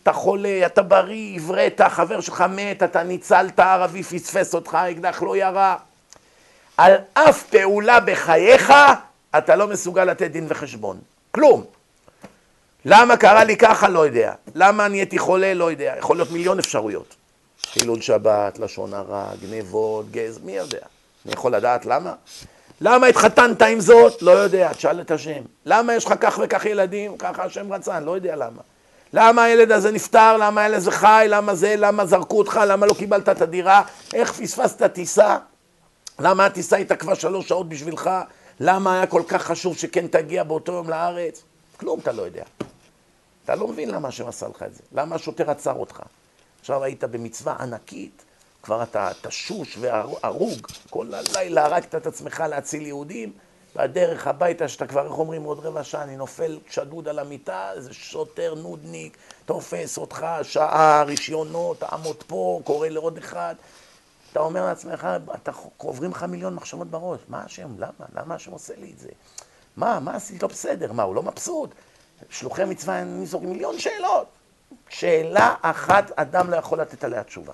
Speaker 1: אתה חולה, אתה בריא, עברית, חבר שלך מת, אתה ניצלת, ערבי פספס אותך, האקדח לא ירה. על אף פעולה בחייך, אתה לא מסוגל לתת דין וחשבון. כלום. למה קרה לי ככה? לא יודע. למה נהייתי חולה? לא יודע. יכול להיות מיליון אפשרויות. חילול שבת, לשון הרע, גנבות, גז, מי יודע? אני יכול לדעת למה? למה התחתנת עם זאת? לא יודע, תשאל את השם. למה יש לך כך וכך ילדים? ככה השם רצה, אני לא יודע למה. למה הילד הזה נפטר? למה הילד הזה חי? למה זה? למה זרקו אותך? למה לא קיבלת את הדירה? איך פספסת טיסה? למה הטיסה התעכבה שלוש שעות בשבילך? למה היה כל כך חשוב שכן תגיע באותו יום לארץ? כלום אתה לא יודע. אתה לא מבין למה השם עשה לך את זה. למה השוטר עצר אותך? עכשיו היית במצווה ענקית, כבר אתה תשוש והרוג, כל הלילה הרגת את עצמך להציל יהודים, והדרך הביתה שאתה כבר, איך אומרים, עוד רבע שעה, אני נופל שדוד על המיטה, איזה שוטר נודניק, תופס אותך, שעה, רישיונות, תעמוד פה, קורא לעוד אחד. אתה אומר לעצמך, אתה עוברים לך מיליון מחשבות בראש, מה השם, למה? למה השם עושה לי את זה? מה, מה עשיתי לא בסדר? מה, הוא לא מבסוט? שלוחי מצווה, אני זורק מיליון שאלות. שאלה אחת אדם לא יכול לתת עליה תשובה.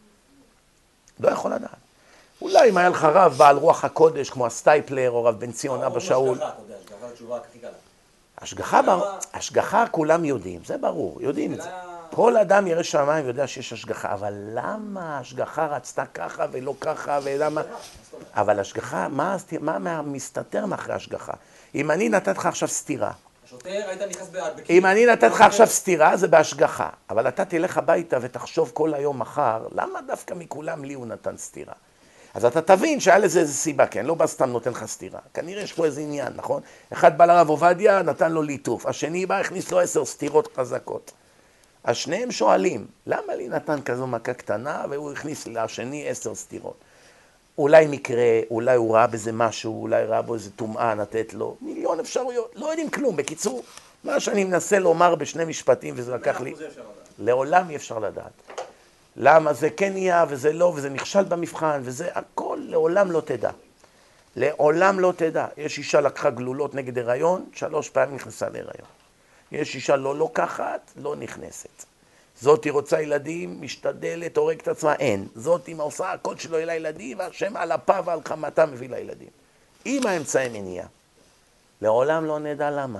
Speaker 1: לא יכול לדעת. אולי אם היה לך רב בעל רוח הקודש, כמו הסטייפלר או רב בן ציון אבא שאול.
Speaker 2: השגחה, אתה יודע, השגחה לתשובה הכי קלה.
Speaker 1: השגחה, בר... השגחה כולם יודעים, זה ברור, יודעים את זה. כל אדם ירא שמיים ויודע שיש השגחה, אבל למה השגחה רצתה ככה ולא ככה ולמה... אבל השגחה, מה, מה מסתתר מאחרי השגחה? אם אני נתת לך עכשיו סתירה,
Speaker 2: השוטר היית נכנס בעד.
Speaker 1: אם אני נתת לך עכשיו סתירה, זה בהשגחה. אבל אתה תלך הביתה ותחשוב כל היום מחר, למה דווקא מכולם לי הוא נתן סתירה? אז אתה תבין שהיה לזה איזה סיבה, כן? לא בא סתם נותן לך סתירה. כנראה יש פה איזה עניין, נכון? אחד בא לרב עובדיה, נתן לו ליטוף. השני בא, הכניס לו עשר סתירות חזקות. אז שניהם שואלים, למה לי נתן כזו מכה קטנה, והוא הכניס לשני עשר סתירות? אולי מקרה, אולי הוא ראה בזה משהו, אולי ראה בו איזה טומאה, נתת לו, מיליון אפשרויות, לא יודעים כלום. בקיצור, מה שאני מנסה לומר בשני משפטים, וזה לקח לי, לעולם אי אפשר לדעת. למה זה כן יהיה, וזה לא, וזה נכשל במבחן, וזה הכל, לעולם לא תדע. לעולם לא תדע. יש אישה לקחה גלולות נגד הריון, שלוש פעמים נכנסה להיריון. יש אישה לא לוקחת, לא נכנסת. זאת היא רוצה ילדים, משתדלת, הורג את עצמה, אין. זאת היא עושה הכל שלו אל הילדים, והשם על אפה ועל חמתה מביא לילדים. עם האמצעי מניעה. לעולם לא נדע למה.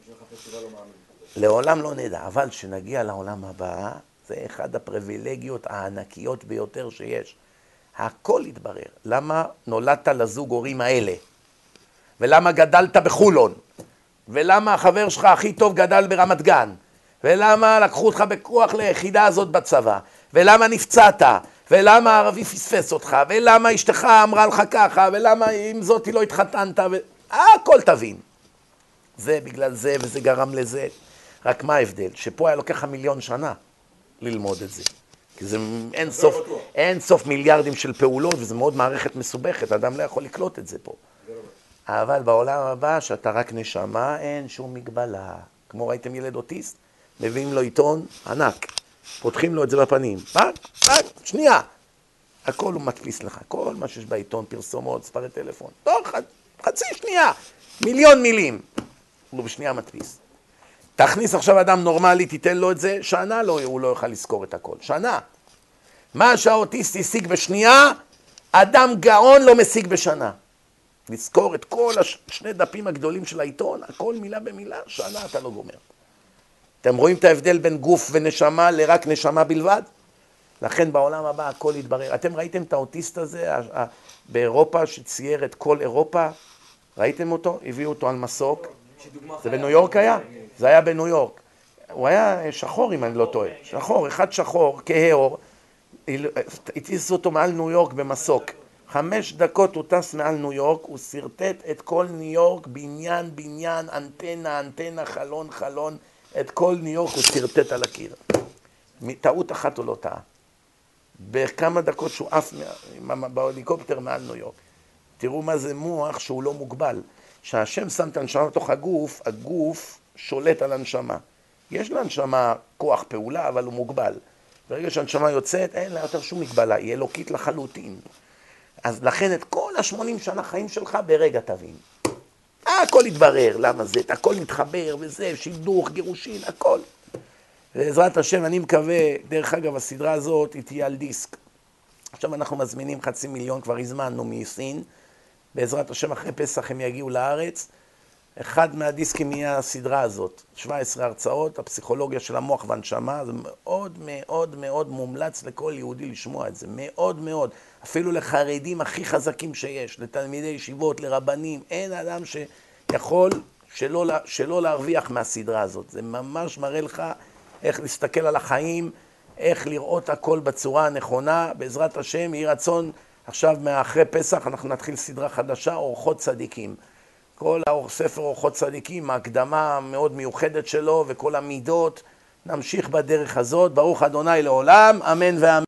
Speaker 1: לעולם לא נדע, אבל כשנגיע לעולם הבא, זה אחד הפריבילגיות הענקיות ביותר שיש. הכל יתברר. למה נולדת לזוג הורים האלה? ולמה גדלת בחולון? ולמה החבר שלך הכי טוב גדל ברמת גן? ולמה לקחו אותך בכוח ליחידה הזאת בצבא? ולמה נפצעת? ולמה הערבי פספס אותך? ולמה אשתך אמרה לך ככה? ולמה עם זאת היא לא התחתנת? ו... הכל תבין. זה בגלל זה וזה גרם לזה. רק מה ההבדל? שפה היה לוקח מיליון שנה ללמוד את זה. כי זה אין סוף, אין סוף מיליארדים של פעולות, וזה מאוד מערכת מסובכת, אדם לא יכול לקלוט את זה פה. אבל בעולם הבא, שאתה רק נשמה, אין שום מגבלה. כמו ראיתם ילד אוטיסט, מביאים לו עיתון ענק, פותחים לו את זה בפנים, רק, רק, שנייה. הכל הוא מדפיס לך, כל מה שיש בעיתון, פרסומות, ספרי טלפון, תוך חצי שנייה, מיליון מילים. הוא בשנייה מדפיס. תכניס עכשיו אדם נורמלי, תיתן לו את זה, שנה לא, הוא לא יוכל לזכור את הכל. שנה. מה שהאוטיסט השיג בשנייה, אדם גאון לא משיג בשנה. לזכור את כל השני דפים הגדולים של העיתון, הכל מילה במילה, שנה אתה לא גומר. אתם רואים את ההבדל בין גוף ונשמה לרק נשמה בלבד? לכן בעולם הבא הכל יתברר. אתם ראיתם את האוטיסט הזה באירופה שצייר את כל אירופה? ראיתם אותו? הביאו אותו על מסוק. זה בניו יורק היה? זה היה בניו יורק. הוא היה שחור אם אני לא טועה. שחור, אחד שחור, כהאור. הטיסו אותו מעל ניו יורק במסוק. חמש דקות הוא טס מעל ניו יורק, הוא סרטט את כל ניו יורק, בניין, בניין, אנטנה, אנטנה, חלון, חלון. את כל ניו יורק הוא סרטט על הקיר. טעות אחת הוא לא טעה. בכמה דקות שהוא עף בהליקופטר מעל ניו יורק. תראו מה זה מוח שהוא לא מוגבל. שהשם שם את הנשמה בתוך הגוף, הגוף שולט על הנשמה. יש להנשמה כוח פעולה, אבל הוא מוגבל. ברגע שהנשמה יוצאת, אין לה יותר שום מגבלה, היא אלוקית לחלוטין. אז לכן את כל השמונים שנה חיים שלך ברגע תבין. הכל יתברר, למה זה, הכל מתחבר וזה, שידוך, גירושין, הכל. בעזרת השם, אני מקווה, דרך אגב, הסדרה הזאת היא תהיה על דיסק. עכשיו אנחנו מזמינים חצי מיליון, כבר הזמנו מסין. בעזרת השם, אחרי פסח הם יגיעו לארץ. אחד מהדיסקים יהיה הסדרה הזאת, שבע עשרה הרצאות, הפסיכולוגיה של המוח והנשמה. זה מאוד מאוד מאוד מומלץ לכל יהודי לשמוע את זה, מאוד מאוד. אפילו לחרדים הכי חזקים שיש, לתלמידי ישיבות, לרבנים, אין אדם שיכול שלא, שלא להרוויח מהסדרה הזאת. זה ממש מראה לך איך להסתכל על החיים, איך לראות הכל בצורה הנכונה. בעזרת השם, יהי רצון, עכשיו מאחרי פסח אנחנו נתחיל סדרה חדשה, אורחות צדיקים. כל ספר אורחות צדיקים, ההקדמה המאוד מיוחדת שלו וכל המידות, נמשיך בדרך הזאת. ברוך אדוני לעולם, אמן ואמן.